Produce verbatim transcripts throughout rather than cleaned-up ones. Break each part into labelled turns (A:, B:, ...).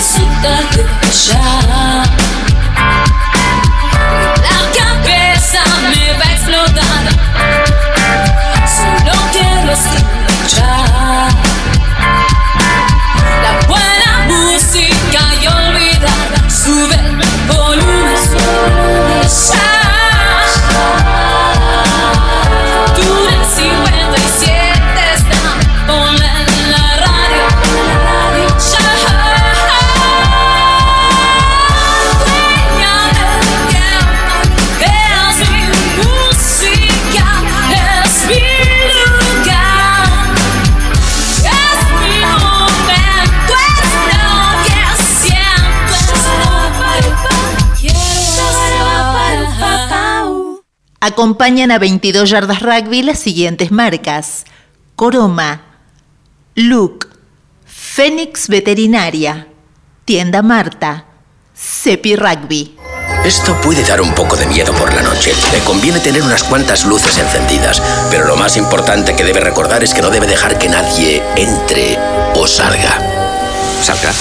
A: disfrútate ya. La cabeza me va a explotar. Solo quiero escuchar la buena música y olvidar. Sube el volumen, volumen ya. Tú eres cincuenta y siete está, ponle en la radio, en la radio ya. Dueña del tiempo, es mi música, es mi lugar, es mi momento, es lo que siento. Quiero estar.
B: Acompañan a veintidós yardas rugby las siguientes marcas: Coroma, Look, Fénix Veterinaria, Tienda Marta, Cepi Rugby.
C: Esto puede dar un poco de miedo por la noche. Le conviene tener unas cuantas luces encendidas, pero lo más importante que debe recordar es que no debe dejar que nadie entre o salga. ¿Salga?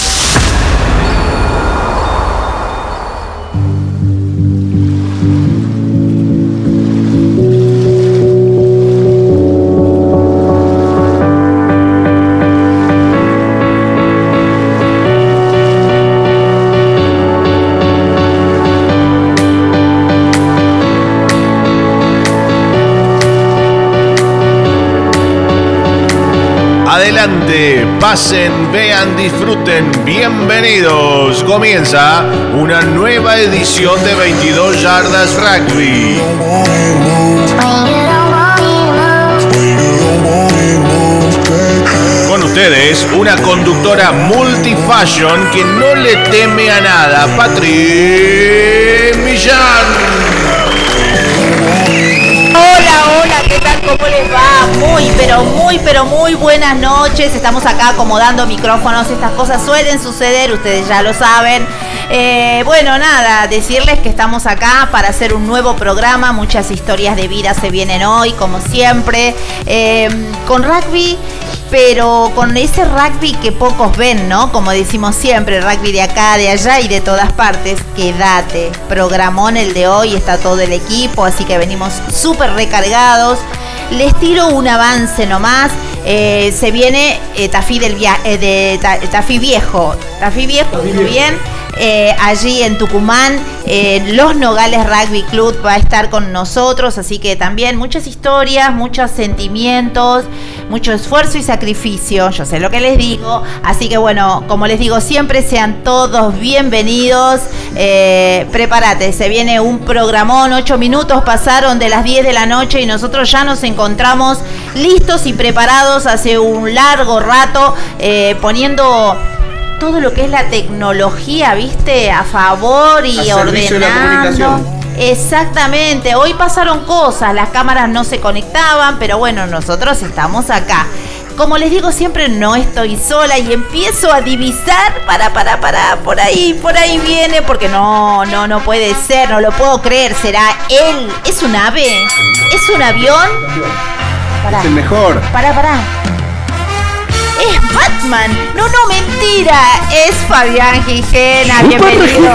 D: Adelante, pasen, vean, disfruten, bienvenidos. Comienza una nueva edición de veintidós yardas rugby. Con ustedes, una conductora multifashion que no le teme a nada, Patri Millán.
B: Hola, hola, ¿qué tal? ¿Cómo les va? Muy, pero muy, pero muy buenas noches. Estamos acá acomodando micrófonos. Estas cosas suelen suceder, ustedes ya lo saben. Eh, bueno, nada, decirles que estamos acá para hacer un nuevo programa. Muchas historias de vida se vienen hoy, como siempre, eh, con rugby, pero con ese rugby que pocos ven, ¿no? Como decimos siempre, rugby de acá, de allá y de todas partes. Quédate, programón el de hoy, está todo el equipo, así que venimos súper recargados. Les tiro un avance nomás. Eh, se viene eh, Tafí del via- eh, de ta- Tafí Viejo. Tafí Viejo, muy bien. Eh, allí en Tucumán, eh, Los Nogales Rugby Club va a estar con nosotros, así que también muchas historias, muchos sentimientos, mucho esfuerzo y sacrificio, yo sé lo que les digo, así que bueno, como les digo siempre, sean todos bienvenidos. Eh, prepárate, se viene un programón. Ocho minutos pasaron de las diez de la noche y nosotros ya nos encontramos listos y preparados hace un largo rato, eh, poniendo todo lo que es la tecnología, ¿viste? A favor y ordenando. Exactamente, hoy pasaron cosas, las cámaras no se conectaban, pero bueno, nosotros estamos acá. Como les digo siempre, no estoy sola y empiezo a divisar, para, para, para, por ahí, por ahí viene, porque no, no, no puede ser, no lo puedo creer, será él, es un ave, es un avión. Pará.
E: Es el mejor.
B: Pará, pará. Es Batman. No, no, mentira. Es Fabián Gijena. Bienvenido.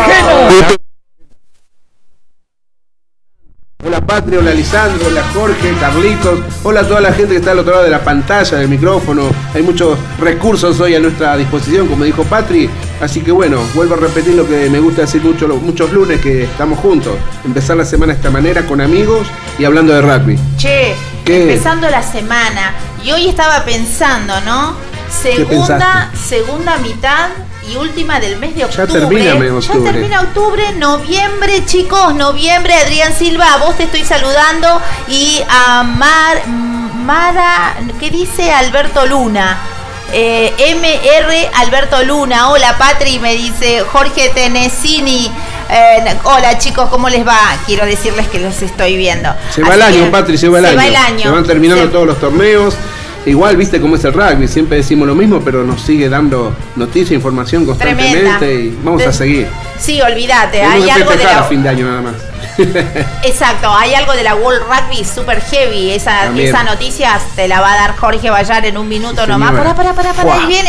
E: Hola Patria, hola Lisandro, hola Jorge, Carlitos, hola a toda la gente que está al otro lado de la pantalla, del micrófono. Hay muchos recursos hoy a nuestra disposición, como dijo Patri. Así que bueno, vuelvo a repetir lo que me gusta decir mucho, muchos lunes, que estamos juntos. Empezar la semana de esta manera, con amigos y hablando de rugby.
B: Che,
E: ¿qué?
B: Empezando la semana. Y hoy estaba pensando, ¿no? Segunda, segunda mitad y última del mes de octubre.
E: Ya termina mes de octubre.
B: Ya termina octubre, noviembre, chicos, noviembre. Adrián Silva, a vos te estoy saludando. Y a Mar, Mara, ¿qué dice? Alberto Luna. Eh, M R Alberto Luna. Hola Patri, me dice Jorge Tenesini. Eh, hola chicos, ¿cómo les va? Quiero decirles que los estoy viendo.
E: Se va el año, Patri, se va el
B: se
E: año.
B: Va el año.
E: Se van terminando
B: se...
E: todos los torneos. Igual, viste cómo es el rugby, siempre decimos lo mismo, pero nos sigue dando noticia, información constantemente. Tremenda. Y vamos de... a seguir.
B: Sí, olvídate,
E: Tenemos
B: hay
E: que
B: algo de la...
E: a fin de año nada más.
B: Exacto, hay algo de la World Rugby super heavy. Esa, esa noticia te la va a dar Jorge Vallar en un minuto sí, nomás. Pará, pará, pará, pará, ahí viene.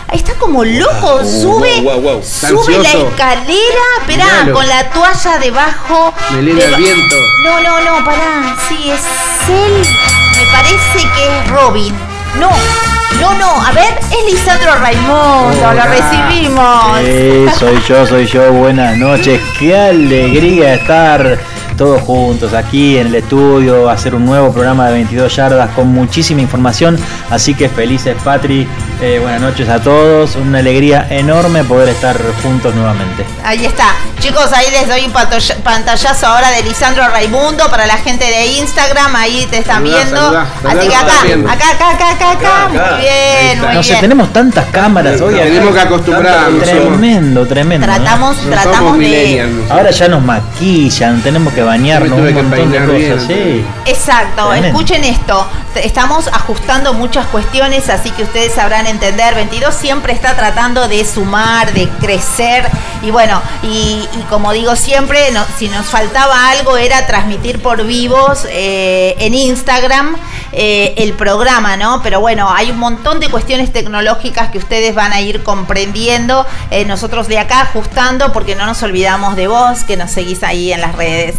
B: está como loco, sube,
E: wow, wow.
B: sube la
E: Ansioso.
B: escalera, esperá,
E: Miralo.
B: con la toalla debajo.
E: Melena al
B: Deba-
E: viento.
B: No, no, no, pará, sí, es él, me parece que es Robin. No, no, no, a ver, es Lisandro Raimundo, lo
E: Hola.
B: recibimos.
F: Sí, soy yo, soy yo, buenas noches, qué alegría estar todos juntos aquí en el estudio, hacer un nuevo programa de veintidós yardas con muchísima información, así que felices Patri, eh, buenas noches a todos, una alegría enorme poder estar juntos nuevamente.
B: Ahí está. Chicos, ahí les doy un pantolla- pantallazo ahora de Lisandro Raimundo para la gente de Instagram, ahí te están
E: Saludá,
B: viendo.
E: saludá,
B: Así
E: saludá,
B: que
E: lo
B: acá,
E: están viendo.
B: acá, acá, acá, acá, acá,
G: Acá, acá.
B: muy bien, muy
F: No sé,
B: bien.
F: tenemos tantas cámaras hoy. acá.
E: Tenemos que acostumbrarnos.
F: Tremendo, tremendo. ¿no?
B: Tratamos,
E: No
B: tratamos
E: somos
B: de...
E: millennials. nosotros.
F: Ahora ya nos maquillan, tenemos que bañarnos,
E: Yo me tuve
F: un
E: que
F: montón de
E: peinar
F: cosas,
E: bien.
F: sí.
B: Exacto,
F: Tremendo.
B: escuchen esto, T- estamos ajustando muchas cuestiones, así que ustedes sabrán entender, veintidós siempre está tratando de sumar, de crecer, y bueno, y, y como digo siempre, no- si nos faltaba algo era transmitir por vivos eh, en Instagram eh, el programa, ¿no? Pero bueno, hay un montón de cuestiones tecnológicas que ustedes van a ir comprendiendo, eh, nosotros de acá ajustando, porque no nos olvidamos de vos, que nos seguís ahí en las redes.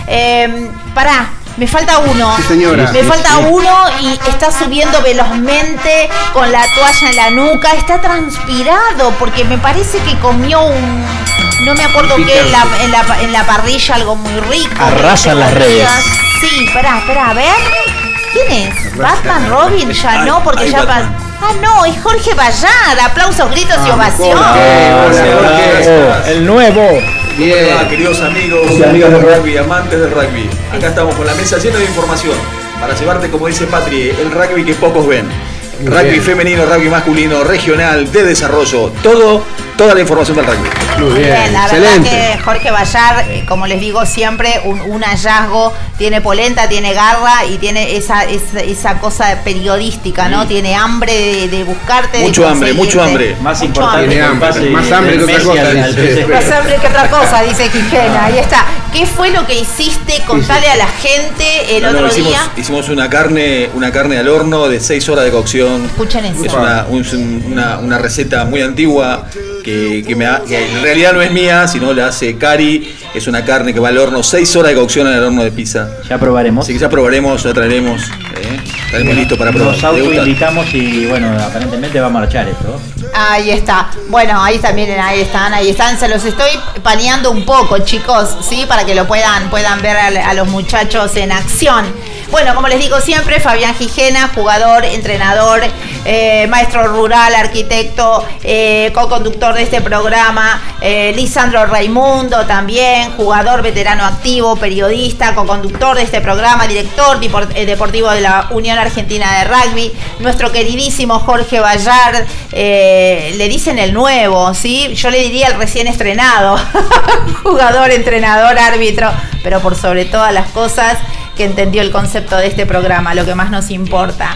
B: Eh, pará. Me falta uno.
E: Sí, señora.
B: Me
E: Sí,
B: falta
E: sí.
B: uno y está subiendo velozmente con la toalla en la nuca. Está transpirado porque me parece que comió un... No me acuerdo qué en la, en, la, en la parrilla, algo muy rico.
F: Arrasan las redes.
B: Sí, espera, espera, a ver. ¿Quién es? ¿Batman, Robin? Ya no, porque
G: ay,
B: ya...
G: Batman.
B: pa- Ah, no, es Jorge Bayar. Aplausos, gritos y
E: Ah,
B: ovación.
E: Jorge, hola,
G: Gracias,
E: Jorge.
F: Bravo, el nuevo.
G: ¿Cómo le va,
E: Bien.
G: queridos amigos y amigas del rugby, amantes del rugby? Acá estamos con la mesa llena de información para llevarte, como dice Patri, el rugby que pocos ven.
E: Muy
G: Rugby
E: bien.
G: femenino, rugby masculino, regional, de desarrollo, todo, toda la información del rugby.
E: Muy
B: Muy
E: bien,
B: bien, la
E: excelente.
B: verdad que Jorge Bayar, eh, como les digo siempre, un, un hallazgo, tiene polenta, tiene garra y tiene esa, esa, esa cosa periodística, ¿no? Tiene hambre de, de buscarte. de
G: Mucho hambre,
B: conseguirte.
G: mucho hambre.
F: Más
B: Mucho
F: importante
B: hambre.
F: que el
E: hambre,
F: pase
E: más
F: del
E: hambre que otra
F: Messi
E: cosa,
F: al- al
E: dice.
F: P S G.
B: Más hambre que otra cosa, dice Quijena. Ahí está. ¿Qué fue lo que hiciste? Contale a la gente el
G: No, no,
B: otro
G: hicimos,
B: día.
G: hicimos una carne, una carne al horno de seis horas de cocción.
B: Escuchen eso.
G: Es una, un- una, una receta muy antigua que, que, me ha- que en realidad no es mía, sino la hace Cari. Es una carne que va al horno, seis horas de cocción en el horno de pizza.
F: Ya probaremos.
G: Así que ya probaremos, ya traeremos. ¿eh? Estaremos listos para probar.
F: Nos
G: Degustar.
F: autoinvitamos y bueno, aparentemente va a marchar esto.
B: Ahí está. Bueno, ahí también, ahí están, ahí están. Se los estoy paneando un poco, chicos, ¿sí? Para que lo puedan, puedan ver a, a los muchachos en acción. Bueno, como les digo siempre, Fabián Gijena, jugador, entrenador, eh, maestro rural, arquitecto, eh, co-conductor de este programa, eh, Lisandro Raimundo también, jugador veterano activo, periodista, co-conductor de este programa, director depor- eh, deportivo de la Unión Argentina de Rugby, nuestro queridísimo Jorge Bayard, eh, le dicen el nuevo, ¿sí? Yo le diría el recién estrenado, jugador, entrenador, árbitro, pero por sobre todas las cosas que entendió el concepto de este programa, lo que más nos importa.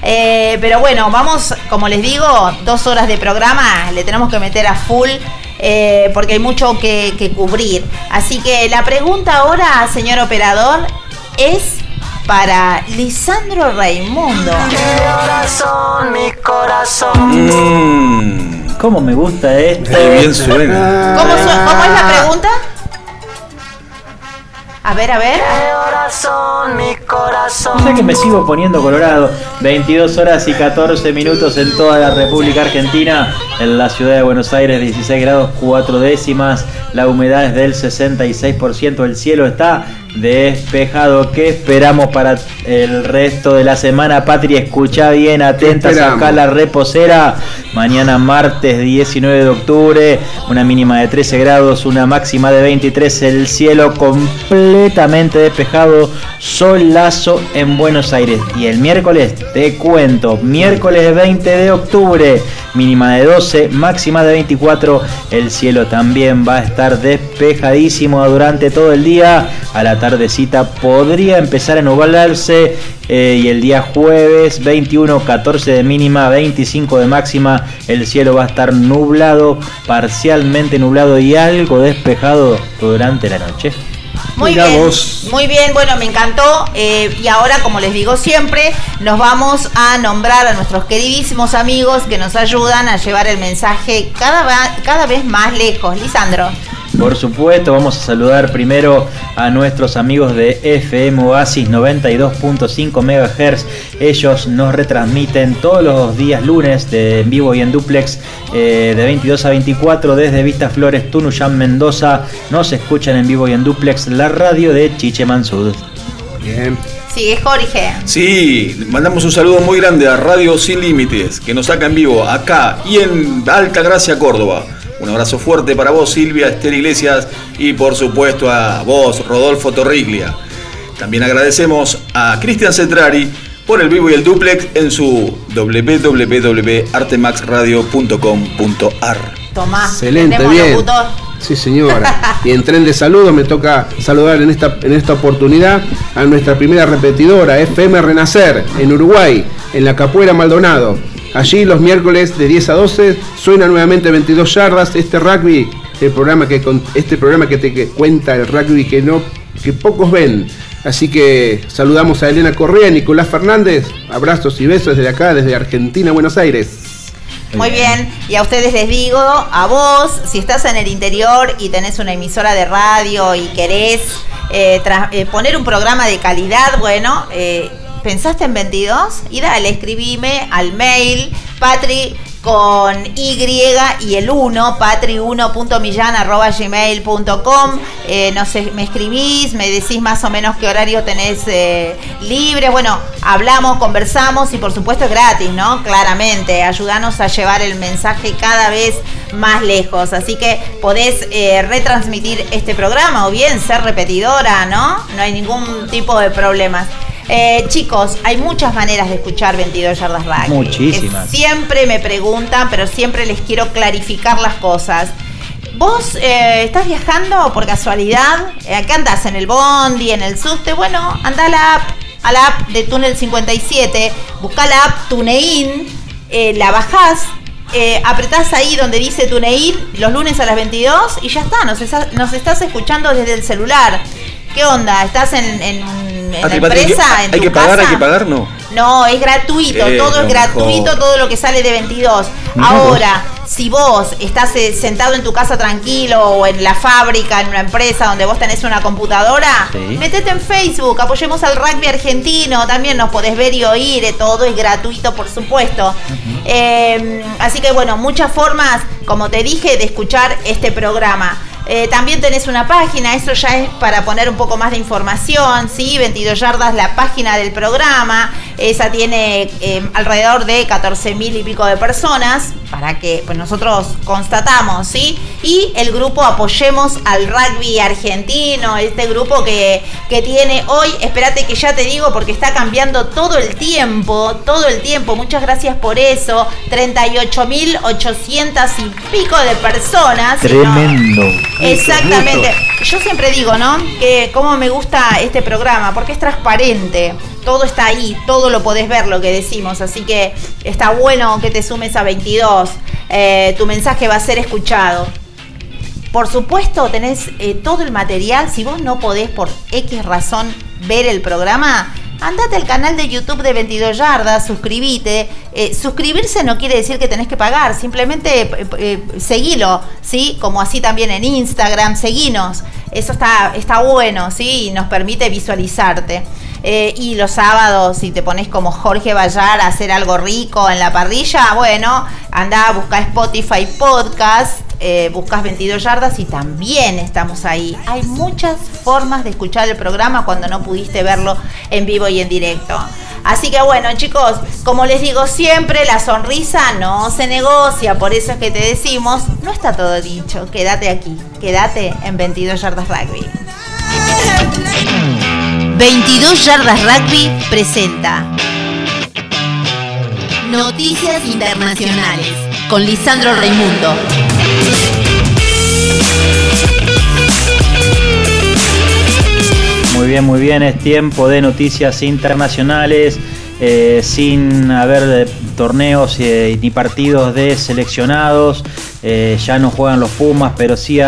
B: Eh, pero bueno, vamos, como les digo, dos horas de programa, le tenemos que meter a full, eh, porque hay mucho que, que cubrir. Así que la pregunta ahora, señor operador, es para Lisandro Raimundo.
G: Mmm,
F: ¿Cómo me gusta esto?
G: qué bien suena.
B: ¿Cómo, su- cómo es la pregunta? A ver, a ver.
F: O sea que me sigo poniendo colorado. veintidós horas y catorce minutos en toda la República Argentina. En la ciudad de Buenos Aires, dieciséis grados cuatro décimas. La humedad es del sesenta y seis por ciento. El cielo está despejado. ¿Qué esperamos para el resto de la semana? Patria, escucha bien, atenta,
E: esperamos?
F: saca la reposera. Mañana martes diecinueve de octubre, una mínima de trece grados, una máxima de veintitrés. El cielo completamente despejado, solazo en Buenos Aires. Y el miércoles, te cuento, miércoles veinte de octubre, mínima de doce, máxima de veinticuatro. El cielo también va a estar despejadísimo durante todo el día. A la tardecita podría empezar a nublarse. Eh, y el día jueves veintiuno, catorce de mínima, veinticinco de máxima. El cielo va a estar nublado, parcialmente nublado y algo despejado durante la noche.
B: Muy
E: Mirá
B: bien,
E: vos.
B: muy bien, bueno, me encantó. Eh, y ahora, como les digo siempre, nos vamos a nombrar a nuestros queridísimos amigos que nos ayudan a llevar el mensaje cada, va- cada vez más lejos. Lisandro.
F: Por supuesto, vamos a saludar primero a nuestros amigos de F M Oasis noventa y dos punto cinco megahertz. Ellos nos retransmiten todos los días lunes de en vivo y en duplex eh, de veintidós a veinticuatro desde Vista Flores, Tunuyán, Mendoza. Nos escuchan en vivo y en duplex la radio de Chiche Mansud.
E: Bien.
B: Sigue Jorge.
G: Sí, mandamos un saludo muy grande a Radio Sin Límites, que nos saca en vivo acá y en Alta Gracia, Córdoba. Un abrazo fuerte para vos, Silvia, Esther Iglesias, y por supuesto a vos, Rodolfo Torriglia. También agradecemos a Cristian Cetrari por el vivo y el duplex en su doble u doble u doble u punto artemax radio punto com punto a r.
B: Tomás.
E: Excelente,
B: tenemos
E: bien.
B: locutor.
E: Sí, señora. Y en tren de saludos me toca saludar en esta, en esta oportunidad a nuestra primera repetidora, F M Renacer, en Uruguay, en la Capuera Maldonado. Allí los miércoles de diez a doce suena nuevamente veintidós yardas, este rugby, el programa que con- este programa que te que cuenta el rugby que no que pocos ven. Así que saludamos a Elena Correa, Nicolás Fernández, abrazos y besos desde acá, desde Argentina, Buenos Aires.
B: Muy bien, y a ustedes les digo, a vos, si estás en el interior y tenés una emisora de radio y querés eh, tra- eh, poner un programa de calidad, bueno, eh, ¿pensaste en veintidós? Y dale, escribime al mail patri con Y y el uno, patri uno punto millán arroba gmail punto com. Eh, no sé, me escribís, me decís más o menos qué horario tenés eh, libre. Bueno, hablamos, conversamos y por supuesto es gratis, ¿no? Claramente, ayudanos a llevar el mensaje cada vez más lejos. Así que podés eh, retransmitir este programa o bien ser repetidora, ¿no? No hay ningún tipo de problemas. Eh, chicos, hay muchas maneras de escuchar veintidós yardas rugby.
F: Muchísimas.
B: Eh, siempre me preguntan, pero siempre les quiero clarificar las cosas. ¿Vos eh, estás viajando por casualidad? Eh, ¿Acá andás en el bondi, en el subte? Bueno, anda a la app, a la app de Túnel cincuenta y siete, buscá la app TuneIn, eh, la bajás, eh, apretás ahí donde dice TuneIn los lunes a las veintidós y ya está, nos, esa- nos estás escuchando desde el celular. ¿Qué onda? ¿Estás en, en, en la
G: Ah, Patri, hay que-
B: empresa? ¿En
G: ¿Hay
B: tu
G: que pagar?
B: casa?
G: ¿Hay que pagar? No.
B: No, es gratuito,
G: Eh,
B: todo
G: no,
B: es gratuito,
G: mejor.
B: todo lo que sale de veintidós.
F: Mirá
B: Ahora, si vos estás eh, sentado en tu casa tranquilo o en la fábrica, en una empresa donde vos tenés una computadora,
F: Sí.
B: metete en Facebook, apoyemos al rugby argentino, también nos podés ver y oír, eh, todo es gratuito, por supuesto. Eh, así que bueno, muchas formas, como te dije, de escuchar este programa. Eh, también tenés una página, eso ya es para poner un poco más de información, ¿sí? veintidós yardas, la página del programa, esa tiene eh, alrededor de catorce mil y pico de personas, para que pues nosotros constatamos, ¿sí? Y el grupo Apoyemos al Rugby Argentino, este grupo que, que tiene hoy, espérate que ya te digo porque está cambiando todo el tiempo, todo el tiempo, muchas gracias por eso, treinta y ocho mil ochocientas y pico de personas. ¿no?
F: Tremendo.
B: Exactamente. Yo siempre digo, ¿no? Que cómo me gusta este programa, porque es transparente. Todo está ahí, todo lo podés ver, lo que decimos. Así que está bueno que te sumes a veintidós. Eh, tu mensaje va a ser escuchado. Por supuesto, tenés eh, todo el material. Si vos no podés por X razón ver el programa, andate al canal de YouTube de veintidós yardas, suscribite. Eh, suscribirse no quiere decir que tenés que pagar, simplemente eh, eh, seguilo, ¿sí? Como así también en Instagram, seguinos. Eso está, está bueno, ¿sí? Y nos permite visualizarte. Eh, y los sábados, si te pones como Jorge Bayar a hacer algo rico en la parrilla, bueno, anda a buscar Spotify Podcast, eh, buscas veintidós yardas y también estamos ahí. Hay muchas formas de escuchar el programa cuando no pudiste verlo en vivo y en directo. Así que bueno, chicos, como les digo siempre, la sonrisa no se negocia, por eso es que te decimos, no está todo dicho, quédate aquí, quédate en veintidós yardas rugby. veintidós yardas rugby presenta Noticias Internacionales con Lisandro Raimundo.
F: Muy bien, muy bien, es tiempo de noticias internacionales, eh, sin haber eh, torneos eh, ni partidos de seleccionados, eh, ya no juegan los Pumas, pero sí hay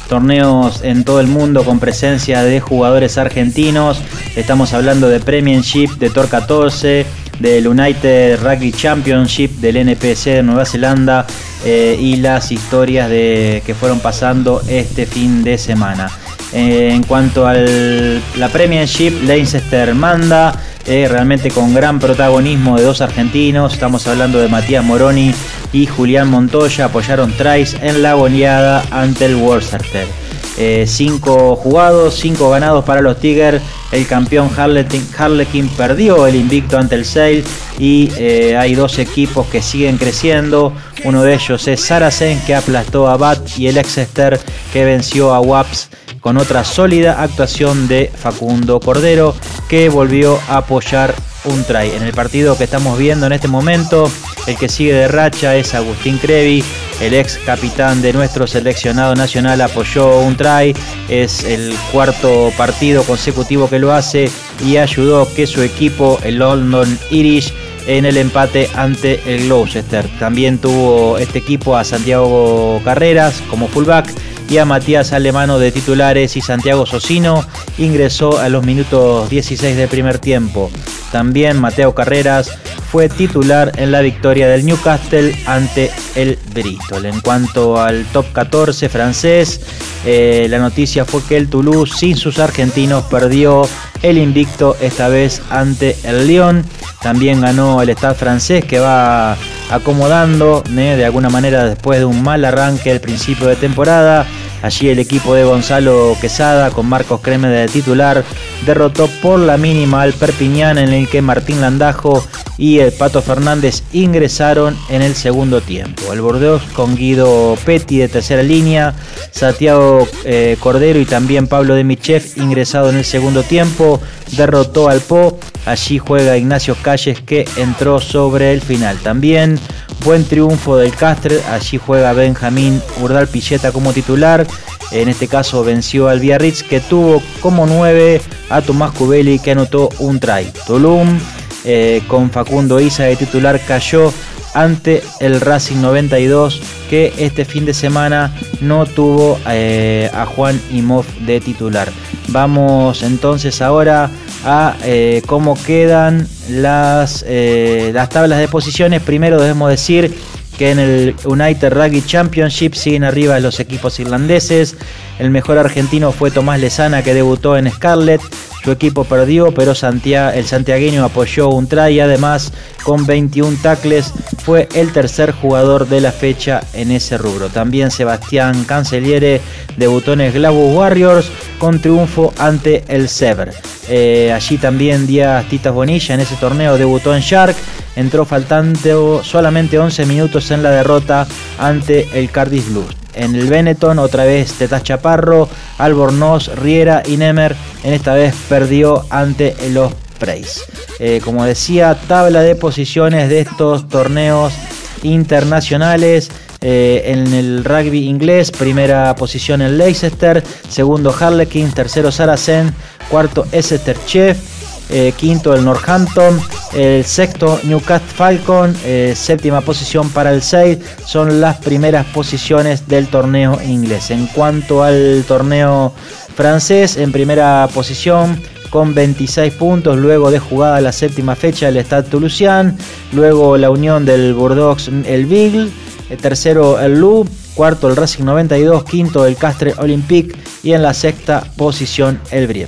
F: torneos en todo el mundo con presencia de jugadores argentinos. Estamos hablando de Premiership, de Tour catorce, del United Rugby Championship, del N P C de Nueva Zelanda eh, y las historias de, que fueron pasando este fin de semana. Eh, en cuanto a la Premiership, Leicester manda, eh, realmente con gran protagonismo de dos argentinos. Estamos hablando de Matías Moroni y Julián Montoya. Apoyaron tries en la goleada ante el Worcester. Eh, cinco jugados, cinco ganados para los Tigers. El campeón Harlequin, Harlequin perdió el invicto ante el Sale y eh, hay dos equipos que siguen creciendo. Uno de ellos es Saracen, que aplastó a Bath, y el Exeter, que venció a Wasps con otra sólida actuación de Facundo Cordero, que volvió a apoyar un try. En el partido que estamos viendo en este momento, el que sigue de racha es Agustín Crevi, el ex capitán de nuestro seleccionado nacional, apoyó un try. Es el cuarto partido consecutivo que lo hace y ayudó que su equipo, el London Irish, en el empate ante el Gloucester. También tuvo este equipo a Santiago Carreras como fullback y a Matías Alemano de titulares, y Santiago Socino ingresó a los minutos dieciséis del primer tiempo. También Mateo Carreras fue titular en la victoria del Newcastle ante el Bristol. En cuanto al top catorce francés, eh, la noticia fue que el Toulouse, sin sus argentinos, perdió el invicto esta vez ante el Lyon. También ganó el Stade francés, que va acomodando ¿eh? de alguna manera después de un mal arranque al principio de temporada. Allí el equipo de Gonzalo Quesada, con Marcos Creme de titular, derrotó por la mínima al Perpignan, en el que Martín Landajo y el Pato Fernández ingresaron en el segundo tiempo. El Bordeaux, con Guido Petti de tercera línea, Santiago eh, Cordero y también Pablo de Michev, ingresado en el segundo tiempo, derrotó al Po. Allí juega Ignacio Calles, que entró sobre el final. También buen triunfo del Castres. Allí juega Benjamín Urdal Pilleta como titular. En este caso venció al Biarritz, que tuvo como nueve a Tomás Cubelli, que anotó un try. Tulum, eh, con Facundo Isa de titular, cayó ante el Racing noventa y dos, que este fin de semana no tuvo eh, a Juan Imhoff de titular. Vamos entonces ahora a eh, cómo quedan las, eh, las tablas de posiciones. Primero debemos decir que en el United Rugby Championship siguen arriba los equipos irlandeses. El mejor argentino fue Tomás Lezana, que debutó en Scarlett. Su equipo perdió, pero Santiago, el santiagueño apoyó un try y además con veintiún tackles fue el tercer jugador de la fecha en ese rubro. También Sebastián Cancelliere debutó en Glasgow Warriors con triunfo ante el Sevres. Eh, allí también Díaz Titas Bonilla en ese torneo debutó en Shark. Entró faltando solamente once minutos en la derrota ante el Cardiff Blues. En el Benetton otra vez Tetas Chaparro, Albornoz, Riera y Nemer. En esta vez perdió ante los Preys. Eh, como decía, tabla de posiciones de estos torneos internacionales. Eh, en el rugby inglés, primera posición el Leicester, segundo Harlequin, tercero Saracen, cuarto Exeter Chiefs, eh, quinto el Northampton, el sexto Newcastle Falcon, eh, séptima posición para el Sale. Son las primeras posiciones del torneo inglés. En cuanto al torneo francés, en primera posición con veintiséis puntos, luego de jugada la séptima fecha el Stade Toulousain, luego la unión del Bordeaux el Vigle, el tercero el Loup, cuarto el Racing noventa y dos, quinto el Castres Olympique y en la sexta posición el Brive.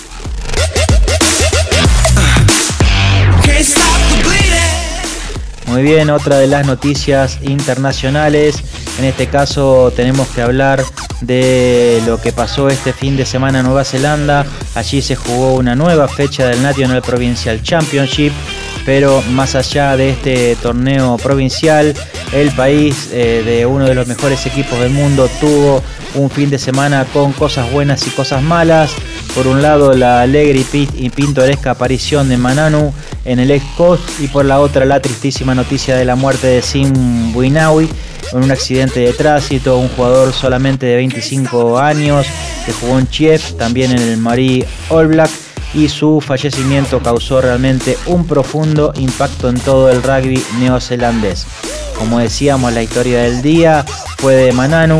F: Muy bien, otra de las noticias internacionales. En este caso tenemos que hablar de lo que pasó este fin de semana en Nueva Zelanda. Allí se jugó una nueva fecha del National Provincial Championship, pero más allá de este torneo provincial, el país eh, de uno de los mejores equipos del mundo tuvo un fin de semana con cosas buenas y cosas malas. Por un lado, la alegre y pintoresca aparición de Mananu en el East Coast, y por la otra, la tristísima noticia de la muerte de Sim Buinawi en un accidente de tránsito. Un jugador solamente de veinticinco años que jugó en Chief, también en el Marie All Black, y su fallecimiento causó realmente un profundo impacto en todo el rugby neozelandés. Como decíamos, la historia del día fue de Mananu,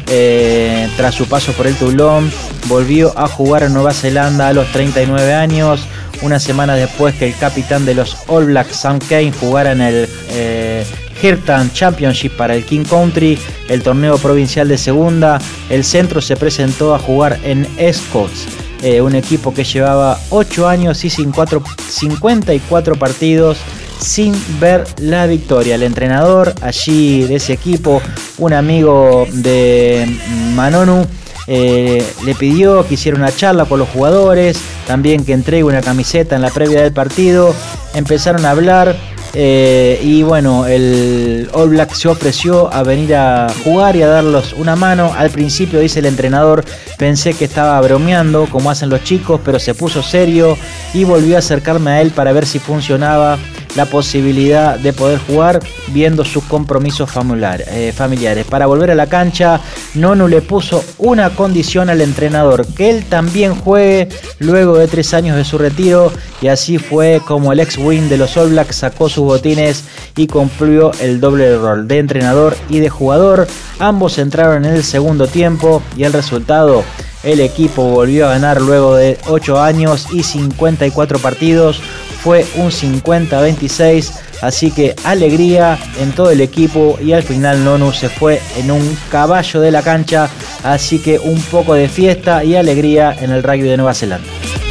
F: eh, tras su paso por el Toulon, volvió a jugar en Nueva Zelanda a los treinta y nueve años, una semana después que el capitán de los All Blacks, Sam Cane, jugara en el eh, Hirtan Championship para el King Country, el torneo provincial de segunda. El centro se presentó a jugar en Escots, eh, un equipo que llevaba ocho años y cincuenta y cuatro partidos sin ver la victoria. El entrenador allí de ese equipo, un amigo de Manonu, eh, le pidió que hiciera una charla con los jugadores, también que entregue una camiseta en la previa del partido. Empezaron a hablar. Eh, y bueno, el All Black se ofreció a venir a jugar y a darlos una mano. Al principio, dice el entrenador, pensé que estaba bromeando como hacen los chicos, pero se puso serio y volvió a acercarme a él para ver si funcionaba la posibilidad de poder jugar, viendo sus compromisos familiar, eh, familiares. Para volver a la cancha, Nonu le puso una condición al entrenador: que él también juegue luego de tres años de su retiro, y así fue como el ex-wing de los All Blacks sacó sus botines y cumplió el doble rol de entrenador y de jugador. Ambos entraron en el segundo tiempo y el resultado: el equipo volvió a ganar luego de ocho años y cincuenta y cuatro partidos. Fue un cincuenta a veintiséis, así que alegría en todo el equipo, y al final Nonu se fue en un caballo de la cancha, así que un poco de fiesta y alegría en el rugby de Nueva Zelanda.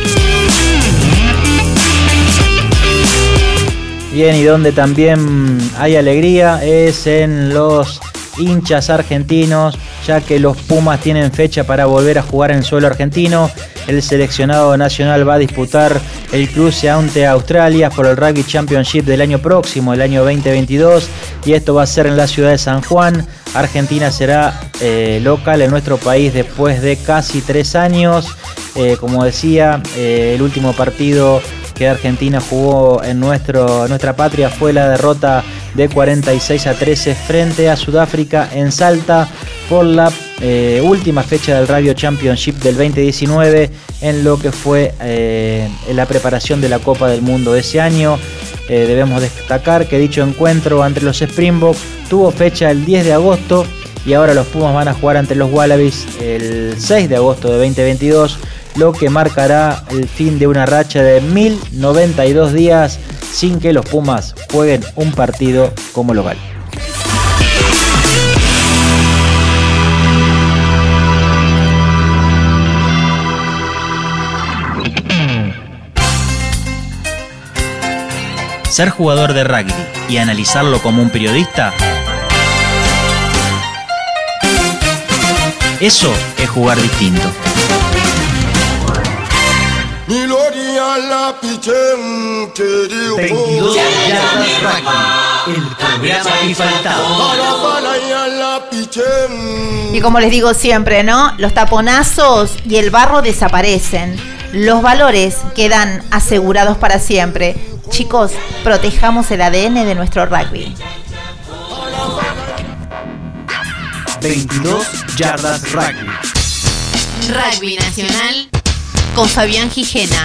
F: Bien, y donde también hay alegría es en los hinchas argentinos, ya que los Pumas tienen fecha para volver a jugar en suelo argentino. El seleccionado nacional va a disputar el cruce ante Australia por el Rugby Championship del año próximo, el año veinte veintidós, y esto va a ser en la ciudad de San Juan. Argentina será eh, local en nuestro país después de casi tres años. Eh, como decía, eh, el último partido que Argentina jugó en, nuestro, en nuestra patria fue la derrota de cuarenta y seis a trece frente a Sudáfrica en Salta por la eh, última fecha del Rugby Championship del veinte diecinueve, en lo que fue eh, en la preparación de la Copa del Mundo de ese año. Eh, debemos destacar que dicho encuentro entre los Springboks tuvo fecha el diez de agosto, y ahora los Pumas van a jugar ante los Wallabies el seis de agosto de veinte veintidós, lo que marcará el fin de una racha de mil noventa y dos días sin que los Pumas jueguen un partido como local.
H: Ser jugador de rugby y analizarlo como un periodista, eso es jugar distinto.
I: veintidós yardas rugby, el programa que faltaba.
B: Y como les digo siempre, ¿no? Los taponazos y el barro desaparecen. Los valores quedan asegurados para siempre. Chicos, protejamos el A D N de nuestro rugby.
I: veintidós yardas rugby.
A: Rugby Nacional con Fabián Gijena.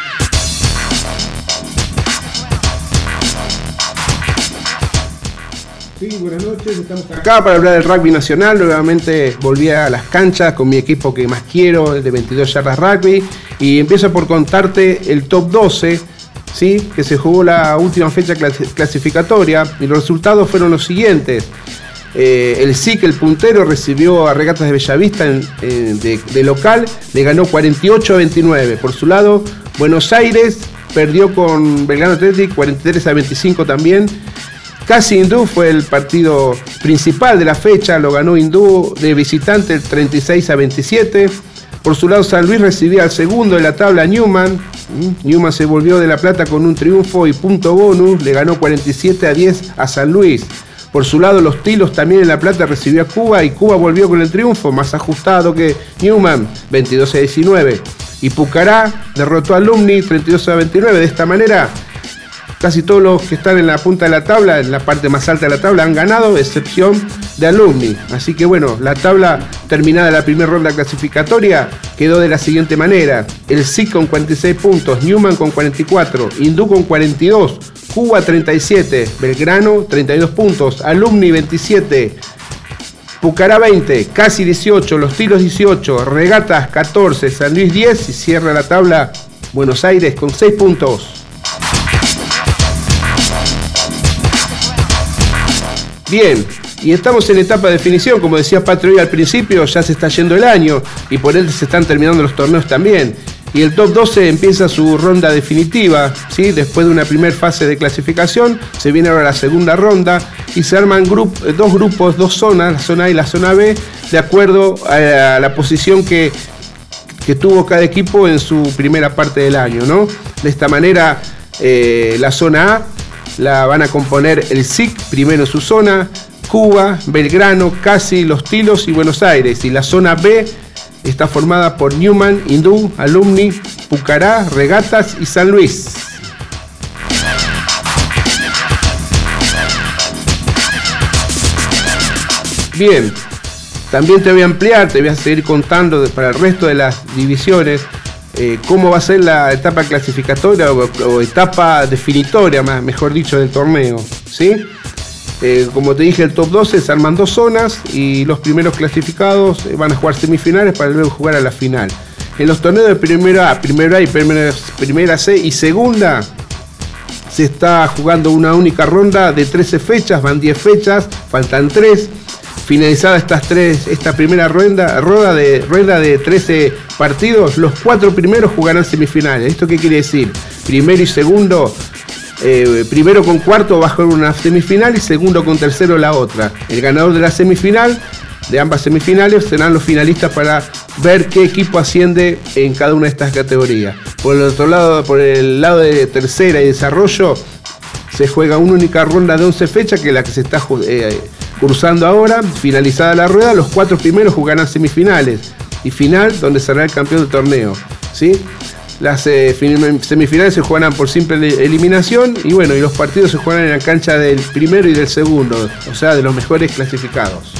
E: Sí, buenas noches, estamos acá para hablar del rugby nacional. Nuevamente volví a las canchas con mi equipo que más quiero, el de veintidós yardas rugby, y empiezo por contarte el top doce, ¿sí? Que se jugó la última fecha clasificatoria, y los resultados fueron los siguientes. Eh, el S I C, el puntero, recibió a Regatas de Bellavista en, eh, de, de local, le ganó cuarenta y ocho a veintinueve. Por su lado, Buenos Aires perdió con Belgrano Athletic cuarenta y tres a veinticinco también. Casi Hindú fue el partido principal de la fecha, lo ganó Hindú de visitante treinta y seis a veintisiete. Por su lado, San Luis recibía al segundo de la tabla, Newman. Newman se volvió de La Plata con un triunfo y punto bonus, le ganó cuarenta y siete a diez a San Luis. Por su lado, Los Tilos también en La Plata recibió a Cuba, y Cuba volvió con el triunfo, más ajustado que Newman, veintidós a diecinueve. Y Pucará derrotó a Alumni treinta y dos a veintinueve. De esta manera, casi todos los que están en la punta de la tabla, en la parte más alta de la tabla, han ganado, excepción de Alumni. Así que bueno, la tabla terminada la primera ronda clasificatoria quedó de la siguiente manera: el S I C con cuarenta y seis puntos, Newman con cuarenta y cuatro, Hindú con cuarenta y dos, Cuba treinta y siete, Belgrano treinta y dos puntos, Alumni veintisiete, Pucará veinte, Casi dieciocho, Los Tilos dieciocho, Regatas catorce, San Luis diez y cierra la tabla Buenos Aires con seis puntos. Bien, y estamos en etapa de definición, como decía Patri hoy al principio, ya se está yendo el año y por él se están terminando los torneos también. Y el top doce empieza su ronda definitiva, ¿sí? Después de una primera fase de clasificación, se viene ahora la segunda ronda y se arman grup- dos grupos, dos zonas, la zona A y la zona B, de acuerdo a la posición que, que tuvo cada equipo en su primera parte del año, ¿no? De esta manera, eh, la zona A la van a componer el S I C, primero en su zona, Cuba, Belgrano, Casi, Los Tilos y Buenos Aires. Y la zona B está formada por Newman, Hindú, Alumni, Pucará, Regatas y San Luis. Bien, también te voy a ampliar, te voy a seguir contando para el resto de las divisiones eh, cómo va a ser la etapa clasificatoria o, o etapa definitoria, más, mejor dicho, del torneo, ¿sí? Eh, como te dije, el top doce se arman dos zonas y los primeros clasificados van a jugar semifinales para luego jugar a la final. En los torneos de primera A, primera A y primera, primera C y segunda se está jugando una única ronda de trece fechas, van diez fechas, faltan tres. Finalizada estas tres, esta primera ronda, rueda de, rueda de trece partidos, los cuatro primeros jugarán semifinales. ¿Esto qué quiere decir? Primero y segundo, eh, primero con cuarto va a jugar una semifinal y segundo con tercero la otra. El ganador de la semifinal, de ambas semifinales, serán los finalistas para ver qué equipo asciende en cada una de estas categorías. Por el otro lado, por el lado de tercera y desarrollo, se juega una única ronda de once fechas, que es la que se está eh, cursando ahora. Finalizada la rueda, los cuatro primeros jugarán semifinales y final, donde será el campeón del torneo, ¿sí? Las eh, semifinales se jugarán por simple eliminación y bueno, y los partidos se jugarán en la cancha del primero y del segundo, o sea, de los mejores clasificados.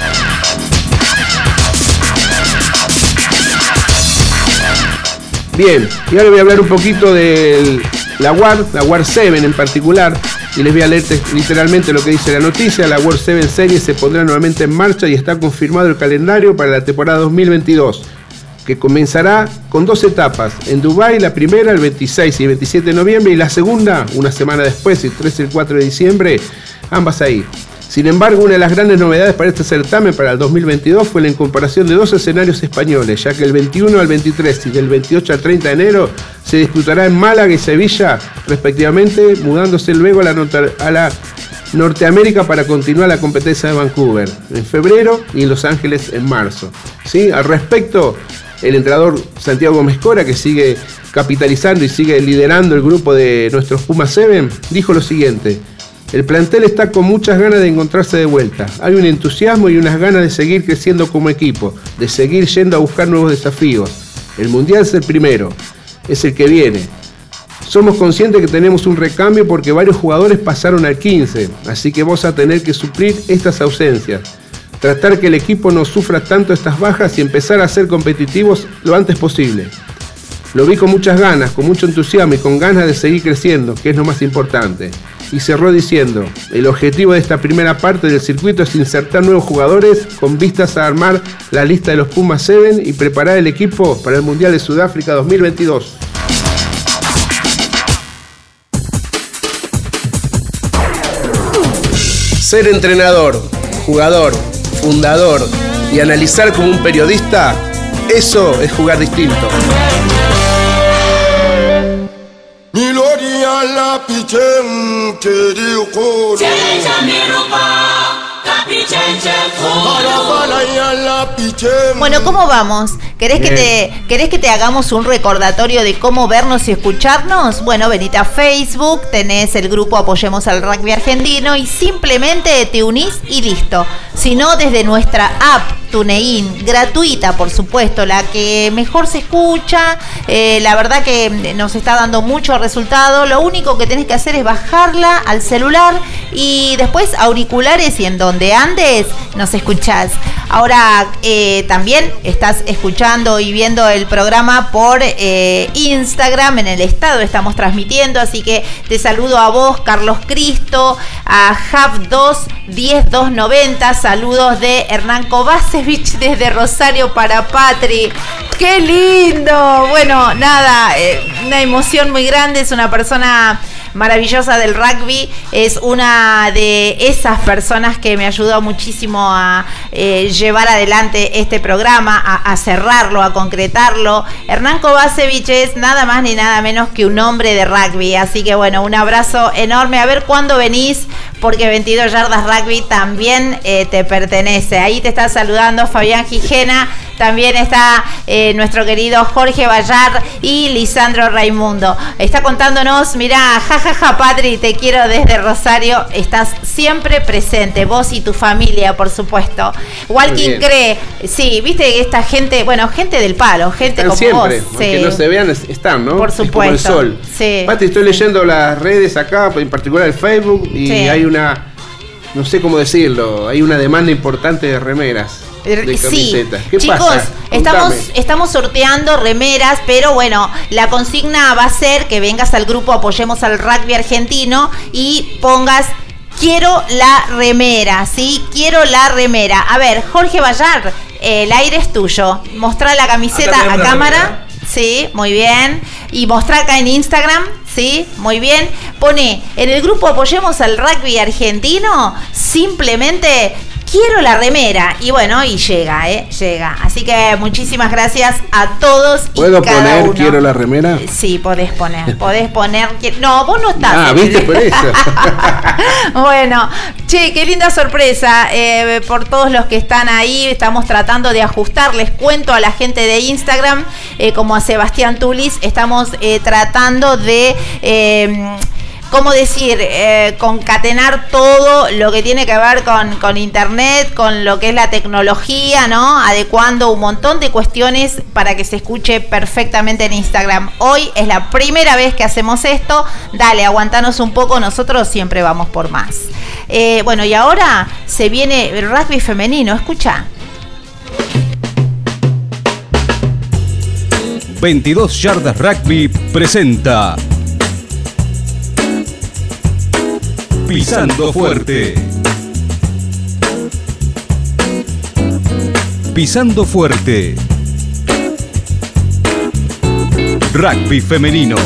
E: Bien, y ahora voy a hablar un poquito de la War, la War siete en particular, y les voy a leer literalmente lo que dice la noticia. La War siete Series se pondrá nuevamente en marcha y está confirmado el calendario para la temporada dos mil veintidós, que comenzará con dos etapas. En Dubái, la primera el veintiséis y veintisiete de noviembre, y la segunda una semana después, el tres y el cuatro de diciembre, ambas ahí. Sin embargo, una de las grandes novedades para este certamen para el dos mil veintidós fue la incorporación de dos escenarios españoles, ya que el veintiuno al veintitrés y del veintiocho al treinta de enero se disputará en Málaga y Sevilla, respectivamente, mudándose luego a la, norte, a la Norteamérica para continuar la competencia de Vancouver en febrero y en Los Ángeles en marzo. ¿Sí? Al respecto, el entrenador Santiago Gómez Cora, que sigue capitalizando y sigue liderando el grupo de nuestros Pumas siete, dijo lo siguiente: el plantel está con muchas ganas de encontrarse de vuelta. Hay un entusiasmo y unas ganas de seguir creciendo como equipo, de seguir yendo a buscar nuevos desafíos. El Mundial es el primero, es el que viene. Somos conscientes que tenemos un recambio porque varios jugadores pasaron al quince, así que vamos a tener que suplir estas ausencias. Tratar que el equipo no sufra tanto estas bajas y empezar a ser competitivos lo antes posible. Lo vi con muchas ganas, con mucho entusiasmo y con ganas de seguir creciendo, que es lo más importante. Y cerró diciendo: el objetivo de esta primera parte del circuito es insertar nuevos jugadores con vistas a armar la lista de los Pumas siete y preparar el equipo para el Mundial de Sudáfrica dos mil veintidós. Ser entrenador, jugador, fundador y analizar como un periodista, eso es jugar distinto.
B: Bueno, ¿cómo vamos? ¿Querés que, te, ¿Querés que te hagamos un recordatorio de cómo vernos y escucharnos? Bueno, venite a Facebook, tenés el grupo Apoyemos al Rugby Argentino y simplemente te unís y listo. Si no, desde nuestra app TuneIn, gratuita por supuesto, la que mejor se escucha, eh, la verdad que nos está dando mucho resultado. Lo único que tenés que hacer es bajarla al celular Y después auriculares y en donde andes nos escuchás. Ahora eh, también estás escuchando y viendo el programa por eh, Instagram, en el estado estamos transmitiendo, así que te saludo a vos, Carlos Cristo, a Jav dos diez dos noventa, saludos de Hernán Kovacevic desde Rosario para Patri. ¡Qué lindo! Bueno, nada, eh, una emoción muy grande, es una persona maravillosa del rugby, es una de esas personas que me ayudó muchísimo a eh, llevar adelante este programa, a, a cerrarlo, a concretarlo. Hernán Kovacevic es nada más ni nada menos que un hombre de rugby, así que bueno, un abrazo enorme. A ver cuándo venís, porque veintidós yardas rugby también eh, te pertenece. Ahí te está saludando Fabián Gijena, también está eh, nuestro querido Jorge Bayar y Lisandro Raimundo. Está contándonos, mirá, jajaja, ja, ja, Patri, te quiero desde Rosario, estás siempre presente, vos y tu familia, por supuesto. Walking cree, sí, viste que esta gente, bueno, gente del palo, gente
E: están
B: como
E: siempre,
B: vos.
E: Aunque
B: Sí.
E: no se vean, están, ¿no?
B: Por
E: Es como
B: supuesto.
E: el sol.
B: Sí.
E: Patri, estoy leyendo las redes acá, en particular el Facebook, y
B: Sí.
E: hay una, no sé cómo decirlo, hay una demanda importante de remeras. De
B: Sí,
E: camisetas. ¿Qué
B: chicos,
E: pasa?
B: estamos,
E: Contame.
B: estamos sorteando remeras, pero bueno, la consigna va a ser que vengas al grupo Apoyemos al Rugby Argentino y pongas quiero la remera, ¿sí? Quiero la remera. A ver, Jorge Bayar, el aire es tuyo. Mostrá la camiseta a cámara. Sí, muy bien. Y mostrá acá en Instagram, sí, muy bien. Pone, en el grupo Apoyemos al Rugby Argentino, simplemente quiero la remera. Y bueno, y llega, ¿eh? Llega. Así que muchísimas gracias a todos y
E: ¿Puedo
B: cada
E: poner
B: uno.
E: quiero la remera?
B: Sí, podés poner, podés poner. No, vos no estás.
E: Ah,
B: en
E: viste
B: el-
E: por eso.
B: Bueno, che, qué linda sorpresa eh, por todos los que están ahí. Estamos tratando de ajustar, les cuento a la gente de Instagram, eh, como a Sebastián Tulis, estamos eh, tratando de... Eh, ¿Cómo decir? Eh, concatenar todo lo que tiene que ver con, con internet, con lo que es la tecnología, ¿no? Adecuando un montón de cuestiones para que se escuche perfectamente en Instagram. Hoy es la primera vez que hacemos esto. Dale, aguantanos un poco, nosotros siempre vamos por más. Eh, bueno, y ahora se viene el rugby femenino, escucha.
J: veintidós yardas Rugby presenta Pisando Fuerte. Pisando Fuerte. Rugby femenino.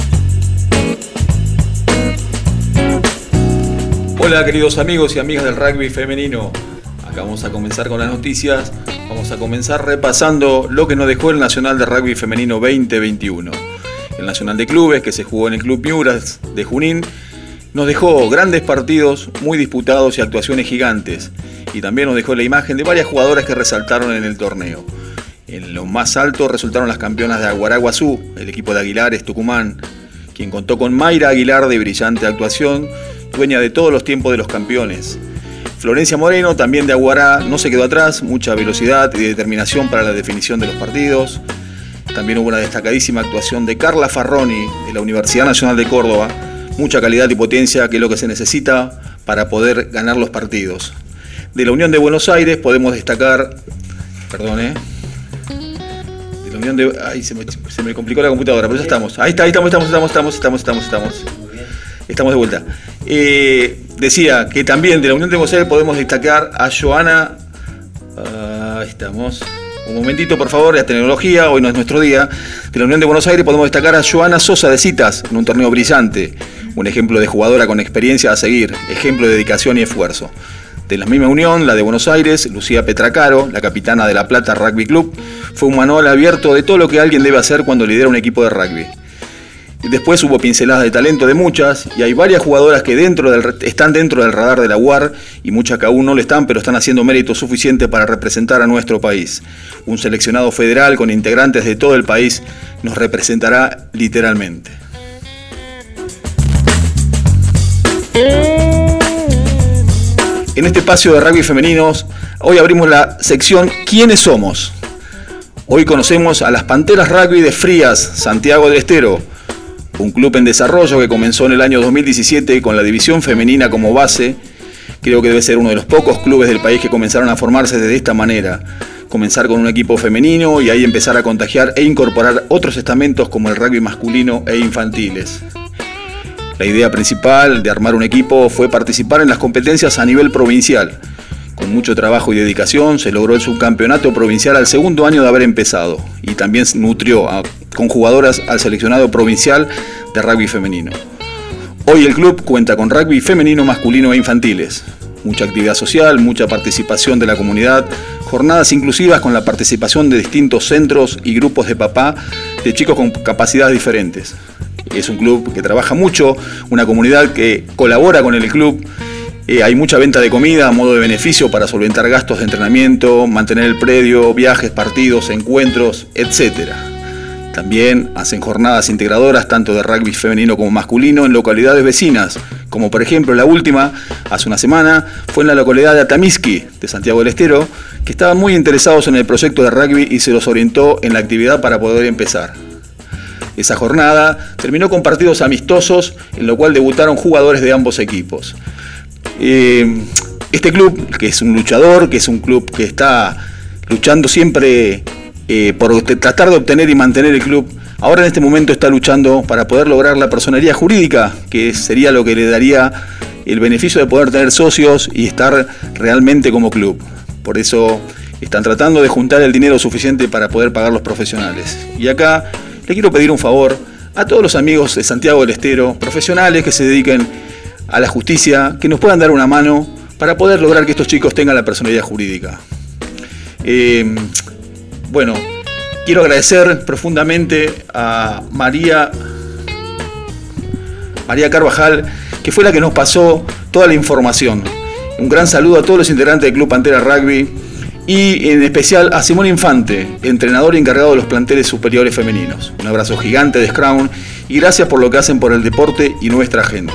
G: Hola queridos amigos y amigas del rugby femenino. Acá vamos a comenzar con las noticias. Vamos a comenzar repasando lo que nos dejó el Nacional de Rugby Femenino veinte veintiuno. El Nacional de Clubes, que se jugó en el Club Miuras de Junín, nos dejó grandes partidos muy disputados y actuaciones gigantes. Y también nos dejó la imagen de varias jugadoras que resaltaron en el torneo. En lo más alto resultaron las campeonas de Aguaraguazú, el equipo de Aguilares, Tucumán, quien contó con Mayra Aguilar de brillante actuación, dueña de todos los tiempos de los campeones. Florencia Moreno, también de Aguará, no se quedó atrás, mucha velocidad y determinación para la definición de los partidos. También hubo una destacadísima actuación de Carla Farroni, de la Universidad Nacional de Córdoba, mucha calidad y potencia, que es lo que se necesita para poder ganar los partidos. De la Unión de Buenos Aires podemos destacar, perdón, ¿eh? de la Unión de, ay, se me, se me complicó la computadora, pero ya estamos, ahí está, ahí estamos, estamos, estamos, estamos, estamos, estamos, estamos, estamos de vuelta. Eh, decía que también de la Unión de Buenos Aires podemos destacar a Joana, uh, ahí estamos. Un momentito, por favor, la tecnología, hoy no es nuestro día. De la Unión de Buenos Aires podemos destacar a Joana Sosa de Citas, en un torneo brillante. Un ejemplo de jugadora con experiencia a seguir, ejemplo de dedicación y esfuerzo. De la misma Unión, la de Buenos Aires, Lucía Petracaro, la capitana de La Plata Rugby Club, fue un manual abierto de todo lo que alguien debe hacer cuando lidera un equipo de rugby. Después hubo pinceladas de talento de muchas, y hay varias jugadoras que dentro del, están dentro del radar de la U A R, y muchas que aún no lo están, pero están haciendo mérito suficiente para representar a nuestro país. Un seleccionado federal con integrantes de todo el país nos representará literalmente. En este espacio de rugby femeninos, hoy abrimos la sección ¿Quiénes somos? Hoy conocemos a las Panteras Rugby de Frías, Santiago del Estero, un club en desarrollo que comenzó en el año dos mil diecisiete con la división femenina como base. Creo que debe ser uno de los pocos clubes del país que comenzaron a formarse de esta manera. Comenzar con un equipo femenino y ahí empezar a contagiar e incorporar otros estamentos como el rugby masculino e infantiles. La idea principal de armar un equipo fue participar en las competencias a nivel provincial. Con mucho trabajo y dedicación se logró el subcampeonato provincial al segundo año de haber empezado y también nutrió a, con jugadoras al seleccionado provincial de rugby femenino. Hoy el club cuenta con rugby femenino, masculino e infantiles. Mucha actividad social, mucha participación de la comunidad, jornadas inclusivas con la participación de distintos centros y grupos de papá de chicos con capacidades diferentes. Es un club que trabaja mucho, una comunidad que colabora con el club. Eh, hay mucha venta de comida a modo de beneficio para solventar gastos de entrenamiento, mantener el predio, viajes, partidos, encuentros, etcétera. También hacen jornadas integradoras tanto de rugby femenino como masculino en localidades vecinas, como por ejemplo la última, hace una semana, fue en la localidad de Atamisqui, de Santiago del Estero, que estaban muy interesados en el proyecto de rugby y se los orientó en la actividad para poder empezar. Esa jornada terminó con partidos amistosos, en lo cual debutaron jugadores de ambos equipos. Eh, este club, que es un luchador, que es un club que está luchando siempre eh, por tratar de obtener y mantener el club, ahora en este momento está luchando para poder lograr la personería jurídica, que sería lo que le daría el beneficio de poder tener socios y estar realmente como club. Por eso están tratando de juntar el dinero suficiente para poder pagar los profesionales. Y acá le quiero pedir un favor a todos los amigos de Santiago del Estero, profesionales que se dediquen a la justicia, que nos puedan dar una mano para poder lograr que estos chicos tengan la personalidad jurídica. Eh, bueno, quiero agradecer profundamente a María, María Carvajal, que fue la que nos pasó toda la información. Un gran saludo a todos los integrantes del Club Pantera Rugby y en especial a Simón Infante, entrenador y encargado de los planteles superiores femeninos. Un abrazo gigante de Scrum y gracias por lo que hacen por el deporte y nuestra gente.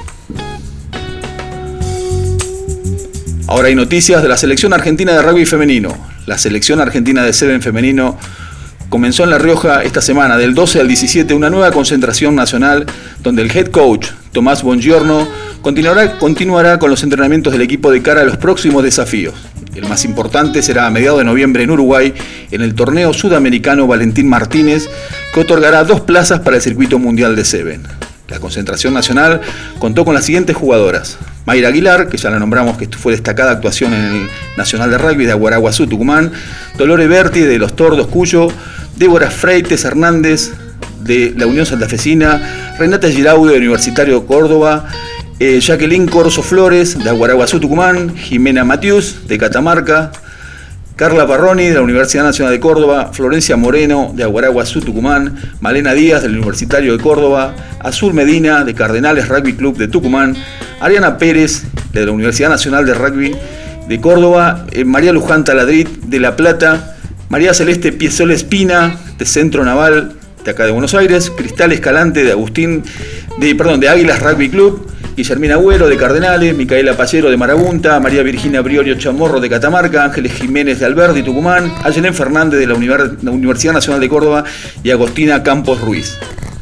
G: Ahora hay noticias de la selección argentina de rugby femenino. La selección argentina de Seven femenino comenzó en La Rioja esta semana, del doce al diecisiete, una nueva concentración nacional donde el head coach, Tomás Bongiorno, continuará, continuará con los entrenamientos del equipo de cara a los próximos desafíos. El más importante será a mediados de noviembre en Uruguay, en el torneo sudamericano Valentín Martínez, que otorgará dos plazas para el circuito mundial de Seven. La concentración nacional contó con las siguientes jugadoras: Mayra Aguilar, que ya la nombramos, que fue destacada actuación en el Nacional de Rugby de Aguaraguazú, Tucumán; Dolores Berti, de Los Tordos, Cuyo; Débora Freites Hernández, de la Unión Santafesina; Renata Giraudo, de Universitario de Córdoba; eh, Jacqueline Corso Flores, de Aguaraguazú, Tucumán; Jimena Matius, de Catamarca; Carla Parroni, de la Universidad Nacional de Córdoba; Florencia Moreno, de Aguaraguazú, Tucumán; Malena Díaz, del Universitario de Córdoba; Azul Medina, de Cardenales Rugby Club de Tucumán; Ariana Pérez, de la Universidad Nacional de Rugby de Córdoba; eh, María Luján Taladrit, de La Plata; María Celeste Piezola Espina, de Centro Naval, de acá de Buenos Aires; Cristal Escalante, de Agustín, de, perdón, de Águilas Rugby Club; Guillermina Agüero, de Cardenales; Micaela Pallero, de Marabunta; María Virginia Briorio Chamorro, de Catamarca; Ángeles Jiménez, de Alberdi, Tucumán; Ayelén Fernández, de la, Univers- la Universidad Nacional de Córdoba; y Agostina Campos Ruiz.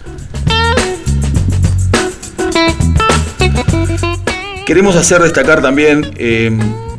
G: Queremos hacer destacar también eh,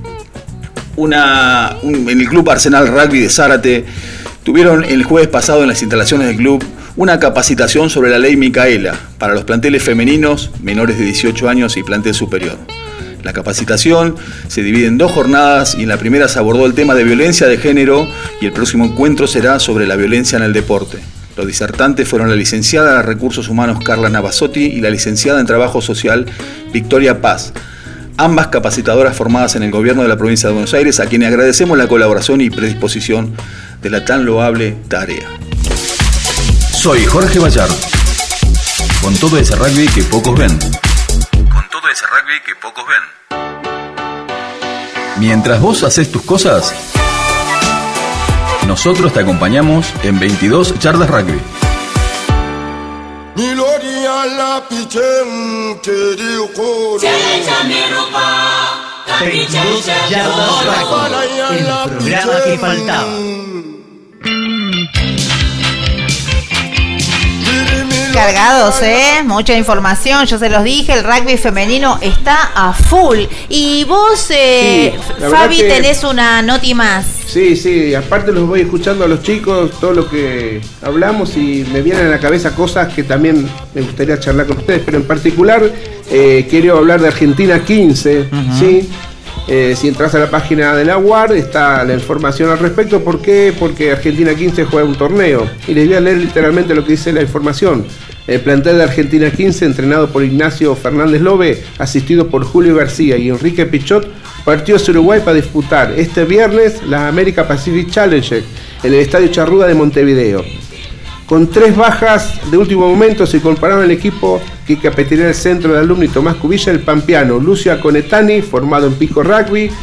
G: una, un, en el Club Arsenal Rugby de Zárate tuvieron el jueves pasado en las instalaciones del club una capacitación sobre la ley Micaela para los planteles femeninos menores de dieciocho años y plantel superior. La capacitación se divide en dos jornadas y en la primera se abordó el tema de violencia de género y el próximo encuentro será sobre la violencia en el deporte. Los disertantes fueron la licenciada en Recursos Humanos Carla Navazotti y la licenciada en Trabajo Social Victoria Paz, ambas capacitadoras formadas en el gobierno de la provincia de Buenos Aires, a quienes agradecemos la colaboración y predisposición de la tan loable tarea.
K: Soy Jorge Bayard, con todo ese rugby que pocos ven. Con todo ese rugby que pocos ven. Mientras vos haces tus cosas, nosotros te acompañamos en veintidós Yardas Rugby.
I: veintidós Yardas Rugby, el programa que faltaba.
B: cargados, ¿eh? Mucha información, yo se los dije, el rugby femenino está a full. Y vos, eh,
E: Sí, la
B: Fabi,
E: verdad que-
B: tenés una noti más.
E: Sí, sí, aparte los voy escuchando a los chicos, todo lo que hablamos y me vienen a la cabeza cosas que también me gustaría charlar con ustedes, pero en particular eh, quiero hablar de Argentina quince,
F: Ujú.
E: ¿sí? Eh, si entras a la página de la U A R está la información al respecto. ¿Por qué? Porque Argentina quince juega un torneo. Y les voy a leer literalmente lo que dice la información. El plantel de Argentina quince, entrenado por Ignacio Fernández Lobe, asistido por Julio García y Enrique Pichot, partió hacia Uruguay para disputar este viernes la America Pacific Challenge en el Estadio Charrúa de Montevideo. Con tres bajas de último momento se incorporaron al equipo que capitaneó el centro de alumni Tomás Cubilla, el pampeano Lucio Aconetani, formado en Pico Rugby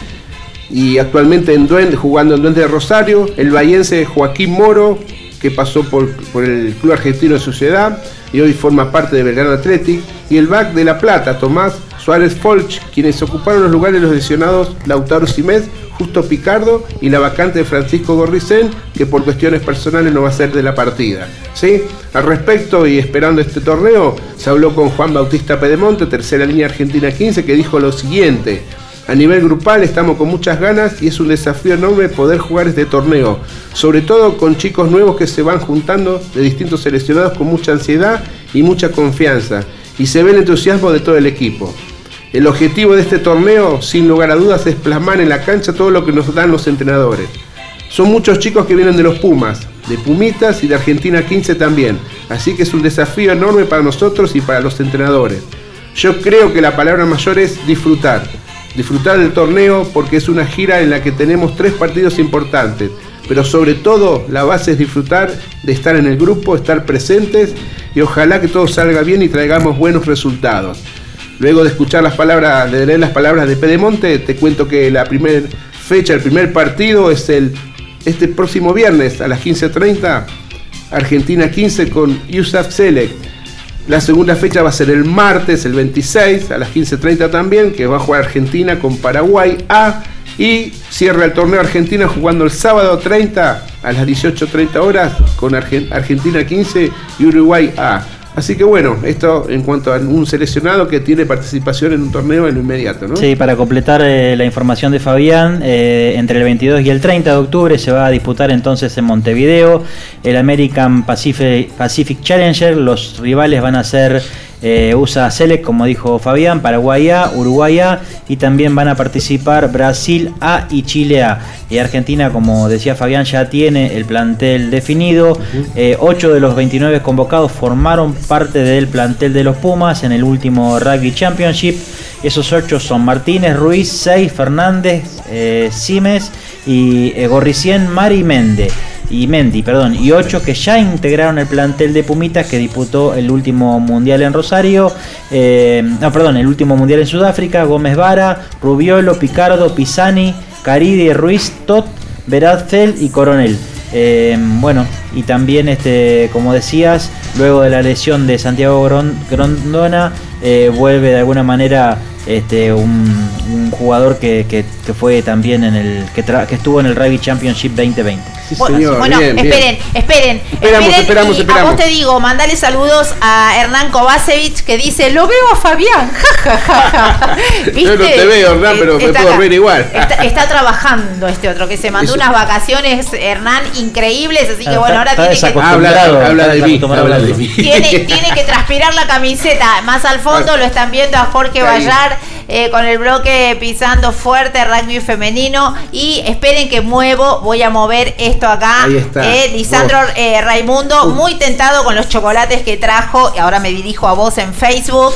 E: y actualmente en Duende, jugando en Duende de Rosario, el bahiense Joaquín Moro, que pasó por, por el Club Argentino de su ciudad y hoy forma parte de Belgrano Athletic, y el back de La Plata, Tomás Suárez Folch, quienes ocuparon los lugares de los lesionados Lautaro Simés, Justo Picardo y la vacante de Francisco Gorricén, que por cuestiones personales no va a ser de la partida. ¿Sí? Al respecto y esperando este torneo, se habló con Juan Bautista Pedemonte, tercera línea Argentina quince, que dijo lo siguiente: a nivel grupal estamos con muchas ganas y es un desafío enorme poder jugar este torneo, sobre todo con chicos nuevos que se van juntando de distintos seleccionados con mucha ansiedad y mucha confianza, y se ve el entusiasmo de todo el equipo. El objetivo de este torneo, sin lugar a dudas, es plasmar en la cancha todo lo que nos dan los entrenadores. Son muchos chicos que vienen de los Pumas, de Pumitas y de Argentina quince también, así que es un desafío enorme para nosotros y para los entrenadores. Yo creo que la palabra mayor es disfrutar. Disfrutar del torneo porque es una gira en la que tenemos tres partidos importantes, pero sobre todo la base es disfrutar de estar en el grupo, estar presentes y ojalá que todo salga bien y traigamos buenos resultados. Luego de escuchar las palabras, de leer las palabras de Pedemonte, te cuento que la primera fecha, el primer partido es el este próximo viernes a las quince treinta, Argentina quince con U S A F Select. La segunda fecha va a ser el martes, el veintiséis, a las quince treinta también, que va a jugar Argentina con Paraguay A, y cierra el torneo Argentina jugando el sábado treinta a las dieciocho treinta horas con Argen- Argentina quince y Uruguay A. Así que bueno, esto en cuanto a un seleccionado que tiene participación en un torneo en lo inmediato, ¿no?
F: Sí, para completar eh, la información de Fabián, eh, entre el veintidós y el treinta de octubre se va a disputar entonces en Montevideo el American Pacific, Pacific Challenger. Los rivales van a ser eh, U S A Select, como dijo Fabián, Paraguay A, Uruguay A, y también van a participar Brasil A y Chile A. Y Argentina, como decía Fabián, ya tiene el plantel definido. Eh, ocho de los veintinueve convocados formaron parte del plantel de los Pumas en el último Rugby Championship. Esos ocho son Martínez, Ruiz, Sey, Fernández, eh, Simes y eh, Gorricien, Mari Mende. Y Mendy, perdón, y ocho que ya integraron el plantel de Pumitas que disputó el último mundial en Rosario, eh, no, perdón, el último mundial en Sudáfrica: Gómez Vara, Rubiolo, Picardo, Pisani, Caridi, Ruiz, Tot, Beradfeld y Coronel. Eh, bueno, y también, este, como decías, luego de la lesión de Santiago Gron- Grondona, eh, vuelve de alguna manera este, un, un jugador que, que, que fue también en el que, tra- que estuvo en el Rugby Championship veinte veinte.
E: Sí,
B: Bueno,
E: señor,
B: bueno,
E: bien, bien.
B: esperen, esperen,
E: Esperamos,
B: esperen,
E: esperamos,
B: y
E: esperamos.
B: a vos te digo, mandale saludos a Hernán Kovacevic, que dice: lo veo a Fabián. Ja, ja, ja, ja.
E: Yo no te veo, Hernán, pero me
B: Está
E: puedo
B: acá.
E: ver igual.
B: Está, está trabajando este otro, que se mandó
E: Eso.
B: unas vacaciones, Hernán, increíbles, así que
F: Está-
B: bueno, ahora
F: está
B: tiene que,
F: desacostumbrado.
E: Habla, habla
F: está
E: de mí,
F: desacostumbrado
E: habla
F: a
E: de
F: hablar.
E: mí.
B: tiene, tiene que transpirar la camiseta. Más al fondo lo están viendo a Jorge
E: Ahí.
B: Bayar eh, con el bloque pisando fuerte, rugby femenino. Y esperen que muevo, voy a mover esto acá.
E: Ahí está.
B: Eh, Lisandro
E: Vos.
B: eh, Raimundo, muy tentado con los chocolates que trajo. Y ahora me dirijo a vos en Facebook.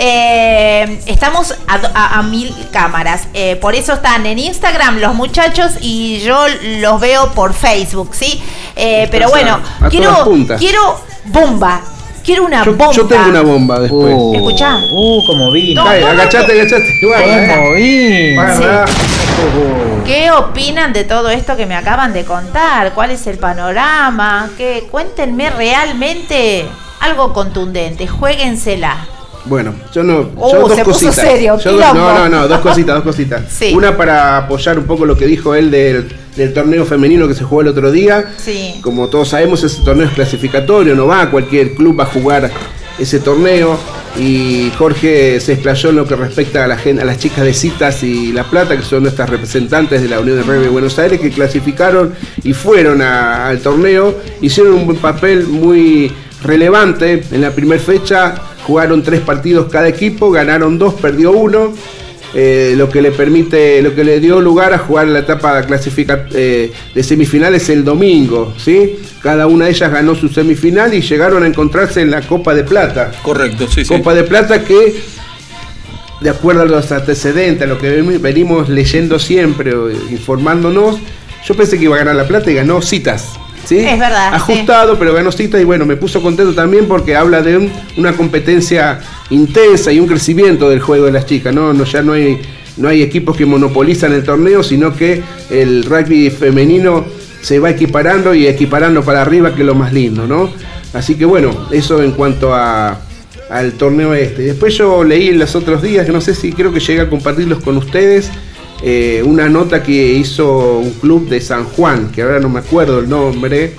B: Eh, estamos a, a- a mil cámaras, eh, por eso están en Instagram los muchachos y yo los veo por Facebook, ¿sí? Eh, pero
E: Estás
B: bueno,
E: a- a todas
B: quiero,
E: puntas.
B: quiero bomba, quiero una
E: Yo,
B: bomba.
E: yo tengo una bomba después.
F: Uh,
B: Escuchá.
F: Uh, como vino.
B: No,
E: Ay,
B: no, no,
E: agachate, agachate. Igual,
F: Como vino.
E: Pará.
B: ¿Qué opinan de todo esto que me acaban de contar? ¿Cuál es el panorama? ¿Qué? Cuéntenme realmente algo contundente, juéguensela.
E: Bueno, yo no.
B: Uh,
E: yo dos
B: se puso
E: cositas.
B: serio,
E: Yo-
B: quilombo.
E: no, no, no, dos cositas, dos cositas.
B: Sí.
E: Una para apoyar un poco lo que dijo él del del torneo femenino que se jugó el otro día.
B: Sí.
E: Como todos sabemos, ese torneo es clasificatorio, no va a cualquier club a jugar ese torneo. Y Jorge se explayó en lo que respecta a, la gente, a las chicas de Citas y La Plata, que son nuestras representantes de la Unión de Rugby de Buenos Aires, que clasificaron y fueron a, al torneo. Hicieron un papel muy relevante en la primera fecha. Jugaron tres partidos cada equipo, ganaron dos, perdió uno. Eh, lo que le permite, lo que le dio lugar a jugar la etapa clasifica, eh, de semifinales el domingo, ¿sí? Cada una de ellas ganó su semifinal y llegaron a encontrarse en la Copa de Plata.
G: Correcto, sí, sí.
E: Copa de Plata que, de acuerdo a los antecedentes, a lo que venimos leyendo siempre, informándonos, yo pensé que iba a ganar La Plata y ganó Citas. ¿Sí?
B: Es verdad.
E: Ajustado, sí. Pero ganó Citas y bueno, me puso contento también porque habla de un, una competencia intensa y un crecimiento del juego de las chicas, ¿no? No, ya no hay, no hay equipos que monopolizan el torneo, sino que el rugby femenino se va equiparando y equiparando para arriba, que es lo más lindo, ¿no? Así que bueno, eso en cuanto a, al torneo este. Después yo leí en los otros días, que no sé si creo que llegué a compartirlos con ustedes, Eh, una nota que hizo un club de San Juan, que ahora no me acuerdo el nombre,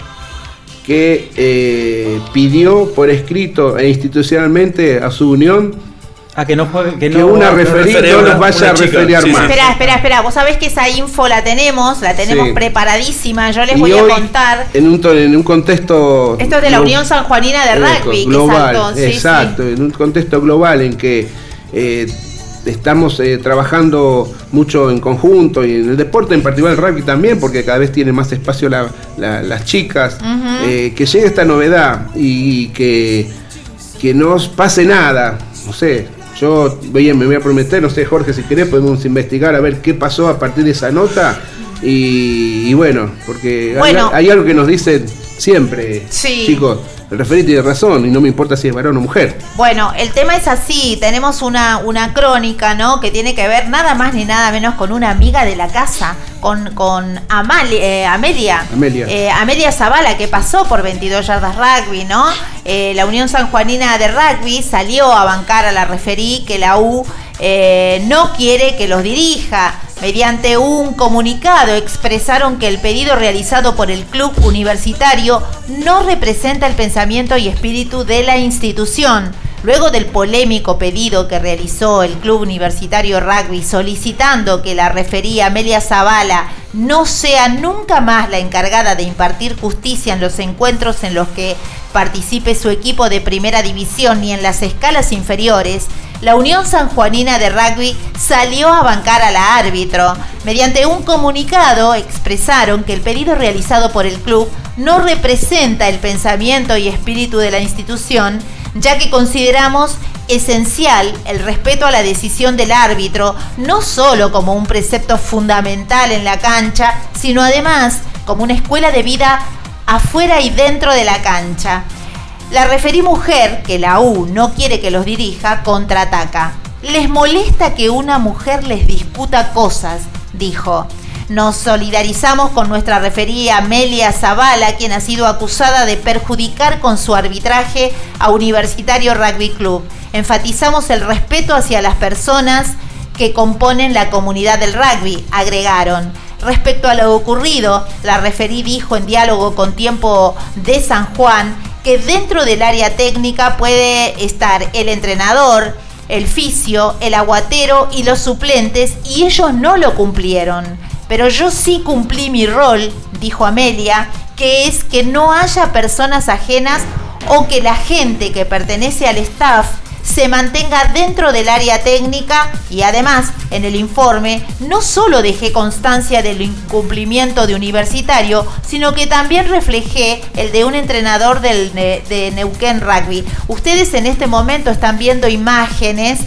E: que eh, pidió por escrito e institucionalmente a su unión
F: a que no juegue, que,
E: que
F: no,
E: una
F: no
E: referí
F: referee
E: no
F: una-
E: nos vaya
F: una
E: a
F: chica.
E: referir
F: Sí,
E: más.
F: sí.
B: Espera, espera, espera. Vos sabés que esa info la tenemos, la tenemos
E: Sí.
B: preparadísima. Yo les
E: Y
B: voy
E: hoy,
B: a contar.
E: en un, to- en un contexto
B: Esto es de la
E: glo-
B: Unión Sanjuanina de
E: eh,
B: Rugby, que
E: global,
B: saltó. Sí,
E: exacto,
B: sí.
E: en un contexto global en que eh, estamos eh, trabajando mucho en conjunto y en el deporte, en particular el rugby también, porque cada vez tiene más espacio la- la- las chicas,
B: Ujú.
E: eh, que llegue esta novedad y, y que, que no os pase nada, no sé. Yo voy a- me voy a prometer, no sé, Jorge, si querés podemos investigar a ver qué pasó a partir de esa nota y, y bueno, porque hay-
B: Bueno.
E: hay, algo que nos dicen siempre,
B: Sí.
E: chicos, el referee tiene razón y no me importa si es varón o mujer.
B: Bueno, el tema es así, tenemos una, una crónica, ¿no? Que tiene que ver nada más ni nada menos con una amiga de la casa, con, con Amali- eh, Amelia.
E: Amelia.
B: Eh, Amelia Zavala, que pasó por veintidós yardas rugby, ¿no? Eh, la Unión Sanjuanina de Rugby salió a bancar a la referí que la U eh, no quiere que los dirija. Mediante un comunicado expresaron que el pedido realizado por el club universitario no representa el pensamiento y espíritu de la institución. Luego del polémico pedido que realizó el Club Universitario Rugby solicitando que la referí Amelia Zavala no sea nunca más la encargada de impartir justicia en los encuentros en los que participe su equipo de primera división ni en las escalas inferiores, la Unión Sanjuanina de Rugby salió a bancar a la árbitro. Mediante un comunicado expresaron que el pedido realizado por el club no representa el pensamiento y espíritu de la institución, ya que consideramos esencial el respeto a la decisión del árbitro, no solo como un precepto fundamental en la cancha, sino además como una escuela de vida afuera y dentro de la cancha. La referí mujer, que la U no quiere que los dirija, contraataca. Les molesta que una mujer les disputa cosas, dijo. Nos solidarizamos con nuestra referí Amelia Zavala, quien ha sido acusada de perjudicar con su arbitraje a Universitario Rugby Club. Enfatizamos el respeto hacia las personas que componen la comunidad del rugby, agregaron. Respecto a lo ocurrido, la referí dijo en diálogo con Tiempo de San Juan que dentro del área técnica puede estar el entrenador, el fisio, el aguatero y los suplentes, y ellos no lo cumplieron. Pero yo sí cumplí mi rol, dijo Amelia, que es que no haya personas ajenas o que la gente que pertenece al staff se mantenga dentro del área técnica, y además en el informe no solo dejé constancia del incumplimiento de Universitario, sino que también reflejé el de un entrenador del, de, de Neuquén Rugby. Ustedes en este momento están viendo imágenes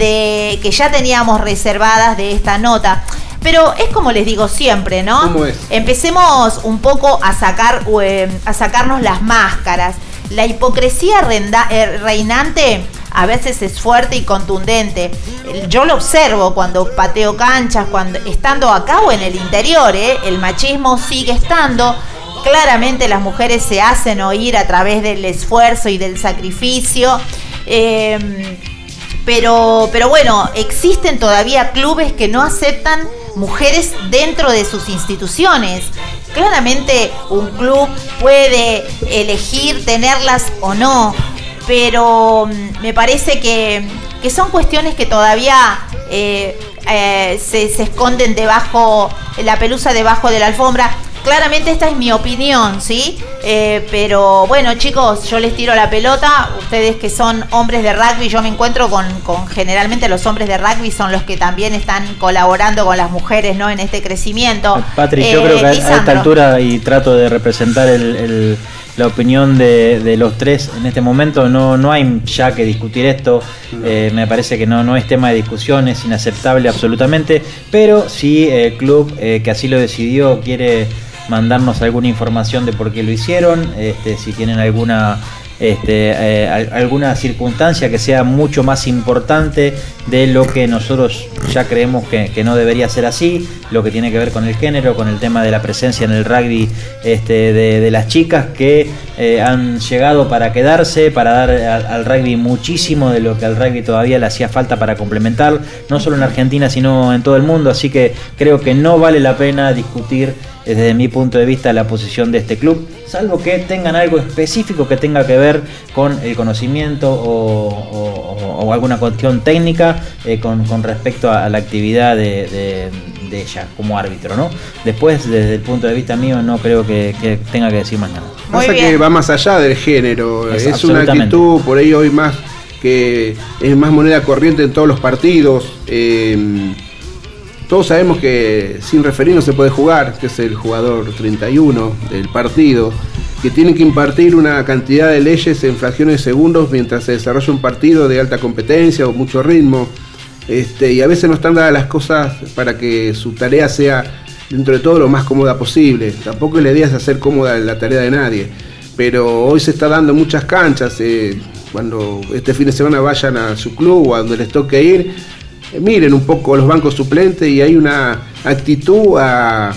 B: de que ya teníamos reservadas de esta nota. Pero es como les digo siempre, ¿no?
E: ¿Cómo es?
B: Empecemos un poco a sacar eh, a sacarnos las máscaras. La hipocresía renda, eh, reinante a veces es fuerte y contundente. Yo lo observo cuando pateo canchas, cuando estando acá o en el interior, ¿eh? El machismo sigue estando. Claramente las mujeres se hacen oír a través del esfuerzo y del sacrificio. Eh, Pero, pero bueno, existen todavía clubes que no aceptan mujeres dentro de sus instituciones. Claramente un club puede elegir tenerlas o no, pero me parece que, que son cuestiones que todavía eh, eh, se, se esconden debajo, la pelusa debajo de la alfombra. Claramente esta es mi opinión, ¿sí? Eh, pero bueno, chicos, yo les tiro la pelota. Ustedes que son hombres de rugby, yo me encuentro con, con generalmente los hombres de rugby son los que también están colaborando con las mujeres, ¿no? En este crecimiento.
F: Patri,
B: eh,
F: yo creo que a, a
B: Lisandro.
F: esta altura, y trato de representar el, el, la opinión de, de los tres en este momento, no, no hay ya que discutir esto. Eh, me parece que no, no es tema de discusión, es inaceptable absolutamente. Pero si el club eh, que así lo decidió quiere mandarnos alguna información de por qué lo hicieron, este, si tienen alguna este, eh, alguna circunstancia que sea mucho más importante de lo que nosotros ya creemos que, que no debería ser así, lo que tiene que ver con el género, con el tema de la presencia en el rugby este, de, de las chicas que eh, han llegado para quedarse, para dar al, al rugby muchísimo de lo que al rugby todavía le hacía falta para complementar, no solo en Argentina sino en todo el mundo, así que creo que no vale la pena discutir desde mi punto de vista la posición de este club, salvo que tengan algo específico que tenga que ver con el conocimiento o, o, o alguna cuestión técnica eh, con, con respecto a, a la actividad de, de, de ella como árbitro, ¿no? Después, desde el punto de vista mío, no creo que, que tenga que decir más nada.
E: Pasa que va más allá del género, es, es una actitud, por ahí hoy más que es más moneda corriente en todos los partidos. Eh, Todos sabemos que sin referí no se puede jugar, que es el jugador treinta y uno del partido, que tiene que impartir una cantidad de leyes en fracciones de segundos mientras se desarrolla un partido de alta competencia o mucho ritmo. Este, y a veces no están dadas las cosas para que su tarea sea dentro de todo lo más cómoda posible. Tampoco es la idea es hacer cómoda la tarea de nadie, pero hoy se está dando en muchas canchas. Eh, cuando este fin de semana vayan a su club o a donde les toque ir, miren un poco los bancos suplentes y hay una actitud a,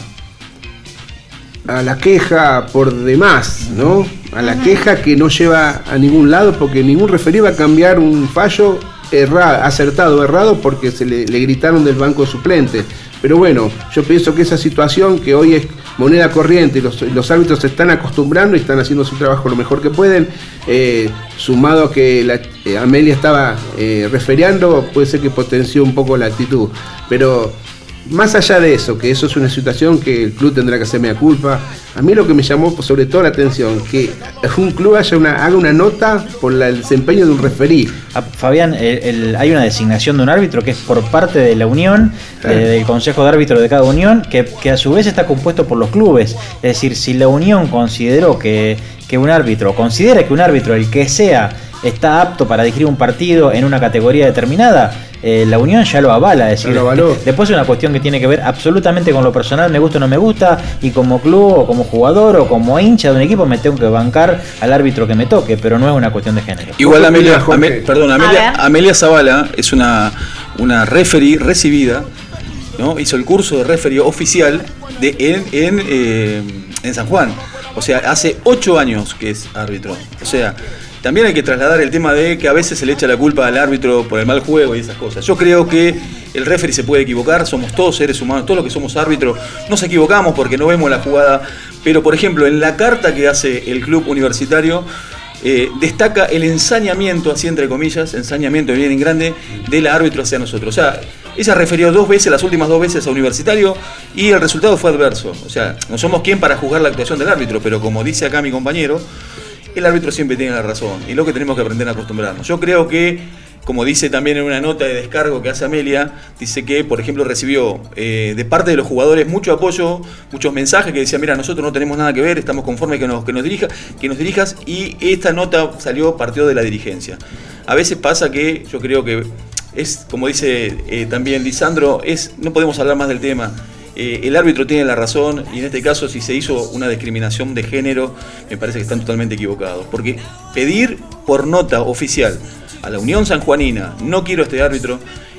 E: a la queja por demás, ¿no? A la queja que no lleva a ningún lado porque ningún referí va a cambiar un fallo errado, acertado o errado porque se le, le gritaron del banco suplente. Pero bueno, yo pienso que esa situación que hoy es moneda corriente y los, los árbitros se están acostumbrando y están haciendo su trabajo lo mejor que pueden, eh, sumado a que la, eh, Amelia estaba eh, referiando, puede ser que potenció un poco la actitud. Pero más allá de eso, que eso es una situación que el club tendrá que hacer mea culpa, a mí lo que me llamó sobre todo la atención, que un club haya una, haga una nota por la, el desempeño de un referí.
F: Fabián, el, el, hay una designación de un árbitro que es por parte de la unión, claro. eh, del consejo de árbitros de cada unión, que, que a su vez está compuesto por los clubes. Es decir, si la unión consideró que, que un árbitro, considera que un árbitro, el que sea, está apto para dirigir un partido en una categoría determinada, eh, la unión ya lo avala. Es decir, de, después es una cuestión que tiene que ver absolutamente con lo personal, me gusta o no me gusta, y como club o como jugador o como hincha de un equipo me tengo que bancar al árbitro que me toque, pero no es una cuestión de género.
G: Igual Amelia, Ame, perdón, Amelia, Amelia Zavala es una, una referee recibida, ¿no? Hizo el curso de referee oficial de, en, en, eh, en San Juan. O sea, hace ocho años que es árbitro. O sea, también hay que trasladar el tema de que a veces se le echa la culpa al árbitro por el mal juego y esas cosas. Yo creo que el referee se puede equivocar, somos todos seres humanos, todos los que somos árbitros nos equivocamos porque no vemos la jugada. Pero, por ejemplo, en la carta que hace el club universitario, eh, destaca el ensañamiento, así entre comillas, ensañamiento bien en grande, del árbitro hacia nosotros. O sea, ella refirió dos veces, las últimas dos veces a Universitario, y el resultado fue adverso. O sea, no somos quien para juzgar la actuación del árbitro, pero como dice acá mi compañero, el árbitro siempre tiene la razón, y es lo que tenemos que aprender a acostumbrarnos. Yo creo que, como dice también en una nota de descargo que hace Amelia, dice que, por ejemplo, recibió eh, de parte de los jugadores mucho apoyo, muchos mensajes que decían, mira, nosotros no tenemos nada que ver, estamos conformes que nos, que nos, dirija, que nos dirijas, y esta nota salió, partió de la dirigencia. A veces pasa que yo creo que es, como dice eh, también Lisandro, es, no podemos hablar más del tema. Eh, el árbitro tiene la razón, y en este caso, si se hizo una discriminación de género, me parece que están totalmente equivocados. Porque pedir por nota oficial a la Unión Sanjuanina, no quiero este árbitro,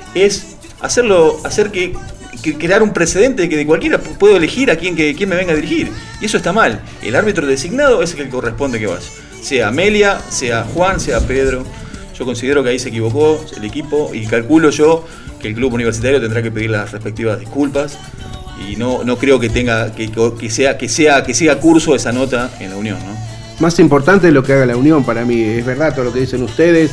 G: es hacerlo, hacer que, que crear un precedente de que de cualquiera puedo elegir a quien, que, quien me venga a dirigir. Y eso está mal. El árbitro designado es el que corresponde que vaya. Sea Amelia, sea Juan, sea Pedro. Yo considero que ahí se equivocó el equipo, y calculo yo que el club universitario tendrá que pedir las respectivas disculpas y no, no creo que tenga que, que sea que sea que siga curso esa nota en la Unión, ¿no?
E: Más importante es lo que haga la Unión para mí, es verdad todo lo que dicen ustedes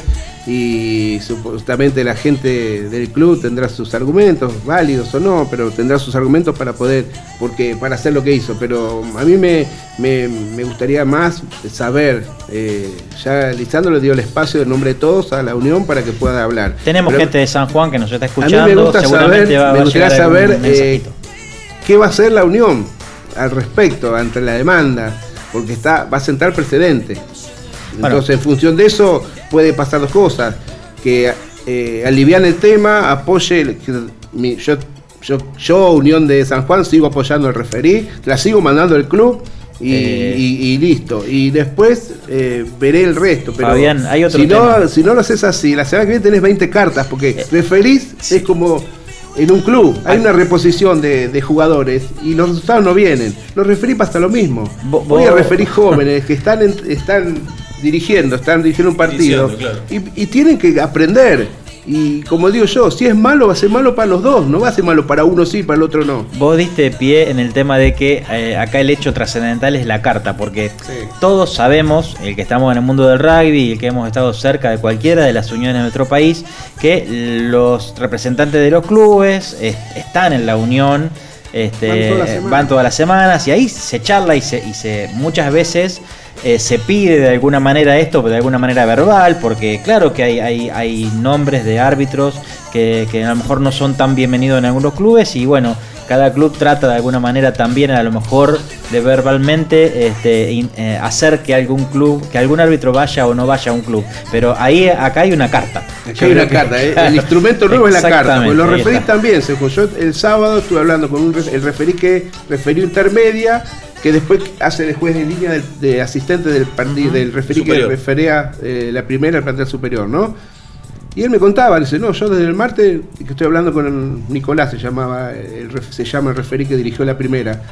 E: y supuestamente la gente del club tendrá sus argumentos, válidos o no, pero tendrá sus argumentos para poder, porque para hacer lo que hizo, pero a mí me, me, me gustaría más saber, eh, ya Lisandro le dio el espacio en nombre de todos a la Unión para que pueda hablar.
F: Tenemos
E: pero,
F: gente de San Juan que nos está escuchando,
E: a mí me gusta
F: seguramente
E: saber,
F: va,
E: me
F: va
E: gustaría
F: a
E: saber eh, qué va a hacer la Unión al respecto ante la demanda, porque está va a sentar precedente. Entonces, bueno, en función de eso, puede pasar dos cosas. Que eh, alivian el tema, apoye. Que, mi, yo, yo, yo, Unión de San Juan, sigo apoyando el referí, la sigo mandando al club y, eh, y, y listo. Y después eh, veré el resto. Pero
F: Fabián, hay otro
E: si,
F: tema.
E: no, si no lo haces así, la semana que viene tenés veinte cartas, porque eh, referís sí. es como. En un club hay una reposición de, de jugadores y los resultados no vienen. Los referí pasa lo mismo.
F: Bo,
E: Voy a referir jóvenes que están en, están dirigiendo, están dirigiendo un partido
G: Diciendo, claro.
E: y, y tienen que aprender. Y como digo yo, si es malo, va a ser malo para los dos, no va a ser malo para uno sí, para el otro no.
F: Vos diste pie en el tema de que eh, acá el hecho trascendental es la carta, porque sí. todos sabemos, el que estamos en el mundo del rugby y el que hemos estado cerca de cualquiera de las uniones de nuestro país, que los representantes de los clubes est- están en la unión, este, van, todas van todas las semanas y ahí se charla y se, y se muchas veces Eh, se pide de alguna manera esto, pero de alguna manera verbal, porque claro que hay, hay, hay nombres de árbitros que, que a lo mejor no son tan bienvenidos en algunos clubes y bueno, cada club trata de alguna manera también a lo mejor de verbalmente este, in, eh, hacer que algún club, que algún árbitro vaya o no vaya a un club, pero ahí acá hay una carta.
E: Acá hay una carta, eh. El instrumento nuevo es la carta, porque los referís también, se yo el sábado estuve hablando con un, el referí que referió intermedia, que después hace de juez en línea de, de asistente del partido, del referí superior. Que refería eh, la primera al plantel superior, ¿no? Y él me contaba, dice, no, yo desde el martes, que estoy hablando con el Nicolás, se llamaba, el, se llama el referí que dirigió la primera,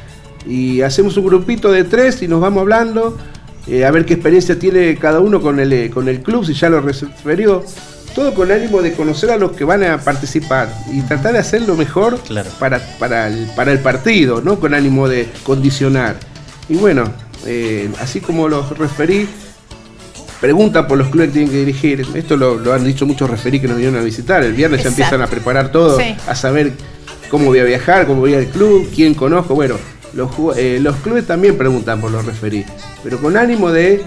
E: y hacemos un grupito de tres y nos vamos hablando, eh, a ver qué experiencia tiene cada uno con el, con el club, si ya lo referió. Todo con ánimo de conocer a los que van a participar y tratar de hacer lo mejor claro. para, para, el, para el partido, no con ánimo de condicionar. Y bueno, eh, así como los referí, preguntan por los clubes que tienen que dirigir. Esto lo, lo han dicho muchos referí que nos vinieron a visitar. El viernes Exacto. ya empiezan a preparar todo, sí. a saber cómo voy a viajar, cómo voy al club, quién conozco. Bueno, los, eh, los clubes también preguntan por los referí, pero con ánimo de...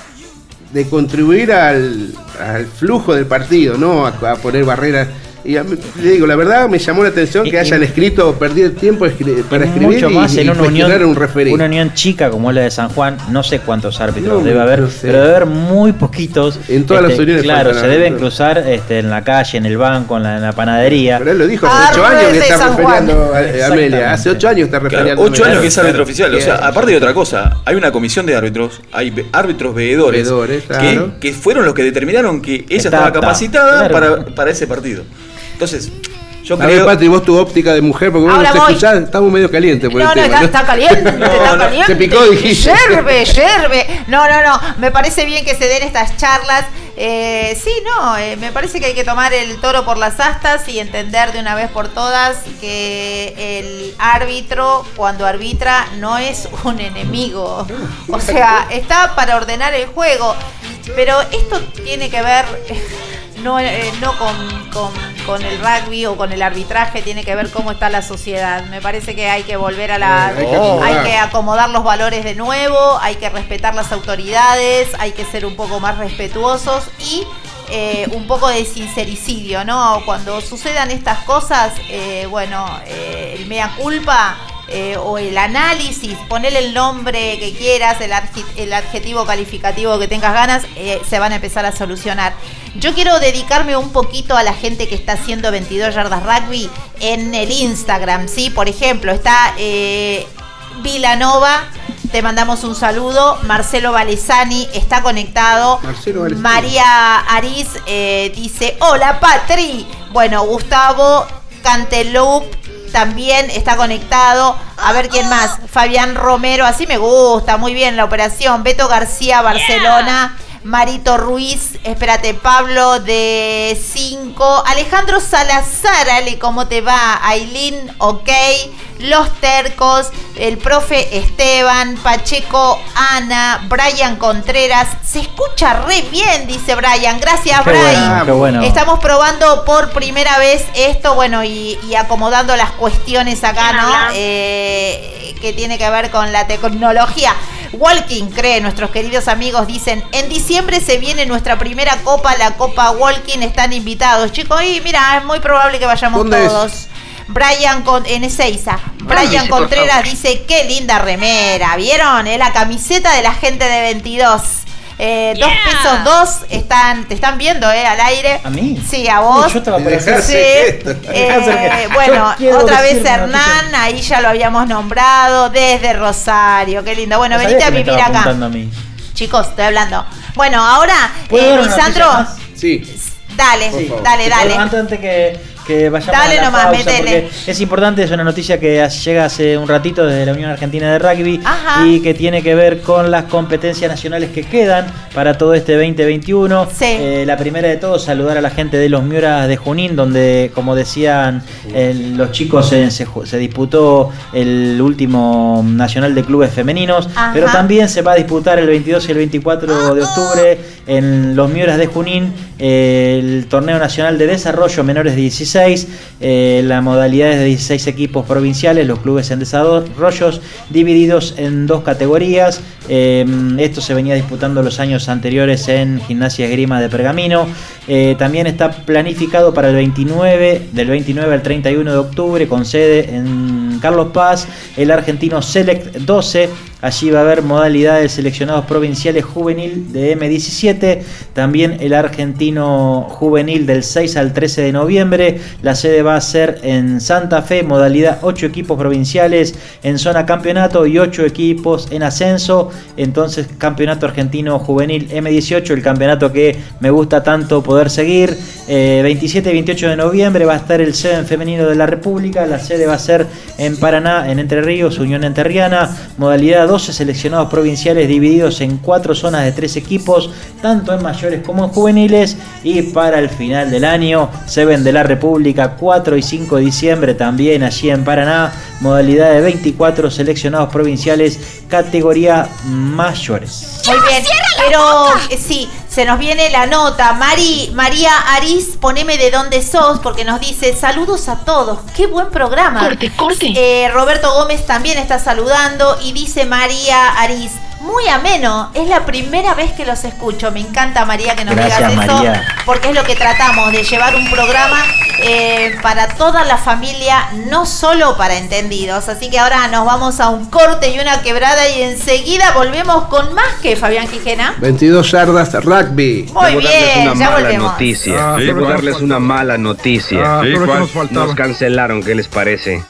E: de contribuir al, al flujo del partido, no a, a poner barreras. Y a mí, le digo, la verdad me llamó la atención que y, hayan escrito, perdido el tiempo escri- para escribir
F: mucho más
E: y,
F: en
E: y
F: una unión,
E: un referí.
F: Una unión chica como la de San Juan, no sé cuántos árbitros no, debe haber,
E: no sé.
F: pero debe haber muy poquitos.
E: En todas
F: este,
E: las uniones.
F: Claro, se deben cruzar este, en la calle, en el banco, en la, en la panadería.
E: Pero él lo dijo hace ocho años que está referiendo a Amelia. Hace ocho años está referiendo.
G: Claro, ocho años que es árbitro oficial. O sea, aparte de otra cosa, hay una comisión de árbitros, hay árbitros veedores,
E: veedores claro.
G: que, que fueron los que determinaron que ella
F: está,
G: estaba capacitada
F: claro.
G: para, para ese partido. Entonces, yo
E: a
G: creo...
E: ver, Patri, vos tu óptica de mujer, porque vos no te escuchás, estamos medio calientes por
B: no,
E: el
B: no,
E: tema.
B: Está, está caliente,
E: no,
B: está
E: no,
B: caliente.
E: Se picó, dijiste.
B: Yerbe, yerbe. No, no, no, me parece bien que se den estas charlas. Eh, sí, no, eh, me parece que hay que tomar el toro por las astas y entender de una vez por todas que el árbitro, cuando arbitra, no es un enemigo. O sea, está para ordenar el juego. Pero esto tiene que ver... No, eh, no con, con, con el rugby o con el arbitraje, tiene que ver cómo está la sociedad. Me parece que hay que volver a la...
E: Eh, hay, que
B: oh. hay que acomodar los valores de nuevo, hay que respetar las autoridades, hay que ser un poco más respetuosos y eh, un poco de sincericidio, ¿no? Cuando sucedan estas cosas, eh, bueno, eh, el mea culpa... Eh, o el análisis, ponele el nombre que quieras, el, adje- el adjetivo calificativo que tengas ganas, eh, se van a empezar a solucionar. Yo quiero dedicarme un poquito a la gente que está haciendo veintidós yardas rugby en el Instagram, ¿sí? Por ejemplo, está eh, Vilanova, te mandamos un saludo. Marcelo Valesani está conectado.
E: Marcelo Valesani.
B: María Ariz eh, dice, hola Patri. Bueno, Gustavo Canteloup también está conectado. A ver quién más. Fabián Romero, así me gusta, muy bien la operación. Beto García, Barcelona. Marito Ruiz, espérate, Pablo de cinco, Alejandro Salazar, Ale, ¿cómo te va? Ailín, ok, Los Tercos, el profe Esteban, Pacheco, Ana, Brian Contreras, se escucha re bien, dice Brian, gracias
F: Qué
B: Brian.
F: bueno, qué bueno.
B: Estamos probando por primera vez esto, bueno, y, y acomodando las cuestiones acá, ¿no? Eh, que tiene que ver con la tecnología. Walking cree, nuestros queridos amigos dicen, en diciembre se viene nuestra primera copa, la Copa Walking, están invitados, chicos, y mira, es muy probable que vayamos todos. Es? Brian con, en Ezeiza, Brian Contreras dice, qué linda remera, ¿vieron? Es la camiseta de la gente de veintidós. Eh, yeah. Dos pesos dos, están, te están viendo, ¿eh? Al aire.
F: ¿A mí?
B: Sí, a vos.
F: Yo estaba por
B: sí. eh, Bueno, otra vez Hernán, ahí ya lo habíamos nombrado, desde Rosario, qué lindo. Bueno, venite a vivir acá. A Chicos, estoy hablando. Bueno, ahora, eh, Lisandro.
E: Sí.
B: Dale, sí. dale,
F: sí,
B: dale.
F: Antes, antes que, que vayamos
B: dale
F: a la
B: nomás,
F: pausa,
B: métele.
F: Es importante, es una noticia que llega hace un ratito desde la Unión Argentina de Rugby.
B: Ajá.
F: Y que tiene que ver con las competencias nacionales que quedan para todo este veinte veintiuno.
B: Sí.
F: Eh, la primera de todos, saludar a la gente de los Miuras de Junín, donde, como decían el, los chicos, eh, se, se disputó el último Nacional de Clubes Femeninos.
B: Ajá.
F: Pero también se va a disputar el veintidós y el veinticuatro de octubre en los Miuras de Junín eh, el Torneo Nacional de Desarrollo Menores de dieciséis. Eh, la modalidad es de dieciséis equipos provinciales, los clubes en desarrollos divididos en dos categorías. Eh, esto se venía disputando los años anteriores en Gimnasia Esgrima de Pergamino. Eh, también está planificado para el veintinueve, del veintinueve al treinta y uno de octubre, con sede en Carlos Paz, el Argentino Select doce. Allí va a haber modalidades seleccionados provinciales juvenil de eme diecisiete, también el argentino juvenil del seis al trece de noviembre. La sede va a ser en Santa Fe, modalidad ocho equipos provinciales en zona campeonato y ocho equipos en ascenso. Entonces, campeonato argentino juvenil eme dieciocho, el campeonato que me gusta tanto poder seguir. Eh, veintisiete y veintiocho de noviembre va a estar el Seven femenino de la República. La sede va a ser en Paraná, en Entre Ríos, Unión Enterriana, modalidad doce seleccionados provinciales divididos en cuatro zonas de tres equipos, tanto en mayores como en juveniles. Y para el final del año, Seven de la República, cuatro y cinco de diciembre, también allí en Paraná, modalidad de veinticuatro seleccionados provinciales, categoría mayores.
B: Muy bien, pero eh, sí, se nos viene la nota. Mari, María Ariz, poneme de dónde sos, porque nos dice, saludos a todos, qué buen programa.
L: Corte, corte.
B: Eh, Roberto Gómez también está saludando y dice María Ariz, muy ameno, es la primera vez que los escucho. Me encanta, María, que nos
F: Gracias,
B: digas eso,
F: María.
B: porque es lo que tratamos, de llevar un programa eh, para toda la familia, no solo para entendidos. Así que ahora nos vamos a un corte y una quebrada y enseguida volvemos con más que Fabián Quijena.
E: veintidós yardas rugby.
B: Muy
M: Debo
B: bien,
M: darles una
B: ya
M: mala
B: volvemos.
M: noticia.
N: Ah,
M: Debo darles una mala noticia.
N: Ah,
M: ¿Sí?
N: pero
M: ¿Cuál?
N: que nos faltaba.
M: Nos cancelaron, ¿qué les parece?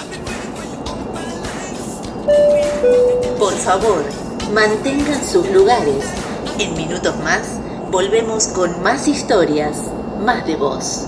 O: Por favor, mantengan sus lugares. En minutos más, volvemos con más historias, más de voz.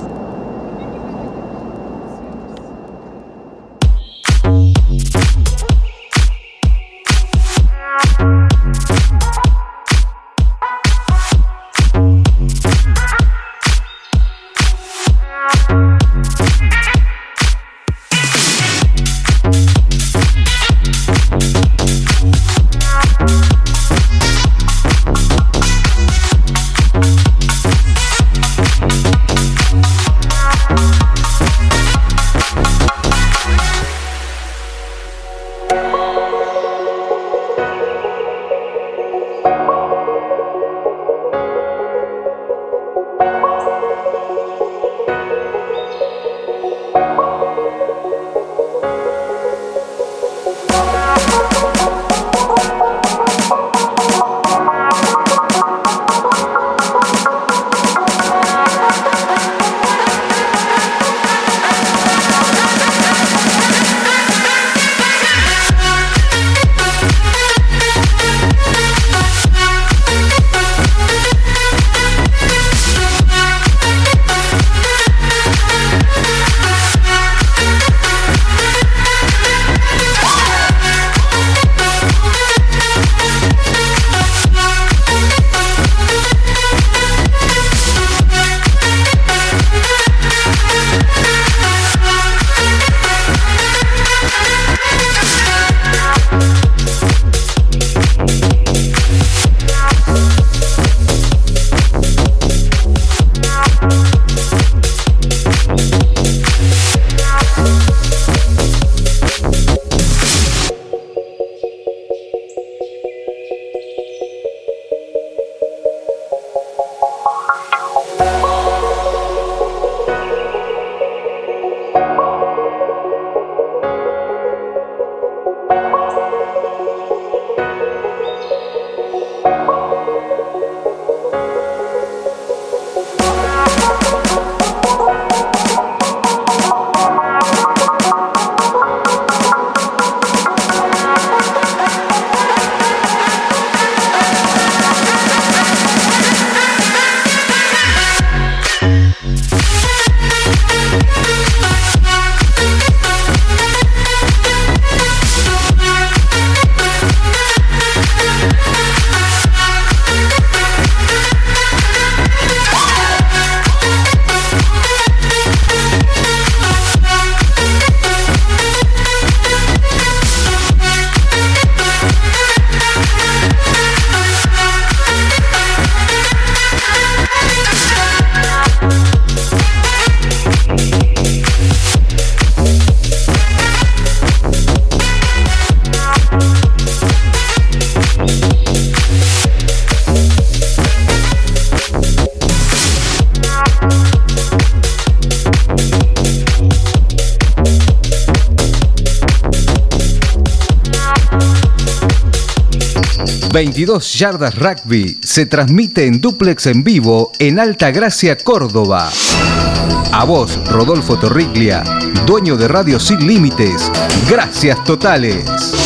J: veintidós Yardas Rugby se transmite en dúplex en vivo en Altagracia, Córdoba. A vos, Rodolfo Torriglia, dueño de Radio Sin Límites, gracias totales.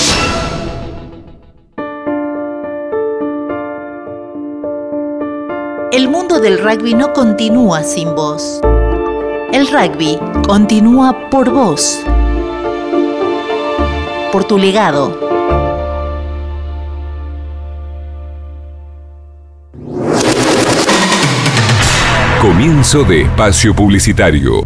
O: El mundo del rugby no continúa sin vos. El rugby continúa por vos. Por tu legado.
J: Comienzo de espacio publicitario.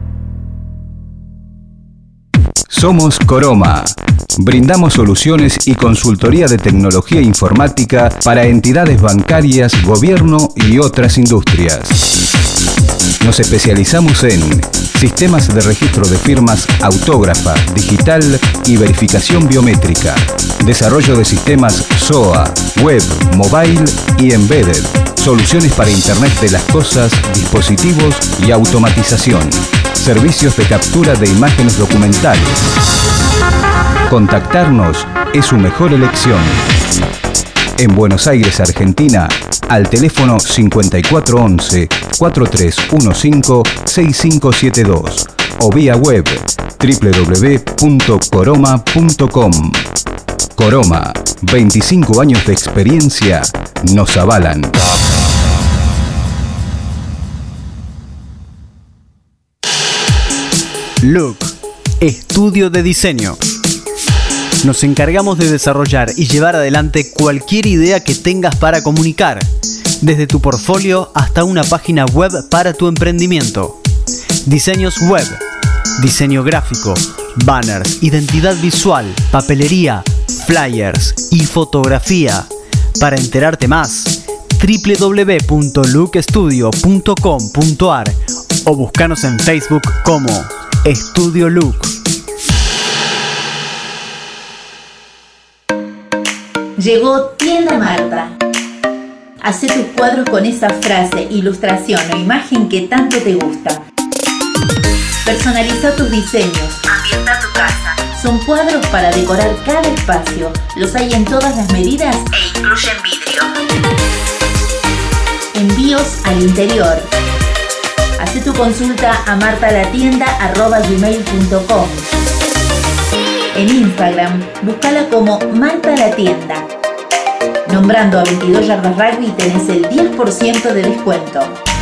J: Somos Coroma. Brindamos soluciones y consultoría de tecnología informática para entidades bancarias, gobierno y otras industrias. Nos especializamos en sistemas de registro de firmas autógrafa, digital y verificación biométrica, desarrollo de sistemas S O A, web, mobile y embedded, soluciones para Internet de las cosas, dispositivos y automatización, servicios de captura de imágenes documentales. Contactarnos es su mejor elección. En Buenos Aires, Argentina, al teléfono cincuenta y cuatro once, cuarenta y tres quince, sesenta y cinco setenta y dos o vía web doble u doble u doble u punto coroma punto com. Coroma, veinticinco años de experiencia nos avalan.
L: Look, estudio de diseño. Nos encargamos de desarrollar y llevar adelante cualquier idea que tengas para comunicar, desde tu portfolio hasta una página web para tu emprendimiento. Diseños web, diseño gráfico, banners, identidad visual, papelería, flyers y fotografía. Para enterarte más, doble u doble u doble u punto look studio punto com punto a r o búscanos en Facebook como Estudio Look.
O: Llegó Tienda Marta. Hacé tus cuadros con esa frase, ilustración o imagen que tanto te gusta. Personaliza tus diseños. Ambienta tu casa. Son cuadros para decorar cada espacio. Los hay en todas las medidas e incluyen vidrio. Envíos al interior. Hacé tu consulta a martalatienda arroba gmail punto com. En Instagram, búscala como Marta la Tienda. Nombrando a veintidós Yardas Rugby tenés el diez por ciento de descuento.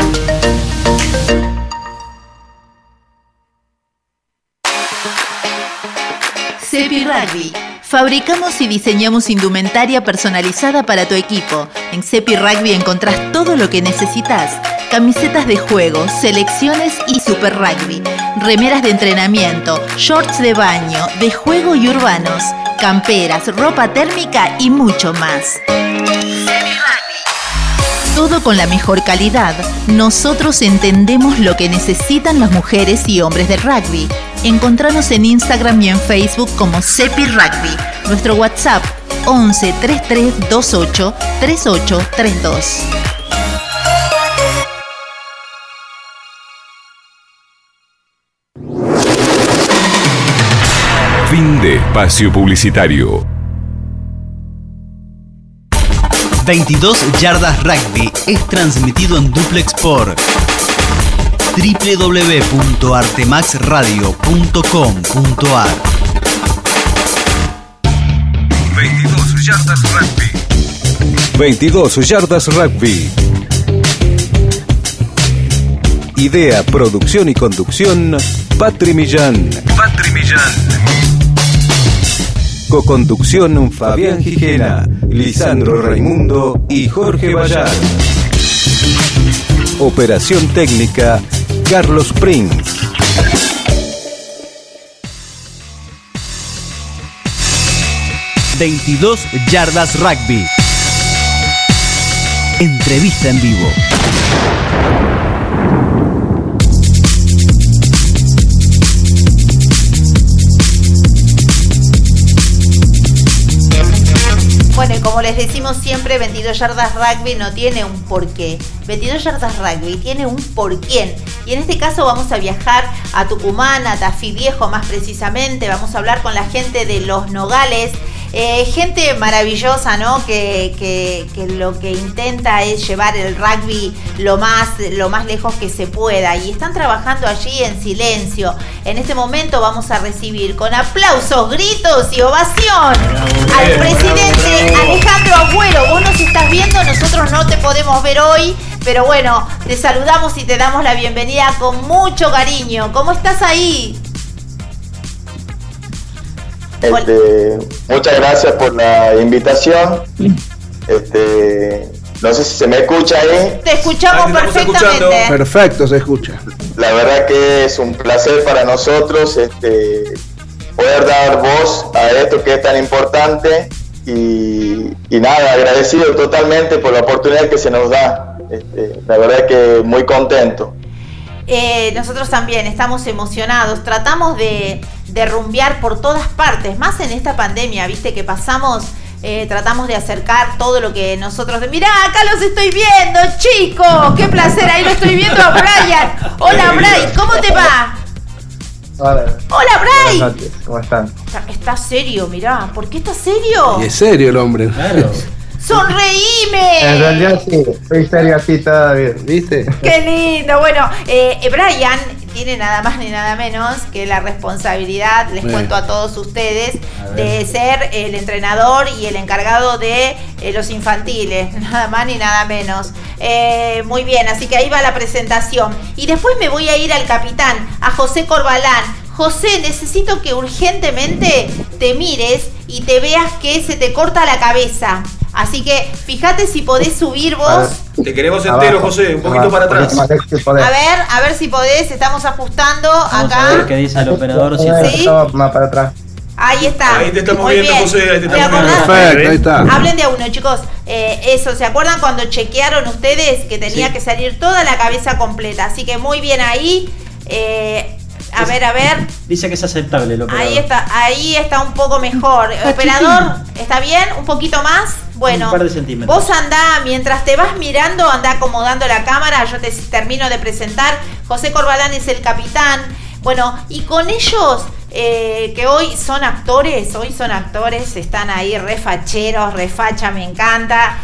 O: Cepi Rugby. Fabricamos y diseñamos indumentaria personalizada para tu equipo. En Cepi Rugby encontrás todo lo que necesitas. Camisetas de juego, selecciones y Super Rugby. Remeras de entrenamiento, shorts de baño, de juego y urbanos. Camperas, ropa térmica y mucho más. Todo con la mejor calidad. Nosotros entendemos lo que necesitan las mujeres y hombres del rugby. Encontranos en Instagram y en Facebook como Cepi Rugby. Nuestro WhatsApp once, treinta y tres veintiocho, treinta y ocho treinta y dos.
J: Fin de espacio publicitario.
I: veintidós Yardas Rugby es transmitido en duplex por doble u doble u doble u punto artemax radio punto com punto a r.
J: veintidós Yardas Rugby. veintidós Yardas Rugby. Idea, producción y conducción, Patri Millán. Patri Millán. Coconducción, Fabián Gijena, Lisandro Raimundo y Jorge Vallar. Operación técnica, Carlos Prince.
L: veintidós Yardas Rugby. Entrevista en vivo.
B: Bueno, y como les decimos siempre, veintidós Yardas Rugby no tiene un porqué. veintidós Yardas Rugby tiene un porquién. Y en este caso vamos a viajar a Tucumán, a Tafí Viejo más precisamente. Vamos a hablar con la gente de Los Nogales, Eh, gente maravillosa, ¿no? Que, que, que lo que intenta es llevar el rugby lo más, lo más lejos que se pueda. Y están trabajando allí en silencio. En este momento vamos a recibir con aplausos, gritos y ovación al presidente Alejandro Agüero. Vos nos estás viendo, nosotros no te podemos ver hoy, pero bueno, te saludamos y te damos la bienvenida con mucho cariño. ¿Cómo estás ahí?
N: Este, muchas gracias por la invitación. Este, no sé si se me escucha ahí.
B: Te escuchamos perfectamente.
E: Perfecto, se escucha.
N: La verdad que es un placer para nosotros este, poder dar voz a esto que es tan importante y, y nada, agradecido totalmente por la oportunidad que se nos da. Este, la verdad que muy contento.
B: Eh, nosotros también estamos emocionados, tratamos de, de rumbear por todas partes, más en esta pandemia, viste que pasamos, eh, tratamos de acercar todo lo que nosotros, mirá, acá los estoy viendo, chicos, qué placer, ahí lo estoy viendo a Brian. Hola Brian, ¿cómo te va?
P: Hola.
B: Hola Brian.
P: Buenas noches, ¿cómo están?
B: Está, está serio, mirá, ¿por qué está serio?
E: Y es serio el hombre.
F: Claro.
B: ¡Sonreíme!
P: En realidad sí, soy serio así, todo bien.
E: ¿Viste?
B: ¡Qué lindo! Bueno, eh, Brian tiene nada más ni nada menos que la responsabilidad, les
E: Bien.
B: cuento a todos ustedes, de ser el entrenador y el encargado de eh, los infantiles, nada más ni nada menos. Eh, muy bien, así que ahí va la presentación. Y después me voy a ir al capitán, a José Corbalán. José, necesito que urgentemente te mires y te veas que se te corta la cabeza. Así que fíjate si podés subir vos.
G: Te queremos entero, José, un poquito para atrás.
B: A ver, a ver si podés, estamos ajustando
F: Vamos
B: acá.
F: a ver qué dice el operador. Si
B: ¿Sí?
P: Más para atrás.
B: Ahí está.
G: Ahí te estamos
B: Muy
G: viendo,
B: bien.
G: José, ahí te
B: ¿Te
G: estamos
B: acordás?
G: viendo.
E: Perfecto, ahí está.
B: Hablen de a uno, chicos. Eh, eso, ¿se acuerdan cuando chequearon ustedes que tenía
F: Sí.
B: que salir toda la cabeza completa? Así que muy bien ahí. Eh, a ver, a ver.
F: Dice que es aceptable el operador.
B: Ahí está, ahí está un poco mejor. Operador, ¿está bien? ¿Un poquito más? Bueno,
F: Un par de centímetros.
B: vos andá, mientras te vas mirando, andá acomodando la cámara, yo te termino de presentar. José Corbalán es el capitán. Bueno, y con ellos, eh, que hoy son actores, hoy son actores, están ahí refacheros, refacha, me encanta.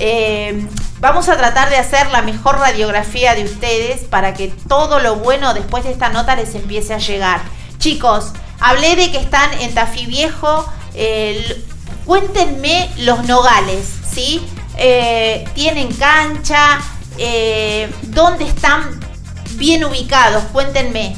B: Eh, vamos a tratar de hacer la mejor radiografía de ustedes para que todo lo bueno después de esta nota les empiece a llegar. Chicos, hablé de que están en Tafí Viejo. Eh, cuéntenme los Nogales, ¿sí? Eh, ¿Tienen cancha? Eh, ¿Dónde están bien ubicados? Cuéntenme.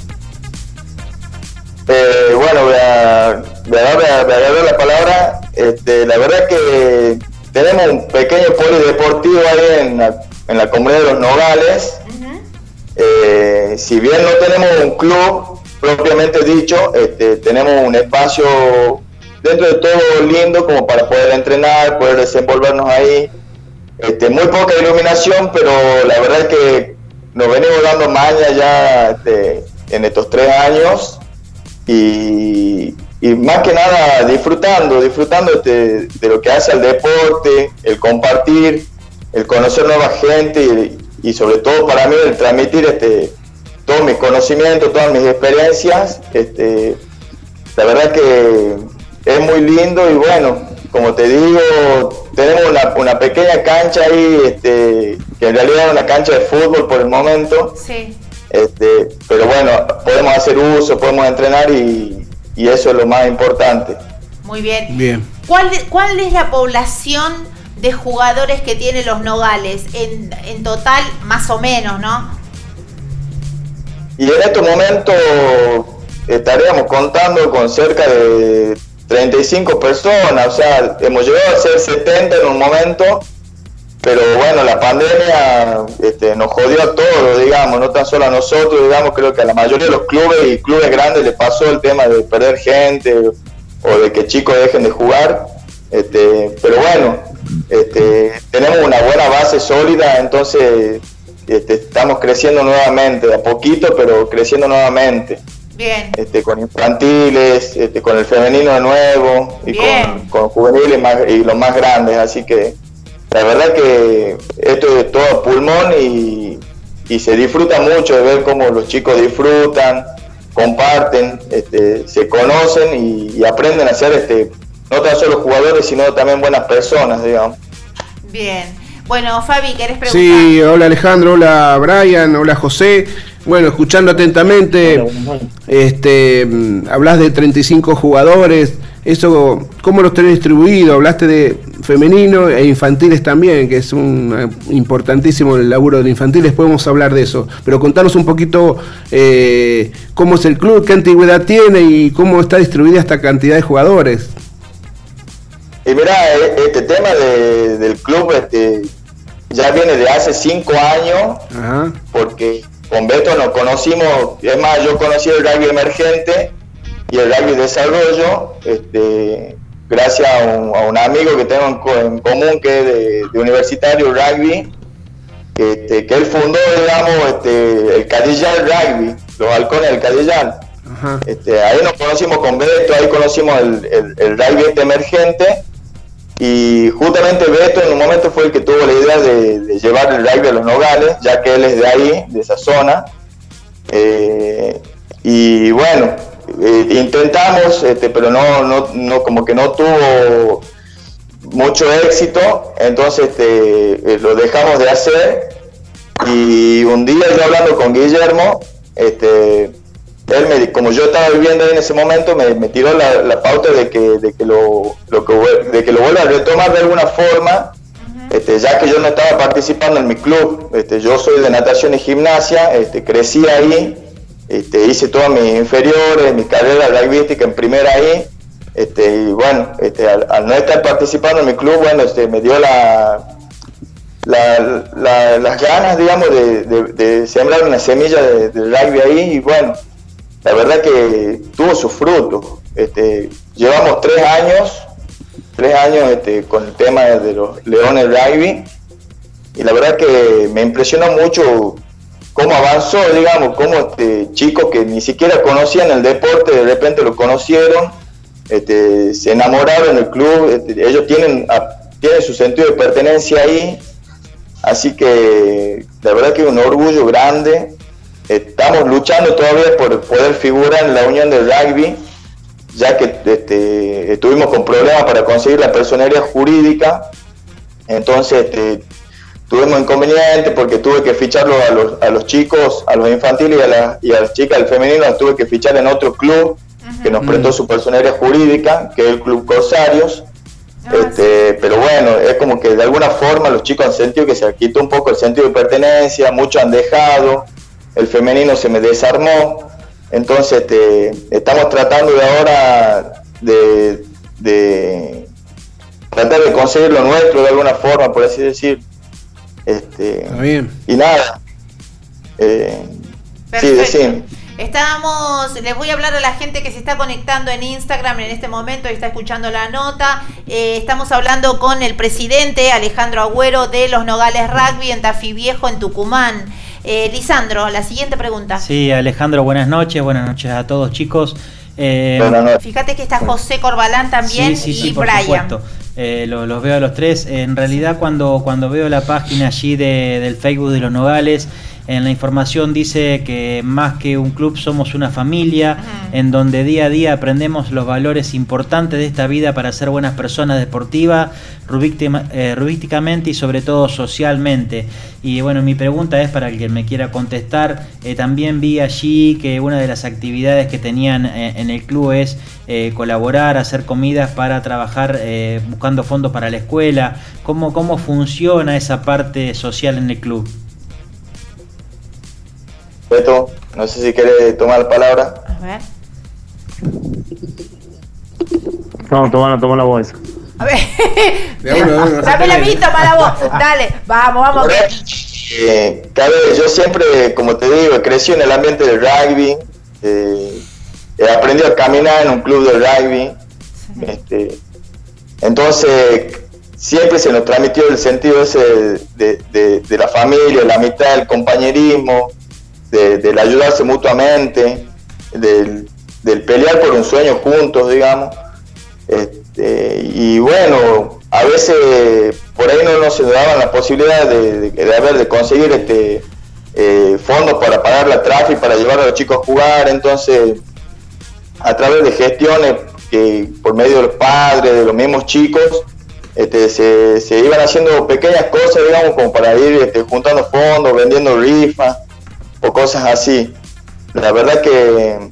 N: Eh, bueno, voy a, voy a dar, voy a dar la palabra. Este, la verdad que tenemos un pequeño polideportivo ahí en la, en la comunidad de Los Nogales. Uh-huh. eh, si bien no tenemos un club propiamente dicho, este, tenemos un espacio dentro de todo lindo como para poder entrenar, poder desenvolvernos ahí. Este, muy poca iluminación, pero la verdad es que nos venimos dando maña ya este, en estos tres años. Y, y más que nada disfrutando, disfrutando este, de lo que hace al deporte, el compartir, el conocer nueva gente y, y sobre todo para mí el transmitir este, todos mis conocimientos, todas mis experiencias. Este, la verdad que es muy lindo y bueno, como te digo, tenemos una, una pequeña cancha ahí, este, que en realidad es una cancha de fútbol por el momento.
B: Sí.
N: Este, pero bueno, podemos hacer uso, podemos entrenar y, y eso es lo más importante.
B: Muy bien.
E: Bien.
B: ¿Cuál, ¿Cuál es la población de jugadores que tiene Los Nogales? En, en total, más o menos, ¿no?
N: Y en estos momentos estaríamos contando con cerca de treinta y cinco personas, o sea, hemos llegado a ser setenta en un momento. Pero bueno, la pandemia este, nos jodió a todos, digamos, no tan solo a nosotros, digamos, creo que a la mayoría de los clubes y clubes grandes les pasó el tema de perder gente o de que chicos dejen de jugar. Este, pero bueno, este, tenemos una buena base sólida, entonces este, estamos creciendo nuevamente, de a poquito, pero creciendo nuevamente.
B: Bien.
N: Este, con infantiles, este, con el femenino de nuevo y con, con juveniles más, y los más grandes, así que la verdad que esto es todo pulmón y, y se disfruta mucho de ver cómo los chicos disfrutan, comparten, este, se conocen y, y aprenden a ser este, no tan solo jugadores, sino también buenas personas, digamos.
B: Bien. Bueno, Fabi, ¿querés preguntar?
E: Sí, hola Alejandro, hola Brian, hola José. Bueno, escuchando atentamente, este, hablas de treinta y cinco jugadores. Eso, ¿cómo los tenés distribuidos? Hablaste de femenino e infantiles también, que es un importantísimo el laburo de infantiles, podemos hablar de eso. Pero contanos un poquito eh, cómo es el club, qué antigüedad tiene y cómo está distribuida esta cantidad de jugadores.
N: Y mirá, este tema de, del club este, ya viene de hace cinco años,
E: Ajá.
N: porque con Beto nos conocimos, es más, yo conocí el rugby emergente y el rugby desarrollo, este, gracias a un, a un amigo que tengo en, co en común que es de, de Universitario Rugby, que, este, que él fundó, digamos, este, el Cadillán Rugby, los halcones del Cadillán. Este, ahí nos conocimos con Beto, ahí conocimos el, el, el rugby este emergente, y justamente Beto en un momento fue el que tuvo la idea de, de llevar el rugby a los Nogales, ya que él es de ahí, de esa zona. Eh, y bueno, eh, intentamos, este, pero no, no, no, como que no tuvo mucho éxito, entonces este, eh, lo dejamos de hacer. Y un día yo hablando con Guillermo, este, él me, como yo estaba viviendo ahí en ese momento, me, me tiró la, la pauta de que, de que lo, lo que de que lo vuelva a retomar de alguna forma, este, ya que yo no estaba participando en mi club. Este, yo soy de natación y gimnasia, este, crecí ahí, este, hice todas mis inferiores, mi carrera rugbyística en primera ahí, este, y bueno, este, al, al no estar participando en mi club, bueno, este, me dio la, la, la, las ganas, digamos, de, de, de sembrar una semilla de, de rugby ahí, y bueno, la verdad que tuvo sus frutos. Este, llevamos tres años, tres años este, con el tema de los Leones Rugby, y la verdad que me impresionó mucho cómo avanzó, digamos, cómo este, chicos que ni siquiera conocían el deporte, de repente lo conocieron, este, se enamoraron del club, este, ellos tienen, a, tienen su sentido de pertenencia ahí, así que la verdad que es un orgullo grande. Estamos luchando todavía por poder figurar en la Unión del Rugby, ya que este, estuvimos con problemas para conseguir la personería jurídica. Entonces este, tuvimos inconvenientes porque tuve que ficharlo a los, a los chicos, a los infantiles y a, la, y a las chicas del femenino, las tuve que fichar en otro club uh-huh. que nos prestó su personería jurídica, que es el Club Corsarios. Ah, este, sí. Pero bueno, es como que de alguna forma los chicos han sentido que se quitó un poco el sentido de pertenencia, muchos han dejado. El femenino se me desarmó, entonces este, estamos tratando de ahora de, de tratar de conseguir lo nuestro de alguna forma, por así decir. Este,
E: Está bien.
N: Y nada. Eh, sí, decir.
B: Estábamos, les voy a hablar a la gente que se está conectando en Instagram en este momento y está escuchando la nota. Eh, estamos hablando con el presidente Alejandro Agüero de los Nogales Rugby en Tafí Viejo, en Tucumán. Eh, Lisandro, la siguiente pregunta.
F: Sí, Alejandro, buenas noches, buenas noches a todos, chicos. Eh,
B: Fíjate que está José Corbalán también
F: sí, sí, sí,
B: y
F: por
B: Brian.
F: Supuesto. Eh, lo, los veo a los tres. En realidad, cuando, cuando veo la página allí de, del Facebook de los Nogales, en la información dice que más que un club somos una familia, uh-huh. en donde día a día aprendemos los valores importantes de esta vida para ser buenas personas deportivas, eh, rubísticamente y sobre todo socialmente. Y bueno, mi pregunta es para el que me quiera contestar. Eh, también vi allí que una de las actividades que tenían eh, en el club es eh, colaborar, hacer comidas para trabajar eh, buscando fondos para la escuela. ¿Cómo, cómo funciona esa parte social en el club?
N: Beto, no sé si querés tomar la palabra.
B: A ver.
M: No, toma, toma la voz.
B: A ver.
E: De uno, de uno,
B: Dame la mitad para la voz. Dale, vamos, vamos.
N: Eh, cabe, yo siempre, como te digo, crecí en el ambiente del rugby. Eh, he aprendido a caminar en un club de rugby. Sí. Este, entonces, siempre se nos transmitió el sentido ese de, de, de la familia, la amistad, el compañerismo. De, del ayudarse mutuamente, del, del pelear por un sueño juntos, digamos. Este, y bueno, a veces por ahí no, no se daban la posibilidad de, de, de haber de conseguir este eh, fondos para pagar la tráfico, para llevar a los chicos a jugar. Entonces, a través de gestiones que por medio de los padres, de los mismos chicos, este, se, se iban haciendo pequeñas cosas, digamos, como para ir este, juntando fondos, vendiendo rifas o cosas así. La verdad que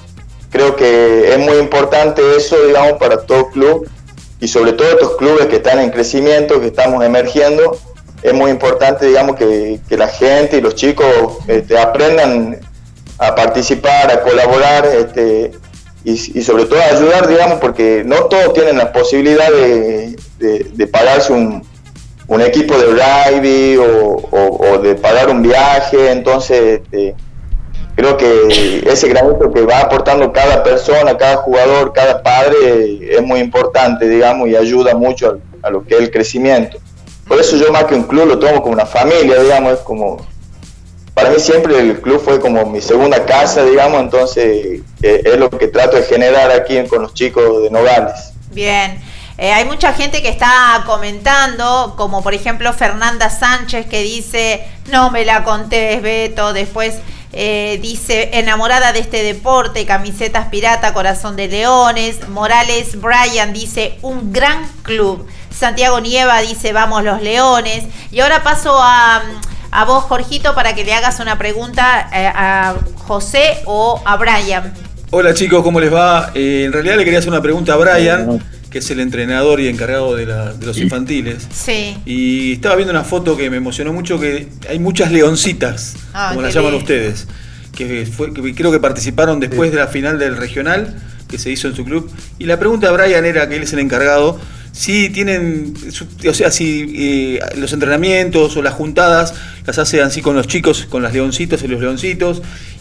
N: creo que es muy importante eso, digamos, para todo club, y sobre todo estos clubes que están en crecimiento, que estamos emergiendo. Es muy importante, digamos, que, que la gente y los chicos este, aprendan a participar, a colaborar, este, y, y sobre todo a ayudar, digamos, porque no todos tienen la posibilidad de, de, de pagarse un, un equipo de rugby o, o, o de pagar un viaje. Entonces este, creo que ese granito que va aportando cada persona, cada jugador, cada padre es muy importante, digamos, y ayuda mucho a, a lo que es el crecimiento. Por eso yo, más que un club, lo tomo como una familia, digamos. Es como, para mí siempre el club fue como mi segunda casa, digamos. Entonces eh, es lo que trato de generar aquí con los chicos de Nogales.
B: Bien. Eh, hay mucha gente que está comentando, como por ejemplo Fernanda Sánchez, que dice: no me la contés, Beto. Después eh, dice: enamorada de este deporte, camisetas pirata, corazón de leones. Morales Brian dice: un gran club. Santiago Nieva dice: vamos los leones. Y ahora paso a, a vos, Jorgito, para que le hagas una pregunta eh, a José o a Brian.
G: Hola chicos, ¿cómo les va? Eh, en realidad le quería hacer una pregunta a Brian, que es el entrenador y encargado de, la, de los infantiles.
B: Sí.
G: Y estaba viendo una foto que me emocionó mucho, que hay muchas leoncitas,
B: ah,
G: como las llaman ustedes, que, fue, que creo que participaron después de la final del regional que se hizo en su club. Y la pregunta de Brian era, que él es el encargado, si tienen, o sea, si eh, los entrenamientos o las juntadas las hace así con los chicos, con las leoncitas y los leoncitos,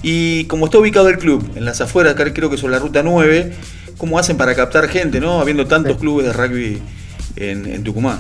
G: y como está ubicado el club en las afueras, creo que sobre la ruta nueve, ¿cómo hacen para captar gente, no? Habiendo tantos clubes de rugby en, en Tucumán.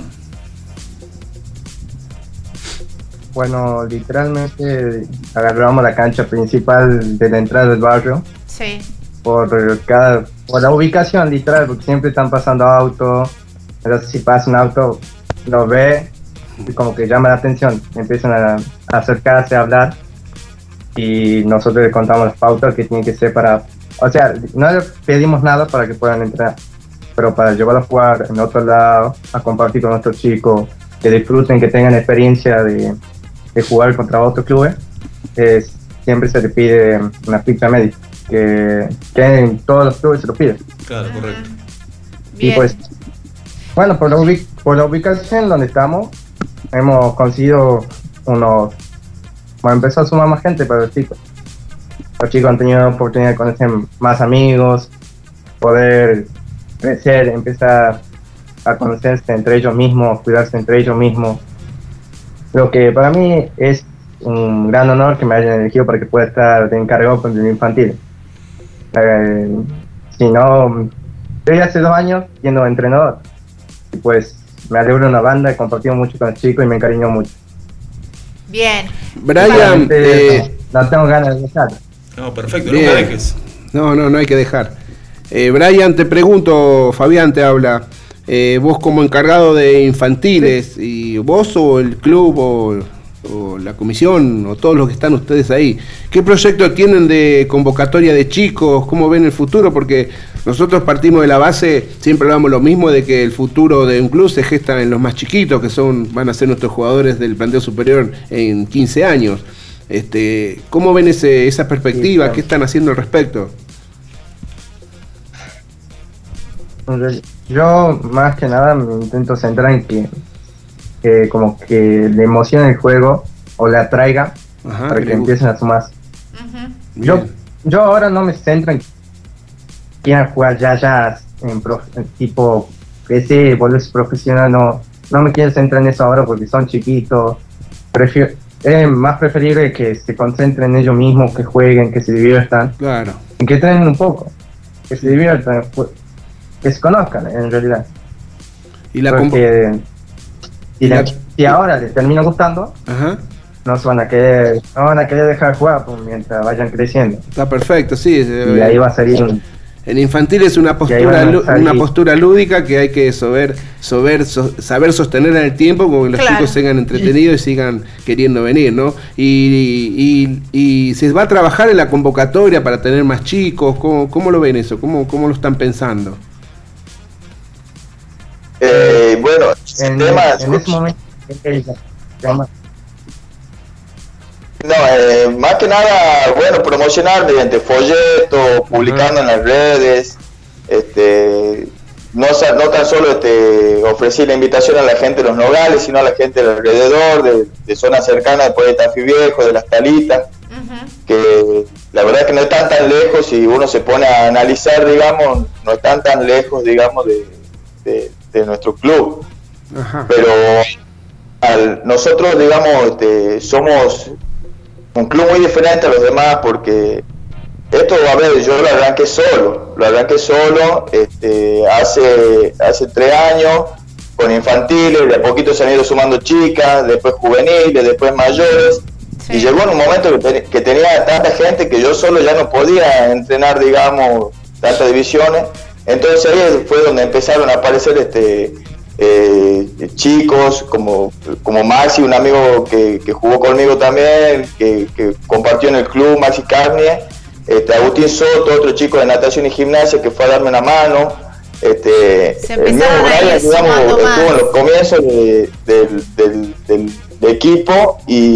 P: Bueno, literalmente agarramos la cancha principal de la entrada del barrio.
B: Sí.
P: Por cada, por la ubicación literal, porque siempre están pasando autos. Entonces si pasa un auto, lo ve y como que llama la atención, empiezan a, a acercarse, a hablar, y nosotros le contamos las pautas que tienen que ser para, o sea, no le pedimos nada para que puedan entrenar, pero para llevarlos a jugar en otro lado, a compartir con nuestros chicos, que disfruten, que tengan experiencia de, de jugar contra otros clubes, es, siempre se le pide una ficha médica, que, que en todos los clubes se lo piden.
G: Claro, correcto.
P: Y pues, bueno, por la, ubic por la ubicación donde estamos, hemos conseguido unos, bueno, empezó a sumar más gente para los chicos. Los chicos han tenido la oportunidad de conocer más amigos, poder crecer, empezar a conocerse entre ellos mismos, cuidarse entre ellos mismos. Lo que para mí es un gran honor que me hayan elegido para que pueda estar de encargado con el infantil. Eh, si no, yo ya hace dos años siendo entrenador, y pues me alegro de una banda, he compartido mucho con los chicos y me encariño mucho.
B: Bien.
E: Brian, eh,
P: no, no tengo ganas de dejar.
G: No, perfecto,
E: bien.
G: Nunca dejes.
E: No, no, no hay que dejar. Eh, Brian, te pregunto, Fabián te habla, eh, vos como encargado de infantiles, sí. ¿Y vos o el club o, o la comisión o todos los que están ustedes ahí, qué proyecto tienen de convocatoria de chicos? ¿Cómo ven el futuro? Porque nosotros partimos de la base, siempre hablamos lo mismo, de que el futuro de un club se gesta en los más chiquitos, que son van a ser nuestros jugadores del planteo superior en quince años. Este, ¿cómo ven ese, esa perspectiva? Sí, claro. ¿Qué están haciendo al respecto?
P: Yo más que nada me intento centrar en que, que como que le emocione el juego o le atraiga. Ajá, para que, que empiecen a sumar. Uh-huh. Yo, yo ahora no me centro en quieran jugar ya ya en, prof, en tipo que sí, volverse profesional, no, no me quiero centrar en eso ahora porque son chiquitos. Prefiero, es más preferible que se concentren en ellos mismos, que jueguen, que se diviertan.
E: Claro.
P: Y que entrenen un poco, que se diviertan, que se conozcan en realidad.
E: Y la
P: porque si, la, si ahora les termina gustando, ajá, no se van a querer, no van a querer dejar jugar pues, mientras vayan creciendo.
E: Está perfecto, sí.
P: Y ahí va a salir un,
E: el infantil es una postura una postura lúdica que hay que saber, saber, so, saber sostener en el tiempo, como que los claro. chicos sigan entretenidos y sigan queriendo venir, ¿no? Y, y, y se va a trabajar en la convocatoria para tener más chicos. ¿Cómo, cómo lo ven eso? ¿Cómo, cómo lo están pensando?
N: Eh, bueno,
P: en,
N: el tema...
P: en ese momento, llama.
N: No, eh, más que nada, bueno, promocionar mediante folletos, publicando uh-huh. en las redes, este, no, no tan solo este, ofrecer la invitación a la gente de Los Nogales, sino a la gente del alrededor, de, de zonas cercanas, después de Tafí Viejo, de Las Talitas, uh-huh. que la verdad es que no están tan lejos, si uno se pone a analizar, digamos, no están tan lejos, digamos, de, de, de nuestro club. Uh-huh. Pero al, nosotros, digamos, este, somos un club muy diferente a los demás porque esto, a ver, yo lo arranqué solo, lo arranqué solo este, hace, hace tres años con infantiles, de a poquito se han ido sumando chicas, después juveniles, después mayores, sí. Y llegó en un momento que, te, que tenía tanta gente que yo solo ya no podía entrenar, digamos, tantas divisiones, entonces ahí fue donde empezaron a aparecer este Eh, chicos como, como Maxi, un amigo que, que jugó conmigo también, que, que compartió en el club, Maxi Carnier, este, Agustín Soto, otro chico de natación y gimnasia que fue a darme una mano, este,
B: se
N: el mismo Brian, digamos, estuvo en los comienzos de, de, del, del, del equipo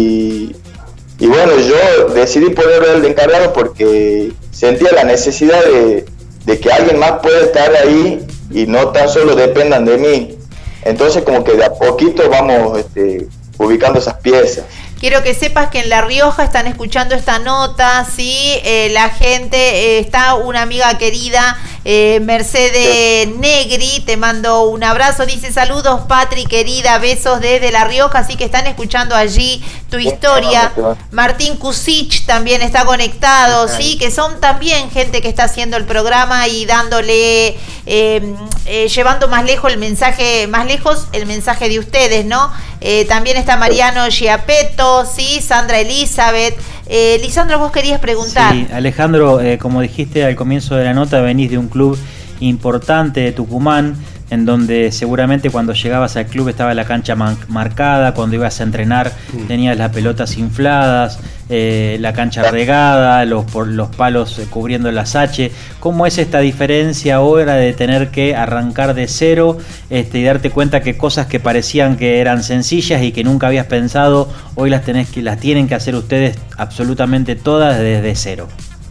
N: y, y bueno, yo decidí ponerlo el de encargado porque sentía la necesidad de, de que alguien más pueda estar ahí y no tan solo dependan de mí. Entonces como que de a poquito vamos este, ubicando esas piezas.
B: Quiero que sepas que en La Rioja están escuchando esta nota, sí, eh, la gente, eh, está una amiga querida, eh, Mercedes Negri, te mando un abrazo, dice saludos Patri querida, besos desde La Rioja, así que están escuchando allí tu historia. Martín Kusich también está conectado, sí, que son también gente que está haciendo el programa y dándole, eh, eh, llevando más lejos el mensaje, más lejos el mensaje de ustedes, ¿no? Eh, también está Mariano Giapeto, sí, Sandra Elizabeth. Eh, Lisandro, vos querías preguntar.
F: Sí, Alejandro, eh, como dijiste al comienzo de la nota, venís de un club importante de Tucumán, en donde seguramente cuando llegabas al club estaba la cancha man- marcada, cuando ibas a entrenar mm. tenías las pelotas infladas, eh, la cancha regada, los, por, los palos eh, cubriendo las H. ¿Cómo es esta diferencia ahora de tener que arrancar de cero este, y darte cuenta que cosas que parecían que eran sencillas y que nunca habías pensado, hoy las, tenés que, las tienen que hacer ustedes absolutamente todas desde cero?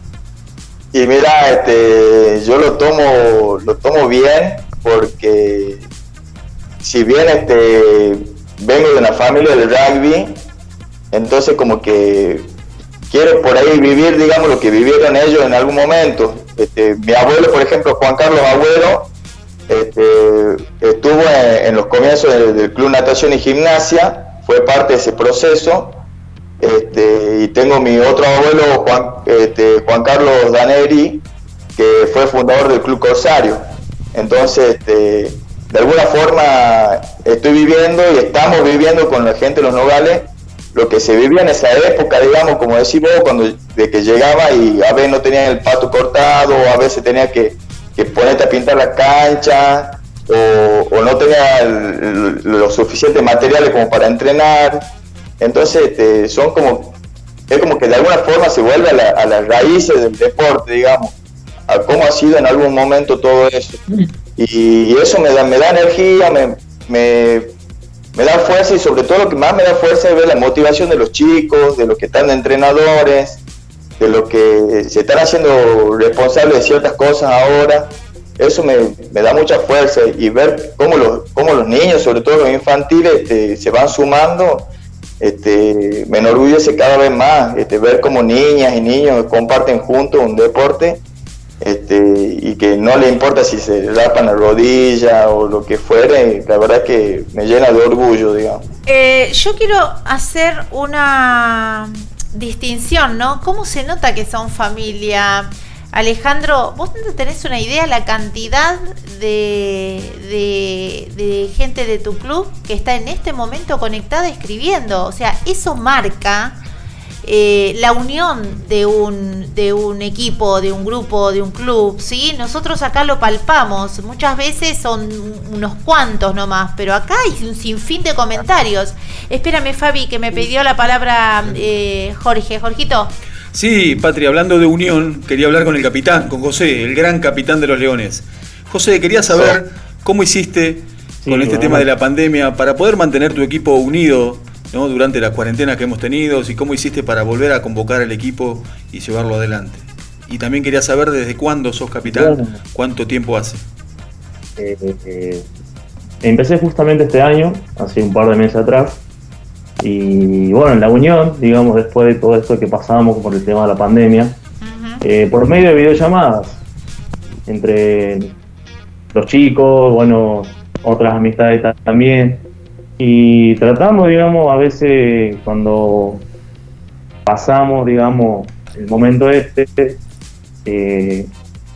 N: Y mira, este, yo lo tomo, lo tomo bien, porque si bien este vengo de una familia del rugby, entonces como que quiero por ahí vivir, digamos, lo que vivieron ellos en algún momento. Este, mi abuelo, por ejemplo, Juan Carlos Agüero, este, estuvo en, en los comienzos del, del Club Natación y Gimnasia, fue parte de ese proceso. Este, y tengo mi otro abuelo, Juan, este, Juan Carlos Daneri, que fue fundador del Club Corsario. Entonces, este, de alguna forma estoy viviendo y estamos viviendo con la gente de Los Nogales lo que se vivía en esa época, digamos, como decís vos, cuando de que llegaba y a veces no tenían el pato cortado, o a veces tenía que, que ponerte a pintar la cancha, o, o no tenía el, los suficientes materiales como para entrenar. Entonces, este, son como, es como que de alguna forma se vuelve a, la, a las raíces del deporte, digamos, a cómo ha sido en algún momento todo eso. Y, y eso me da, me da energía, me, me, me da fuerza, y sobre todo lo que más me da fuerza es ver la motivación de los chicos, de los que están de entrenadores, de los que se están haciendo responsables de ciertas cosas ahora. Eso me, me da mucha fuerza, y ver cómo los, cómo los niños, sobre todo los infantiles, este, se van sumando. Este, me enorgullece cada vez más este, ver cómo niñas y niños comparten juntos un deporte, este, y que no le importa si se rapan la rodilla o lo que fuere. La verdad es que me llena de orgullo, digamos.
B: Eh, yo quiero hacer una distinción, ¿no? ¿Cómo se nota que son familia? Alejandro, vos tenés una idea la cantidad de, de, de gente de tu club que está en este momento conectada escribiendo. O sea, eso marca eh, la unión de un, de un equipo, de un grupo, de un club, ¿sí? Nosotros acá lo palpamos, muchas veces son unos cuantos nomás, pero acá hay un sinfín de comentarios. Espérame, Fabi, que me pidió la palabra eh, Jorge. Jorgito.
G: Sí, Patri, hablando de unión, quería hablar con el capitán, con José, el gran capitán de los Leones. José, quería saber cómo hiciste con este
M: bueno.
G: tema de la pandemia, para poder mantener tu equipo unido, ¿no? Durante la cuarentena que hemos tenido, y cómo hiciste para volver a convocar al equipo y llevarlo adelante. Y también quería saber desde cuándo sos capitán,
M: Bueno.
G: cuánto tiempo hace.
M: Eh, eh, empecé justamente este año, hace un par de meses atrás, y bueno, en la unión, digamos, después de todo esto que pasamos por el tema de la pandemia, eh, por medio de videollamadas, entre los chicos, bueno, otras amistades ta- también, y tratamos, digamos, a veces cuando pasamos, digamos, el momento este, eh,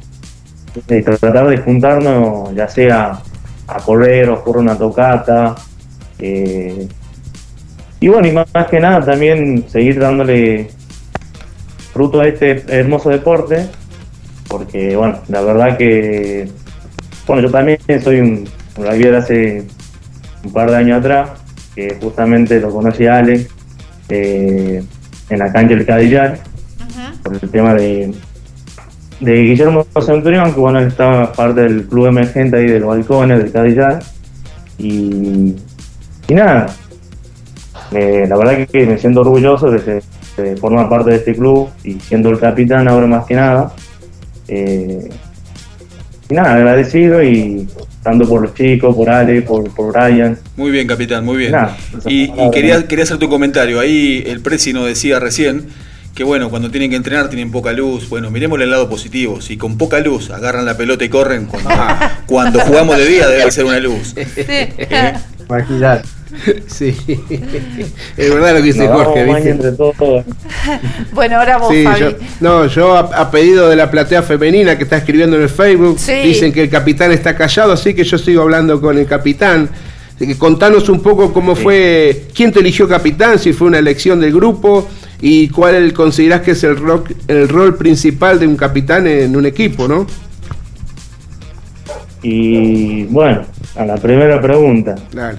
M: de tratar de juntarnos, ya sea a correr o por una tocata, eh, y bueno, y más, más que nada también seguir dándole fruto a este hermoso deporte, porque bueno, la verdad que, bueno, yo también soy un, un rugbyero hace un par de años atrás, que justamente lo conocí a Ale eh, en la cancha del Cadillán, por el tema de, de Guillermo Centurión, que bueno, él estaba parte del club emergente ahí de los balcones del Cadillán, y, y nada, me- la verdad que me siento orgulloso de, ser- de formar parte de este club y siendo el capitán ahora más que nada. Eh, y nada, agradecido y tanto por los chicos, por Ale, por, por Brian.
G: Muy bien, capitán, muy bien.
M: Nada,
G: Y, y quería, quería hacer tu comentario. Ahí el Presi nos decía recién que bueno, cuando tienen que entrenar tienen poca luz. Bueno, miremosle el lado positivo. Si con poca luz agarran la pelota y corren, cuando, cuando jugamos de día debe ser una luz. ¿Eh?
P: Imaginar.
E: Sí, es verdad lo que dice
M: Nos damos
E: Jorge,
M: maña
E: ¿viste?
M: entre todos.
B: Bueno, ahora vos,
E: Sí,
B: Fabi.
E: yo, no, yo a, a pedido de la platea femenina que está escribiendo en el Facebook,
B: Sí.
E: dicen que el capitán está callado, así que yo sigo hablando con el capitán. Así que contanos un poco cómo fue, quién te eligió capitán, si fue una elección del grupo y cuál considerás que es el, rock, el rol principal de un capitán en un equipo, ¿no?
M: Y bueno, a la primera pregunta.
E: Dale.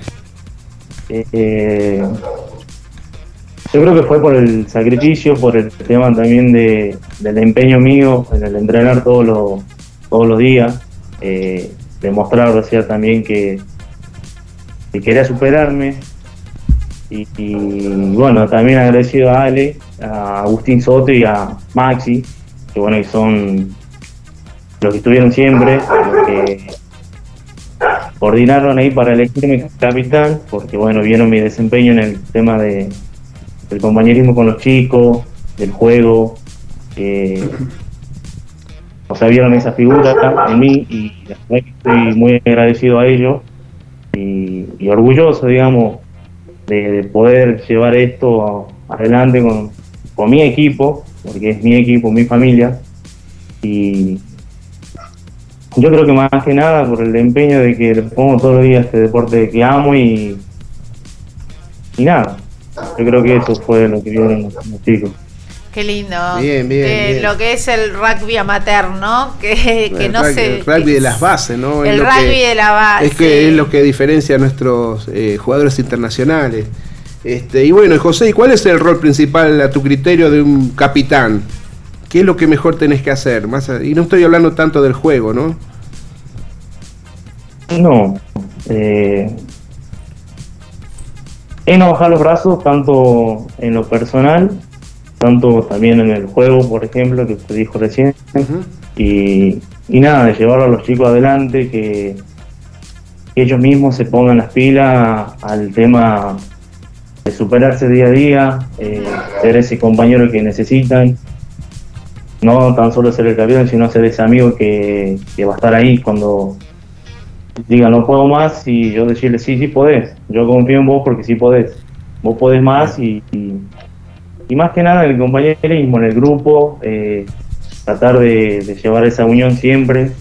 M: Eh, yo creo que fue por el sacrificio, por el tema también de, del empeño mío en el entrenar todos los todos los días, eh, demostrar, o sea, también que, que quería superarme. Y, y, bueno, también agradecido a Ale, a Agustín Soto y a Maxi, que bueno, que son los que estuvieron siempre, los que coordinaron ahí para elegirme capitán, porque bueno, vieron mi desempeño en el tema de del compañerismo con los chicos, del juego, eh, o sea, vieron esa figura en mí y la verdad que estoy muy agradecido a ellos y, y orgulloso, digamos, de, de poder llevar esto a- adelante con, con mi equipo, porque es mi equipo, mi familia, y yo creo que más que nada por el empeño de que le pongo todos los días este deporte que amo y, y nada, yo creo que eso fue lo que vieron los, los chicos.
B: Qué lindo.
E: Bien, bien,
B: Eh,
E: bien.
B: Lo que es el rugby amateur, ¿no? Que, que
E: el
B: no
E: rugby,
B: se...
E: el rugby de las bases, ¿no? Es
B: El
E: lo
B: rugby
E: que-
B: de la base.
E: Es que es lo que diferencia a nuestros eh, jugadores internacionales. Este, y bueno, José, ¿y cuál es el rol principal a tu criterio de un capitán? ¿Qué es lo que mejor tenés que hacer? Más a- y no estoy hablando tanto del juego, ¿no?
M: No, eh, es no bajar los brazos tanto en lo personal, tanto también en el juego, por ejemplo, que usted dijo recién, y, y nada, de llevarlo a los chicos adelante, que, que ellos mismos se pongan las pilas al tema de superarse día a día, eh, ser ese compañero que necesitan, no tan solo ser el capitán, sino ser ese amigo que, que va a estar ahí cuando diga no puedo más y yo decirle sí, sí podés, yo confío en vos porque sí podés, vos podés más y, y, y más que nada en el compañerismo, en el grupo, eh, tratar de, de llevar esa unión siempre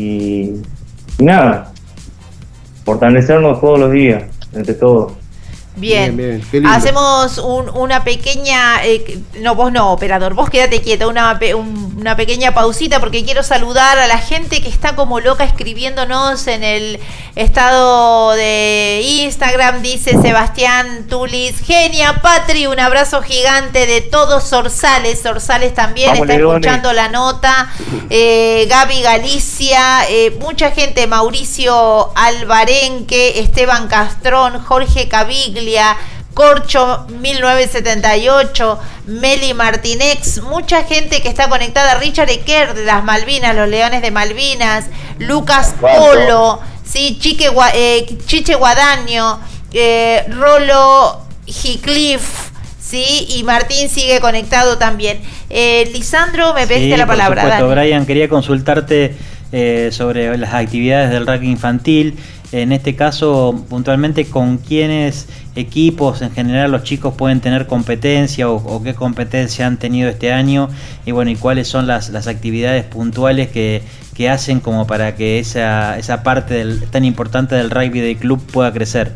M: y, y nada, fortalecernos todos los días, entre todos.
B: Bien,
E: Bien, bien, qué lindo.
B: hacemos un- una pequeña, eh, no vos no, operador, vos quédate quieto, una, pe- un- una pequeña pausita porque quiero saludar a la gente que está como loca escribiéndonos en el estado de Instagram. Dice Sebastián Tulis, genia Patri, un abrazo gigante de todos Sorsales, Sorsales también
Q: Vamos,
B: está
Q: Leones.
B: escuchando la nota, eh, Gaby Galicia, eh, mucha gente, Mauricio Alvarenque, Esteban Castrón, Jorge Caviglia, Corcho mil novecientos setenta y ocho, Meli Martínez, mucha gente que está conectada, Richard Ecker de las Malvinas, los Leones de Malvinas, Lucas Polo, sí, Chique, Gua- eh, Chiche Guadaño, eh, Rolo Hicliffe, sí, y Martín sigue conectado también. Eh, Lisandro, me pediste
F: Sí,
B: la
F: por
B: palabra.
F: supuesto,
B: dale.
F: Brian, quería consultarte eh, sobre las actividades del rugby infantil. En este caso, puntualmente, ¿con quiénes equipos en general los chicos pueden tener competencia o, o qué competencia han tenido este año? Y bueno, ¿y cuáles son las, las actividades puntuales que, que hacen como para que esa, esa parte del, tan importante del rugby de club pueda crecer?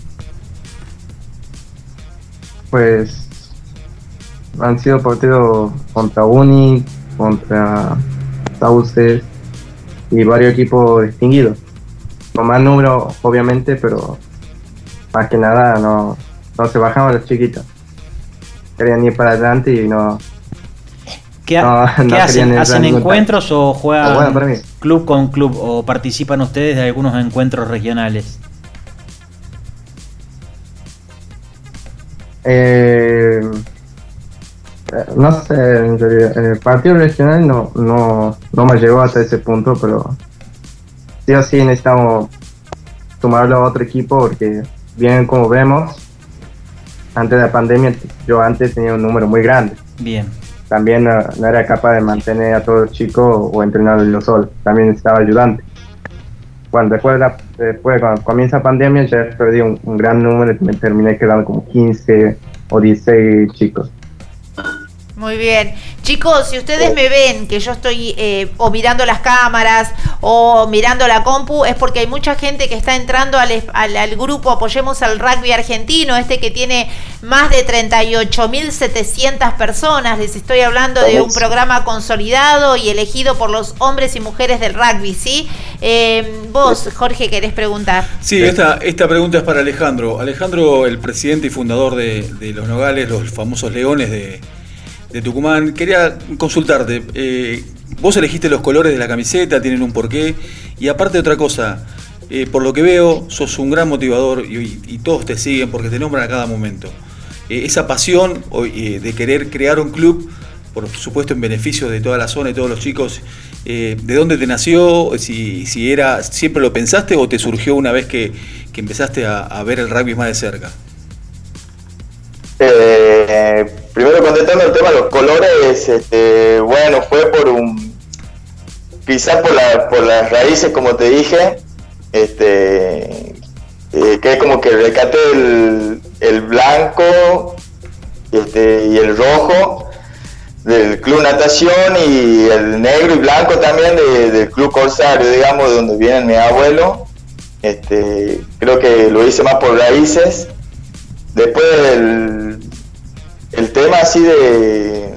P: Pues han sido partidos contra Uni, contra Sauces y varios equipos distinguidos. Con más números, obviamente, pero más que nada no, no se bajaban los chiquitos. Querían ir para adelante y no.
F: ¿Qué, ha-
P: no,
F: ¿qué
P: no querían
F: hacen?
P: entrar
F: ¿Hacen
P: en ningún
F: encuentros o juegan
P: Ah, bueno, para mí.
F: club con club o participan ustedes de algunos encuentros regionales?
P: Eh, eh, no sé, en realidad, el partido regional no, no, no me llegó hasta ese punto, pero sí o sí necesitamos sumarlo a otro equipo porque bien como vemos, antes de la pandemia yo antes tenía un número muy grande.
F: Bien.
P: También no, no era capaz de mantener a todos los chicos o entrenarlos yo solo, también necesitaba ayudante. Cuando después, de la- después cuando comienza la pandemia ya perdí un, un gran número y me terminé quedando como quince o dieciséis chicos.
B: Muy bien. Chicos, si ustedes me ven que yo estoy eh, o mirando las cámaras o mirando la compu, es porque hay mucha gente que está entrando al, es- al, al grupo Apoyemos al Rugby Argentino, este que tiene más de treinta y ocho mil setecientas personas. Les estoy hablando de un programa consolidado y elegido por los hombres y mujeres del rugby, ¿sí? Eh, vos, Jorge, querés preguntar.
G: Sí, esta, esta pregunta es para Alejandro. Alejandro, el presidente y fundador de, de Los Nogales, los famosos Leones de, de Tucumán. Quería consultarte, eh, vos elegiste los colores de la camiseta, tienen un porqué, y aparte otra cosa, eh, por lo que veo, sos un gran motivador y, y todos te siguen porque te nombran a cada momento. Eh, esa pasión o, eh, de querer crear un club, por supuesto en beneficio de toda la zona y todos los chicos, eh, ¿de dónde te nació? Si, si era, ¿siempre lo pensaste o te surgió una vez que, que empezaste a, a ver el rugby más de cerca?
N: Eh, primero contestando el tema de los colores, este, bueno, fue por un, quizás por, la, por las raíces, como te dije, este, eh, que es como que rescaté el, el blanco este, y el rojo del Club Natación y el negro y blanco también de- del Club Corsario, digamos, de donde viene mi abuelo. Este, creo que lo hice más por raíces. Después el, el tema así de,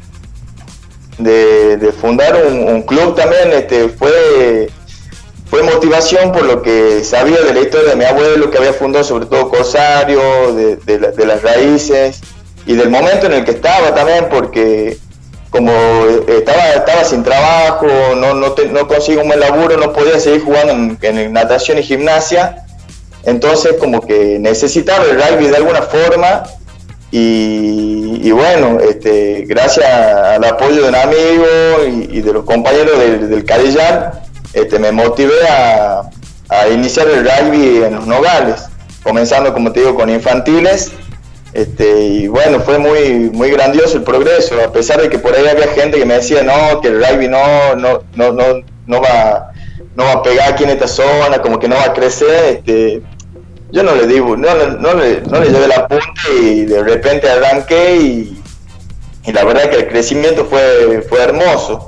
N: de, de fundar un, un club también este, fue, fue motivación por lo que sabía de la historia de mi abuelo, que había fundado sobre todo Corsario, de, de, la- de las raíces y del momento en el que estaba también, porque como estaba, estaba sin trabajo, no, no, te- no consigo un buen laburo, no podía seguir jugando en, en natación y gimnasia. Entonces como que necesitaba el rugby de alguna forma y, y bueno, este, gracias al apoyo de un amigo y, y de los compañeros del, del Carillán, este, me motivé a, a iniciar el rugby en los Nogales, comenzando como te digo con infantiles, este, y bueno, fue muy, muy grandioso el progreso, a pesar de que por ahí había gente que me decía no, que el rugby no, no, no, no, no va no va a pegar aquí en esta zona, como que no va a crecer, este, yo no le digo, no, le- no, le, no le llevé la punta y de repente arranqué y, y la verdad que el crecimiento fue, fue hermoso.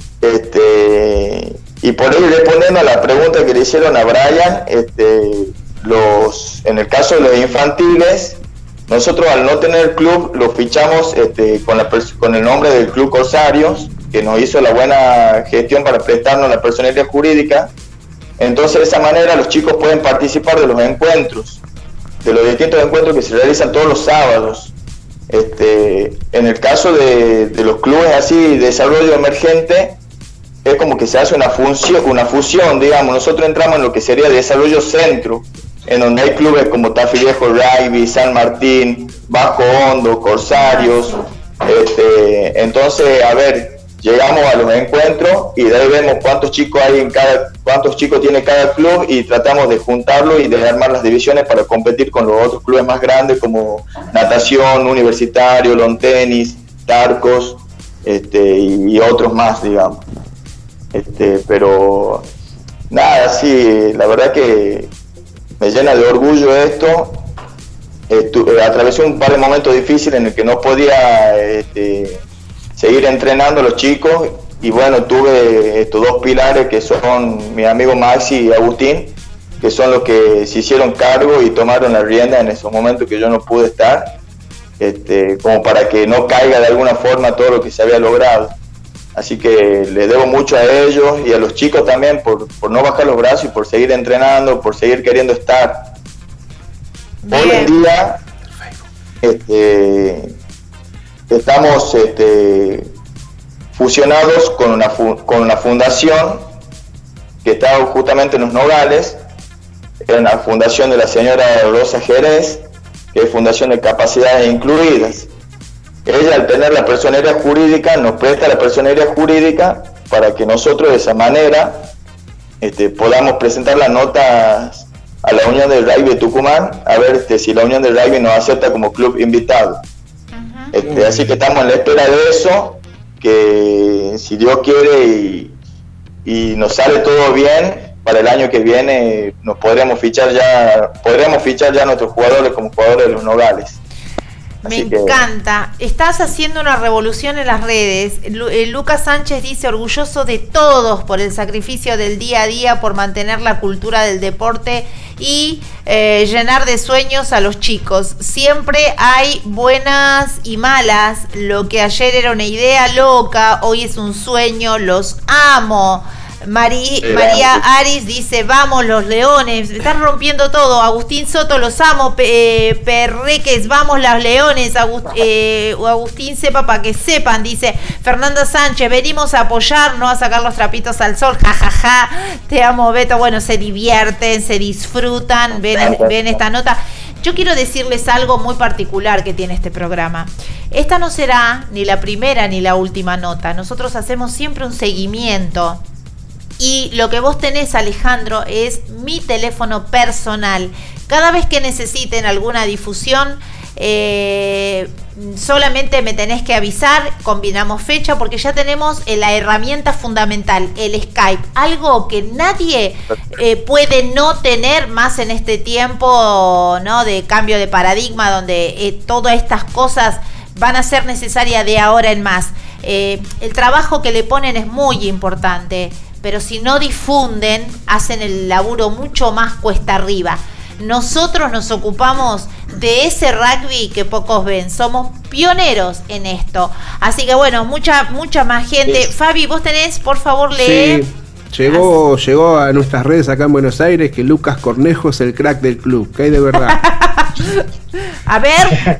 N: Este, y por ahí respondiendo a la pregunta que le hicieron a Brian, este, los, en el caso de los infantiles, nosotros al no tener club lo fichamos este, con, la, con el nombre del Club Corsarios, que nos hizo la buena gestión para prestarnos la personería jurídica. Entonces de esa manera los chicos pueden participar de los encuentros, de los distintos encuentros que se realizan todos los sábados. Este, en el caso de, de los clubes así de desarrollo emergente, es como que se hace una función, una fusión, digamos. Nosotros entramos en lo que sería desarrollo centro, en donde hay clubes como Tafí Viejo, Rugby, San Martín, Bajo Hondo, Corsarios. Este, entonces, a ver, llegamos a los encuentros y de ahí vemos cuántos chicos hay en cada, cuántos chicos tiene cada club y tratamos de juntarlo y de armar las divisiones para competir con los otros clubes más grandes como natación, universitario, lawn tenis, Tarcos, este, y, y otros más, digamos. Este, pero nada, sí, la verdad que me llena de orgullo esto. Estu- eh, atravesé un par de momentos difíciles en el que no podía este, seguir entrenando a los chicos y bueno, tuve estos dos pilares que son mi amigo Maxi y Agustín, que son los que se hicieron cargo y tomaron la rienda en esos momentos que yo no pude estar, este, como para que no caiga de alguna forma todo lo que se había logrado. Así que le debo mucho a ellos y a los chicos también por, por no bajar los brazos y por seguir entrenando, por seguir queriendo estar. Bien. Hoy en día este, estamos este, fusionados con una, fu- con una fundación que está justamente en Los Nogales, en la fundación de la señora Rosa Jerez, que es Fundación de Capacidades Incluidas. Ella, al tener la personería jurídica, nos presta la personería jurídica para que nosotros de esa manera este, podamos presentar las notas a la Unión del Rugby de Tucumán, a ver este, si la Unión del Rugby nos acepta como club invitado. Uh-huh. Este, así que estamos en la espera de eso, que si Dios quiere y, y nos sale todo bien, para el año que viene nos podremos fichar ya, podremos fichar ya a nuestros jugadores como jugadores de Los Nogales.
B: Me
N: Así que...
B: encanta. Estás haciendo una revolución en las redes. Lu- eh, Lucas Sánchez dice, orgulloso de todos por el sacrificio del día a día, por mantener la cultura del deporte y eh, llenar de sueños a los chicos. Siempre hay buenas y malas. Lo que ayer era una idea loca, hoy es un sueño. Los amo. Mari, María Aris dice, vamos los leones, están rompiendo todo. Agustín Soto, los amo. Pe, eh, Perreques, vamos los leones. Agust, eh, Agustín sepa para que sepan, dice Fernanda Sánchez, venimos a apoyar, no a sacar los trapitos al sol, jajaja, ja, ja. Te amo, Beto. Bueno, se divierten, se disfrutan, ven, ven esta nota. Yo quiero decirles algo muy particular que tiene este programa. Esta no será ni la primera ni la última nota. Nosotros hacemos siempre un seguimiento. Y lo que vos tenés, Alejandro, es mi teléfono personal. Cada vez que necesiten alguna difusión, eh, solamente me tenés que avisar, combinamos fecha, porque ya tenemos la herramienta fundamental, el Skype. Algo que nadie eh, puede no tener más en este tiempo, ¿no?, de cambio de paradigma, donde eh, todas estas cosas van a ser necesarias de ahora en más. Eh, el trabajo que le ponen es muy importante, pero si no difunden, hacen el laburo mucho más cuesta arriba. Nosotros nos ocupamos de ese rugby que pocos ven. Somos pioneros en esto. Así que bueno, mucha mucha más gente. Sí. Fabi, vos tenés, por favor, lee.
E: Sí. Llegó, llegó a nuestras redes acá en Buenos Aires que Lucas Cornejo es el crack del club. Que hay de verdad.
B: A ver.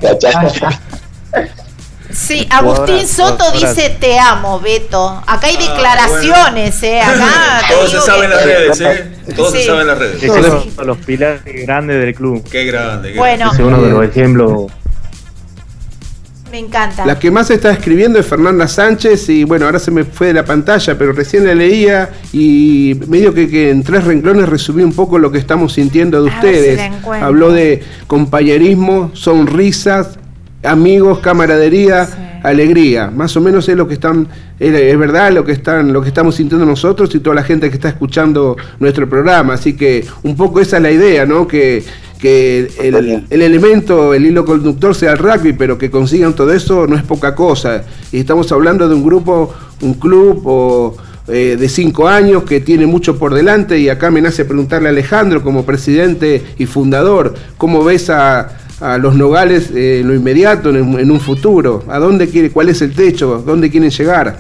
B: Sí, Agustín Soto dice te amo, Beto. Acá hay declaraciones, ah, bueno. eh. Acá
G: todo se sabe en las redes, eh. Todo
B: sí.
G: se sabe en las redes.
Q: Esos son sí. los pilares grandes del club.
G: Qué grande. Qué
B: bueno.
G: grande.
Q: Ese es uno de los ejemplos.
B: Me encanta.
E: La que más está escribiendo es Fernanda Sánchez y bueno, ahora se me fue de la pantalla, pero recién la leía y medio que, que en tres renglones resumí un poco lo que estamos sintiendo de a ustedes. Si habló de compañerismo, sonrisas, amigos, camaradería, sí. alegría. Más o menos es lo que están, es, es verdad lo que están, lo que estamos sintiendo nosotros y toda la gente que está escuchando nuestro programa. Así que un poco esa es la idea, ¿no? Que, que el, el elemento, el hilo conductor sea el rugby, pero que consigan todo eso no es poca cosa. Y estamos hablando de un grupo, un club o, eh, de cinco años que tiene mucho por delante, y acá me nace preguntarle a Alejandro, como presidente y fundador, ¿cómo ves a, a los Nogales eh, en lo inmediato, en, en un futuro? ¿A dónde quiere, cuál es el techo? ¿Dónde quieren llegar?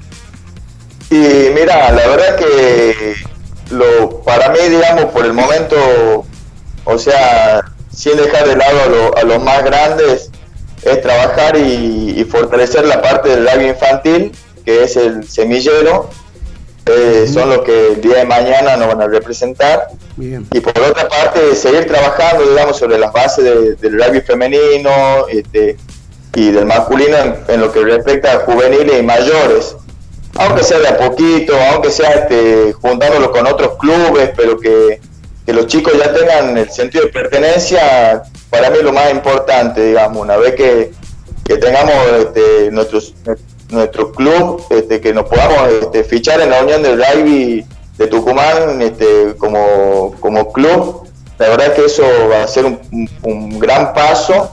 N: Y mira, la verdad que lo, para mí, digamos, por el momento, o sea, sin dejar de lado a, lo, a los más grandes, es trabajar y, y fortalecer la parte del rugby infantil, que es el semillero. Eh, son los que el día de mañana nos van a representar.
E: Bien.
N: Y por otra parte, seguir trabajando, digamos, sobre las bases de, del rugby femenino este, y del masculino en, en lo que respecta a juveniles y mayores. Aunque sea de a poquito, aunque sea este, juntándolo con otros clubes, pero que, que los chicos ya tengan el sentido de pertenencia, para mí es lo más importante, digamos, una vez que, que tengamos este, nuestros, nuestro club, este, que nos podamos este, fichar en la Unión del Rugby de Tucumán este, como, como club, la verdad es que eso va a ser un, un gran paso,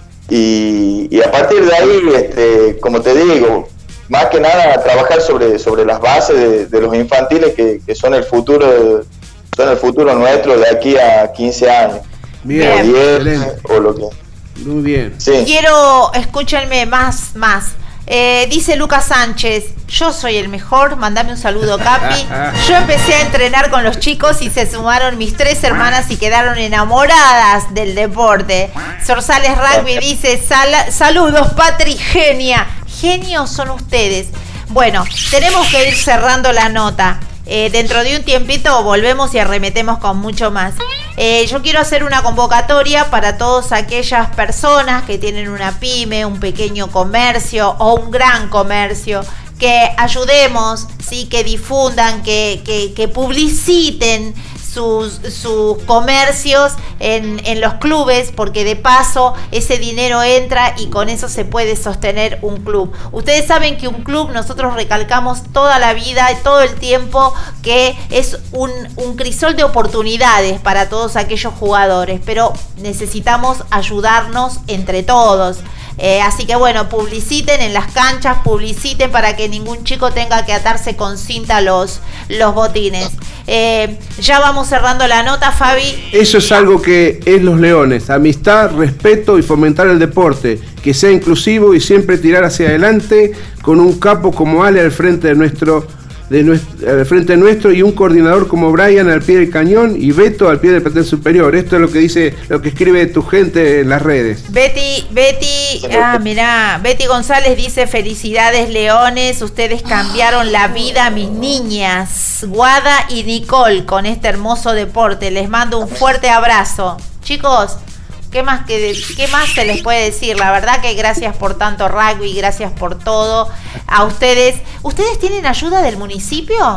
N: y, y a partir de ahí, este, como te digo, más que nada trabajar sobre, sobre las bases de, de los infantiles que, que son el futuro de, son el futuro nuestro de aquí a quince años.
E: Bien,
N: o diez, o lo que.
E: Muy bien.
N: Sí.
B: Quiero, escúchenme más, más. Eh, dice Lucas Sánchez, yo soy el mejor, mandame un saludo, Capi. Yo empecé a entrenar con los chicos y se sumaron mis tres hermanas y quedaron enamoradas del deporte. Sorsales Rugby dice, Sal- saludos, Patri, genia. Genios son ustedes. Bueno, tenemos que ir cerrando la nota. Eh, dentro de un tiempito volvemos y arremetemos con mucho más. Eh, yo quiero hacer una convocatoria para todas aquellas personas que tienen una pyme, un pequeño comercio o un gran comercio, que ayudemos, ¿sí? Que difundan, que, que, que publiciten sus, sus comercios en, en los clubes, porque de paso ese dinero entra y con eso se puede sostener un club. Ustedes saben que un club, nosotros recalcamos toda la vida y todo el tiempo que es un, un crisol de oportunidades para todos aquellos jugadores, pero necesitamos ayudarnos entre todos. Eh, así que bueno, publiciten en las canchas, publiciten para que ningún chico tenga que atarse con cinta los, los botines. Eh, ya vamos cerrando la nota, Fabi.
E: Eso es algo que es Los Leones: amistad, respeto y fomentar el deporte, que sea inclusivo y siempre tirar hacia adelante, con un capo como Ale al frente de nuestro de nuestro, al frente nuestro, y un coordinador como Brian al pie del cañón y Beto al pie del plantel superior. Esto es lo que dice, lo que escribe tu gente en las redes.
B: Betty, Betty, ah, mirá, Betty González dice: felicidades, Leones, ustedes cambiaron la vida a mis niñas, Guada y Nicole, con este hermoso deporte. Les mando un fuerte abrazo. Chicos, ¿qué más, que, ¿qué más se les puede decir? La verdad que gracias por tanto rugby, gracias por todo. A ustedes, ¿ustedes tienen ayuda del municipio?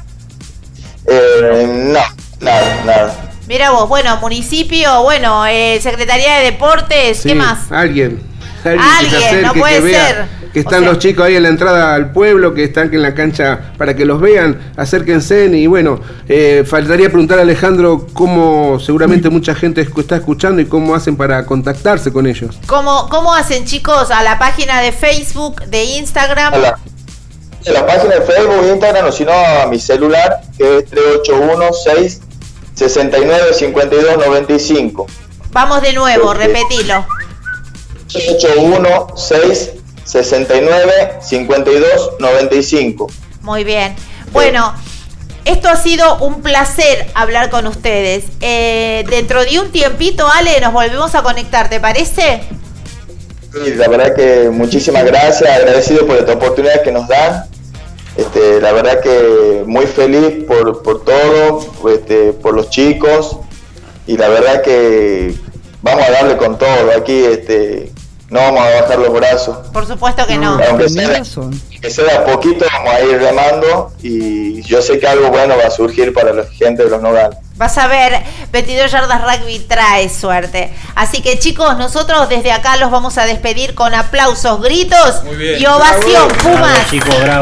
N: Eh, no, nada, nada.
B: Mira vos, bueno, municipio, bueno, eh, Secretaría de Deportes,
E: Sí,
B: ¿qué más?
E: Alguien. Alguien,
B: Alguien,
E: que se acerque,
B: no puede
E: que vea
B: ser.
E: que están
B: O sea-
E: los chicos ahí en la entrada al pueblo, que están en la cancha para que los vean, acérquense. Y bueno, eh, faltaría preguntar a Alejandro cómo seguramente mucha gente escu- está escuchando y cómo hacen para contactarse con ellos.
B: ¿Cómo, ¿Cómo hacen, chicos? A la página de Facebook, de Instagram.
N: A la, a la página de Facebook, Instagram, o si no a mi celular, que es tres ocho uno, seis, seis nueve, cinco dos, nueve cinco.
B: Vamos de nuevo, repetilo.
N: tres ocho uno, seis, seis nueve, cinco dos, nueve cinco.
B: Muy bien. Bueno, esto ha sido un placer hablar con ustedes. Eh, dentro de un tiempito, Ale, nos volvemos a conectar, ¿te parece?
N: Sí, la verdad que muchísimas gracias, agradecido por esta oportunidad que nos dan. Este, la verdad que muy feliz por, por todo, este, por los chicos, y la verdad que vamos a darle con todo aquí, este, no vamos a bajar los brazos.
B: Por supuesto que no.
N: Aunque sea, que sea de a poquito, vamos a ir remando, y yo sé que algo bueno va a surgir para la gente de los Nogales.
B: Vas a ver, veintidós Yardas Rugby trae suerte. Así que, chicos, nosotros desde acá los vamos a despedir con aplausos, gritos
G: Muy bien.
B: y ovación.
F: Bravo,
B: Pumas.
F: chicos, bravo.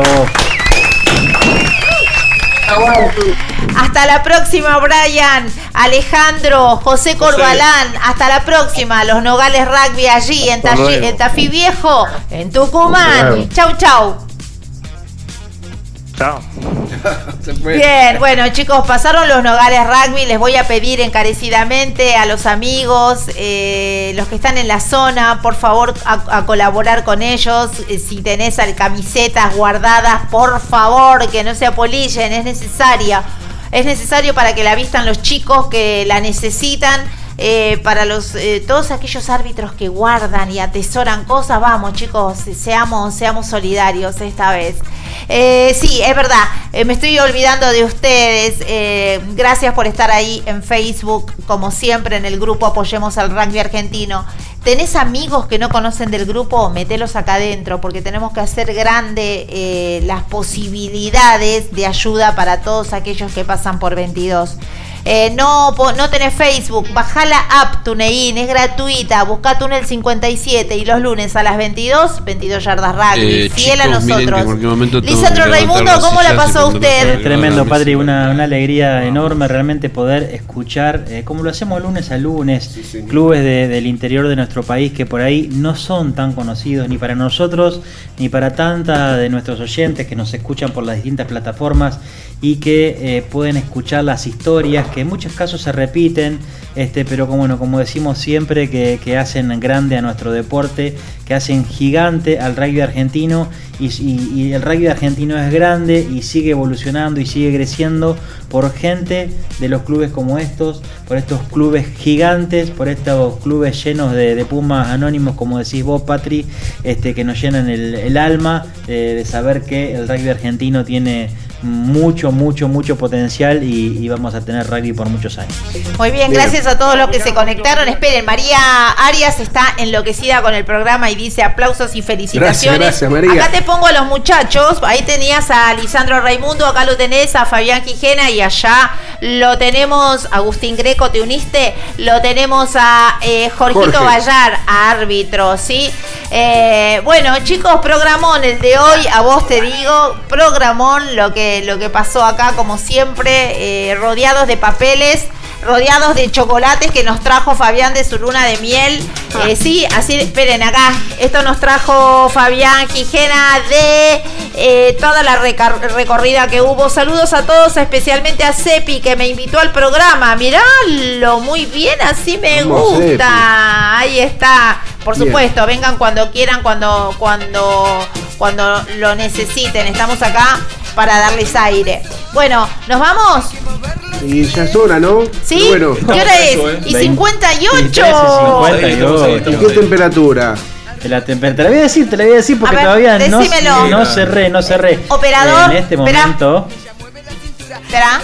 B: Hasta la próxima, Brian, Alejandro, José Corbalán. Hasta la próxima, los Nogales Rugby allí en,
F: Hasta
B: Tafí,
F: luego.
B: en Tafí Viejo, en
F: Hasta
B: Tucumán.
F: luego.
B: Chau, chau.
Q: Chao.
B: Bien, bueno chicos, pasaron los Nogales Rugby. Les voy a pedir encarecidamente a los amigos, eh, los que están en la zona, por favor a, a colaborar con ellos. Eh, si tenés camisetas guardadas, por favor que no se apolillen, es necesaria. Es necesario para que la vistan los chicos que la necesitan. Eh, para los eh, todos aquellos árbitros que guardan y atesoran cosas, vamos chicos, seamos seamos solidarios esta vez. Eh, sí, es verdad, eh, me estoy olvidando de ustedes. Eh, gracias por estar ahí en Facebook, como siempre en el grupo Apoyemos al Rugby Argentino. ¿Tenés amigos que no conocen del grupo? Metelos acá adentro, porque tenemos que hacer grande eh, las posibilidades de ayuda para todos aquellos que pasan por veintidós. Eh, no, no tenés Facebook, bajá la app TuneIn, es gratuita, buscá Túnel cincuenta y siete y los lunes a las veintidós, veintidós yardas rugby,
E: eh,
B: fiel
E: chicos,
B: a nosotros.
E: Lisandro
B: Raimundo, ¿cómo la pasó usted?
F: Es tremendo, Patri, una, una alegría enorme realmente poder escuchar, eh, como lo hacemos lunes a lunes, sí, sí. clubes de, del interior de nuestro país que por ahí no son tan conocidos ni para nosotros, ni para tanta de nuestros oyentes que nos escuchan por las distintas plataformas y que eh, pueden escuchar las historias que en muchos casos se repiten, este, pero como, bueno, como decimos siempre, que, que hacen grande a nuestro deporte, que hacen gigante al rugby argentino y, y, y el rugby argentino es grande y sigue evolucionando y sigue creciendo por gente de los clubes como estos, por estos clubes gigantes, por estos clubes llenos de, de pumas anónimos, como decís vos, Patri, este, que nos llenan el, el alma eh, de saber que el rugby argentino tiene mucho, mucho, mucho potencial y, y vamos a tener rugby por muchos años.
B: Muy bien, gracias a todos los que se conectaron. Esperen, María Arias está enloquecida con el programa y dice aplausos y felicitaciones.
E: Gracias, gracias, María.
B: Acá te pongo a los muchachos, ahí tenías a Lisandro Raimundo, acá lo tenés a Fabián Quijena y allá lo tenemos, Agustín Greco, te uniste, lo tenemos a eh, Jorgito Jorge. Vallar, árbitro, ¿sí? Eh, bueno, chicos, programón el de hoy, a vos te digo, programón lo que lo que pasó acá, como siempre, eh, rodeados de papeles, rodeados de chocolates que nos trajo Fabián de su luna de miel. Eh, sí, así, esperen acá, esto nos trajo Fabián Quijena de eh, toda la recar- recorrida que hubo. Saludos a todos, especialmente a Cepi que me invitó al programa. Miralo, muy bien, así me Vamos, gusta. Cepi. Ahí está. Por supuesto, bien. Vengan cuando quieran, cuando, cuando, cuando lo necesiten. Estamos acá para darles aire. Bueno, ¿nos vamos?
E: Y ya es hora, ¿no?
B: ¿Sí?
E: Bueno.
B: ¿Qué hora es? Y cincuenta y ocho.
E: ¿Y qué temperatura?
F: Te la, temper- te la voy a decir, te la voy a decir porque a ver, todavía no, no cerré, no cerré.
B: Operador,
F: en este momento.
B: Espera.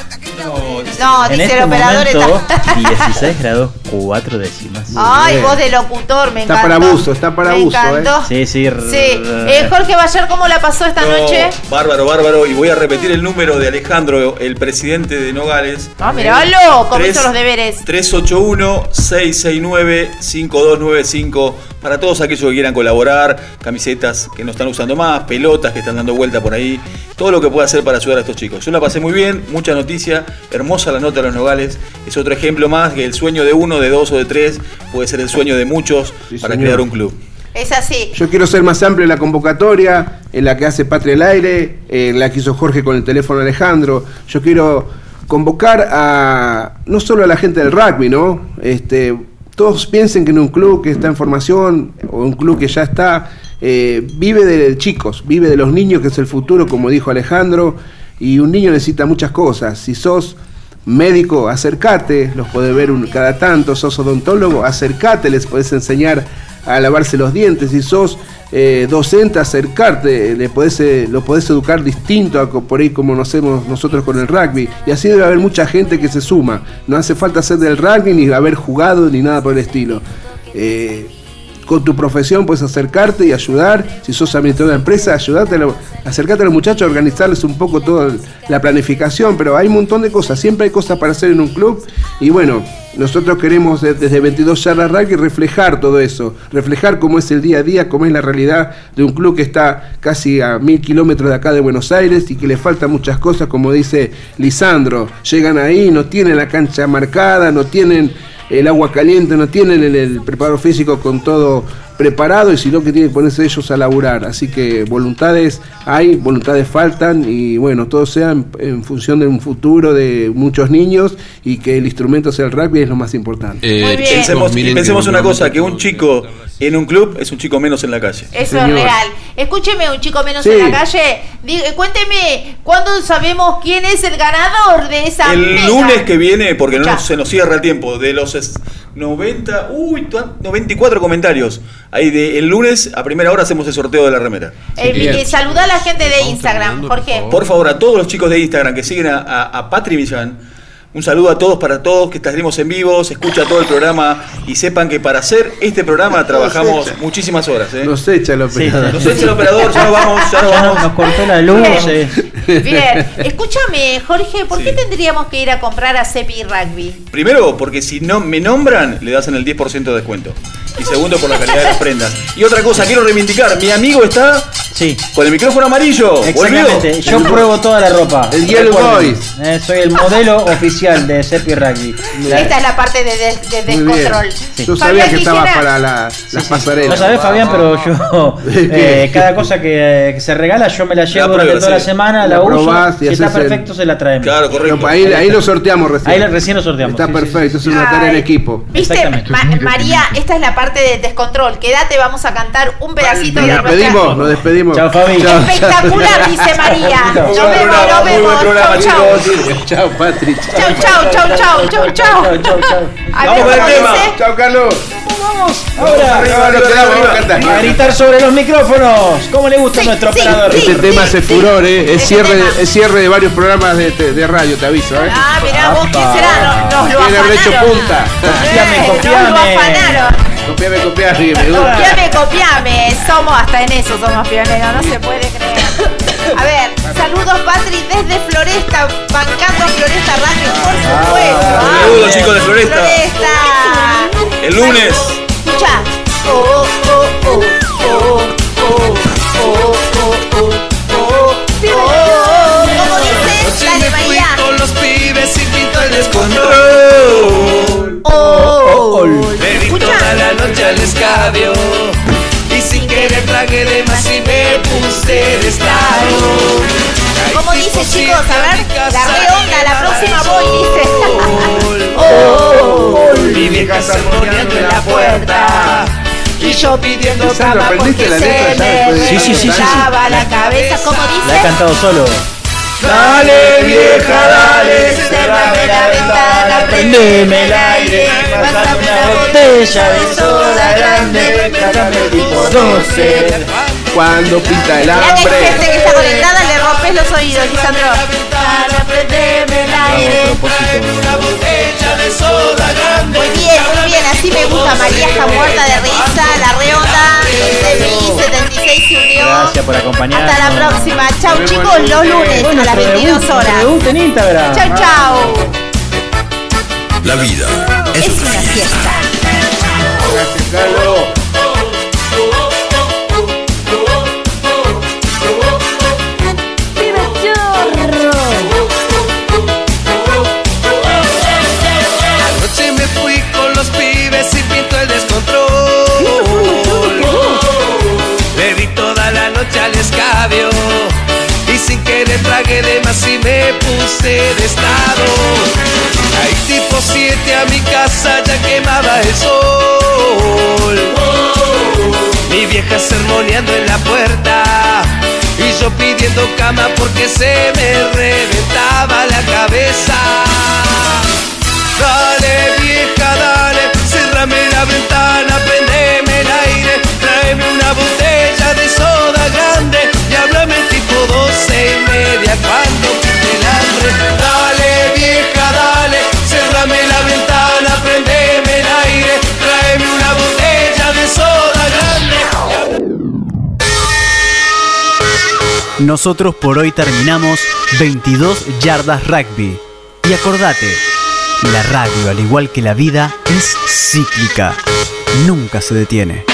B: No,
F: en
B: dice
F: este
B: el operador
F: momento, está dieciséis grados cuatro décimas.
B: Ay, voz de locutor, me encanta.
E: Está para abuso, está para abuso,
B: ¿eh?
F: Sí, sí.
B: Sí. Eh, Jorge Vallar, ¿cómo la pasó esta
G: no,
B: noche?
G: Bárbaro, bárbaro. Y voy a repetir el número de Alejandro, el presidente de Nogales.
B: Ah, miralo, cómo hizo los deberes.
G: tres ocho uno, seis seis nueve, cinco dos nueve cinco. Para todos aquellos que quieran colaborar, camisetas que no están usando más, pelotas que están dando vuelta por ahí, todo lo que pueda hacer para ayudar a estos chicos. Yo la pasé muy bien, mucha noticia, hermosa la nota de los Nogales. Es otro ejemplo más que el sueño de uno, de dos o de tres puede ser el sueño de muchos sí, para señor. crear un club.
B: Es así.
E: Yo quiero ser más amplio en la convocatoria, en la que hace Patria al Aire, en la que hizo Jorge con el teléfono de Alejandro. Yo quiero convocar a no solo a la gente del rugby, ¿no? Este, todos piensen que en un club que está en formación o un club que ya está, eh, vive de chicos, vive de los niños, que es el futuro, como dijo Alejandro, y un niño necesita muchas cosas. Si sos médico, acércate, los podés ver un, cada tanto. Sos odontólogo, acércate, les podés enseñar a lavarse los dientes. Si sos eh, docente, acercarte, le podés, eh, lo podés educar distinto a por ahí como nos hacemos nosotros con el rugby. Y así debe haber mucha gente que se suma. No hace falta ser del rugby, ni haber jugado, ni nada por el estilo. Eh, con tu profesión puedes acercarte y ayudar. Si sos administrador de empresa, ayudate, acercate a los muchachos a organizarles un poco toda la planificación, pero hay un montón de cosas, siempre hay cosas para hacer en un club. Y bueno, nosotros queremos desde veintidós yardas rugby reflejar todo eso, reflejar cómo es el día a día, cómo es la realidad de un club que está casi a mil kilómetros de acá de Buenos Aires y que le faltan muchas cosas, como dice Lisandro. Llegan ahí, no tienen la cancha marcada, no tienen el agua caliente, no tienen el, el preparador físico con todo preparados y sino que tienen que ponerse ellos a laburar. Así que voluntades hay, voluntades faltan y bueno, todo sea en, en función de un futuro de muchos niños y que el instrumento sea el rugby es lo más importante.
G: Eh, pensemos y pensemos una cosa, que un chico en un club es un chico menos en la calle.
B: Eso
E: Señor.
B: es real. Escúcheme, un chico menos
E: Sí.
B: en la calle. Diga, cuénteme, ¿cuándo sabemos quién es el ganador de esa
G: El
B: mega?
G: lunes que viene, porque no
B: Ya.
G: se nos cierra el tiempo, de los es- noventa, uy, tuan- noventa y cuatro comentarios. Ahí de el lunes a primera hora hacemos el sorteo de la remera.
B: Eh, eh, saluda a la gente de Instagram, Jorge.
G: Por favor, a todos los chicos de Instagram que siguen a, a, a Patri Millán, un saludo a todos para todos, que estaremos en vivo, se escucha todo el programa y sepan que para hacer este programa trabajamos
E: echa.
G: muchísimas horas. ¿eh?
E: Nos echa el operador.
G: Nos echa el operador, ya nos vamos, ya nos
F: Ya
G: vamos.
F: nos, nos cortó la luz.
B: Bien.
F: eh.
B: Bien, escúchame, Jorge, ¿por
G: Sí.
B: qué tendríamos que ir a comprar a Cepi Rugby?
G: Primero, porque si no me nombran, le das en el diez por ciento de descuento. Y segundo, por la calidad de las prendas. Y otra cosa, quiero reivindicar, mi amigo está
F: Sí.
G: con el micrófono amarillo.
F: Exactamente,
G: ¿Volvió?
F: yo pruebo toda la ropa.
E: El Yellow
F: Recuerden,
E: Boys.
F: eh, soy el modelo oficial de Cepi Rugby. La-
B: Esta es la parte de, de- de
E: Muy bien.
B: descontrol.
E: Yo
B: Fabián
E: sabía que estaba
B: quisiera-
E: para la, las pasarelas.
F: No sabés, Fabián, pero yo eh, cada cosa que, que se regala yo me la llevo
G: La
F: durante
G: pruebas,
F: toda la
G: sí.
F: semana,
E: La
F: la, uso,
E: probás y
F: si está
E: haces el-
F: perfecto se la traemos.
G: Claro, correcto.
E: Pero ahí, ahí lo sorteamos recién.
F: Ahí la- recién lo sorteamos.
E: Está
F: sí, sí,
E: perfecto,
F: sí.
E: es una tarea en
B: Ay.
E: equipo.
B: ¿Viste?
F: Exactamente.
B: Ma- María, esta es la parte de descontrol. Quédate, vamos a cantar un pedacito de
E: Nos
B: nuestra...
E: despedimos, nos despedimos.
F: Chao, Fabi.
E: Chao,
B: Espectacular, dice María. Nos
G: Muy buen
B: vemos,
G: programa,
B: nos
G: muy buen
B: vemos.
G: programa,
B: Chau, chau.
G: chicos.
E: chao, Patri.
B: Chau, chau, chau, chau, chau, chau.
F: Chao, chao, chao.
B: A
G: Vamos
B: ver,
G: con el
B: ¿cómo
G: tema.
B: dice?
E: Chao, Carlos.
F: Ahora,
G: Arriba, arriba,
E: quedamos,
G: arriba.
E: vamos a cantar.
F: a gritar sobre los micrófonos. ¿Cómo le gusta a
B: Sí,
F: nuestro
B: sí,
F: operador?
B: sí.
E: Este tema hace furor, ¿eh? Es
B: Este
E: cierre,
B: tema.
E: de, es cierre de varios programas de, de, de radio, te aviso, ¿eh?
B: Ah, mirá vos, ¿qué será? Nos, nos lo
E: Tiene haber hecho
B: afanaron.
E: punta.
F: Copiame,
B: Eh, Nos lo
F: copiame.
B: afanaron.
E: Copiame, copiame, que me gusta.
B: Copiame, copiame. Somos, hasta en eso somos pioneros, no se puede creer. A ver, saludos Patri desde Floresta, bancando Floresta Radio, por supuesto. Ah,
G: Saludos, chicos de Floresta.
B: Floresta.
G: El lunes.
B: Escucha. Oh, oh, oh, oh, oh, oh, oh, oh, oh, oh. ¿Cómo dice? Dale, María.
R: Con los pibes y pinto el descontrol.
B: Oh,
R: Me di
B: escucha.
R: toda la noche al escabio y sin querer tragué de más y me puse de estado.
B: ¿Cómo dice, chicos? A ver, la redonda, la próxima voy, dice. Oh,
R: Mi vieja salmoneando en la puerta y yo pidiendo
E: Sandra,
R: cama
E: ¿aprendiste
R: porque
E: la letra
R: se
E: ya
R: me
E: después de-
F: Sí, sí, sí, sí, sí.
B: daba la cabeza, ¿cómo
F: La he
B: dice?
F: cantado solo.
R: Dale vieja, dale,
B: Cerrame la ventana,
F: Prendeme el aire, pásame una botella de soda grande, cátame tipo doce.
E: Cuando pinta el
B: Mirá que hay
E: hambre.
B: gente que está conectada, le rompes los oídos, Lisandro. Prendeme el aire.
R: una botella de soda grande.
B: Muy bien, muy bien, así me gusta. María está muerta de risa, la redonda de mi setenta y seis se unió.
F: Gracias por acompañarnos.
B: Hasta la próxima. Chau chicos, los lunes a las veintidós horas.
F: Debut en Instagram.
B: Chau, chau.
C: La vida
B: Es una fiesta.
E: Gracias, Carlos.
R: Anoche me fui con los pibes y pinto el descontrol. Bebí toda la noche al escabio y sin querer tragué de más y me puse de estado. Ahí tipo siete a mi casa ya quemaba el sol. Mi vieja sermoneando en la puerta y yo pidiendo cama porque se me reventaba la cabeza. Dale vieja, dale, cérrame la ventana, prendeme el aire, tráeme una botella de soda grande y háblame tipo doce y media cuando quite el hambre. Dale vieja, dale, cérrame la ventana, prendeme el aire, tráeme una botella de soda grande.
L: Nosotros por hoy terminamos veintidós Yardas Rugby. Y acordate, la radio, al igual que la vida, es cíclica. Nunca se detiene.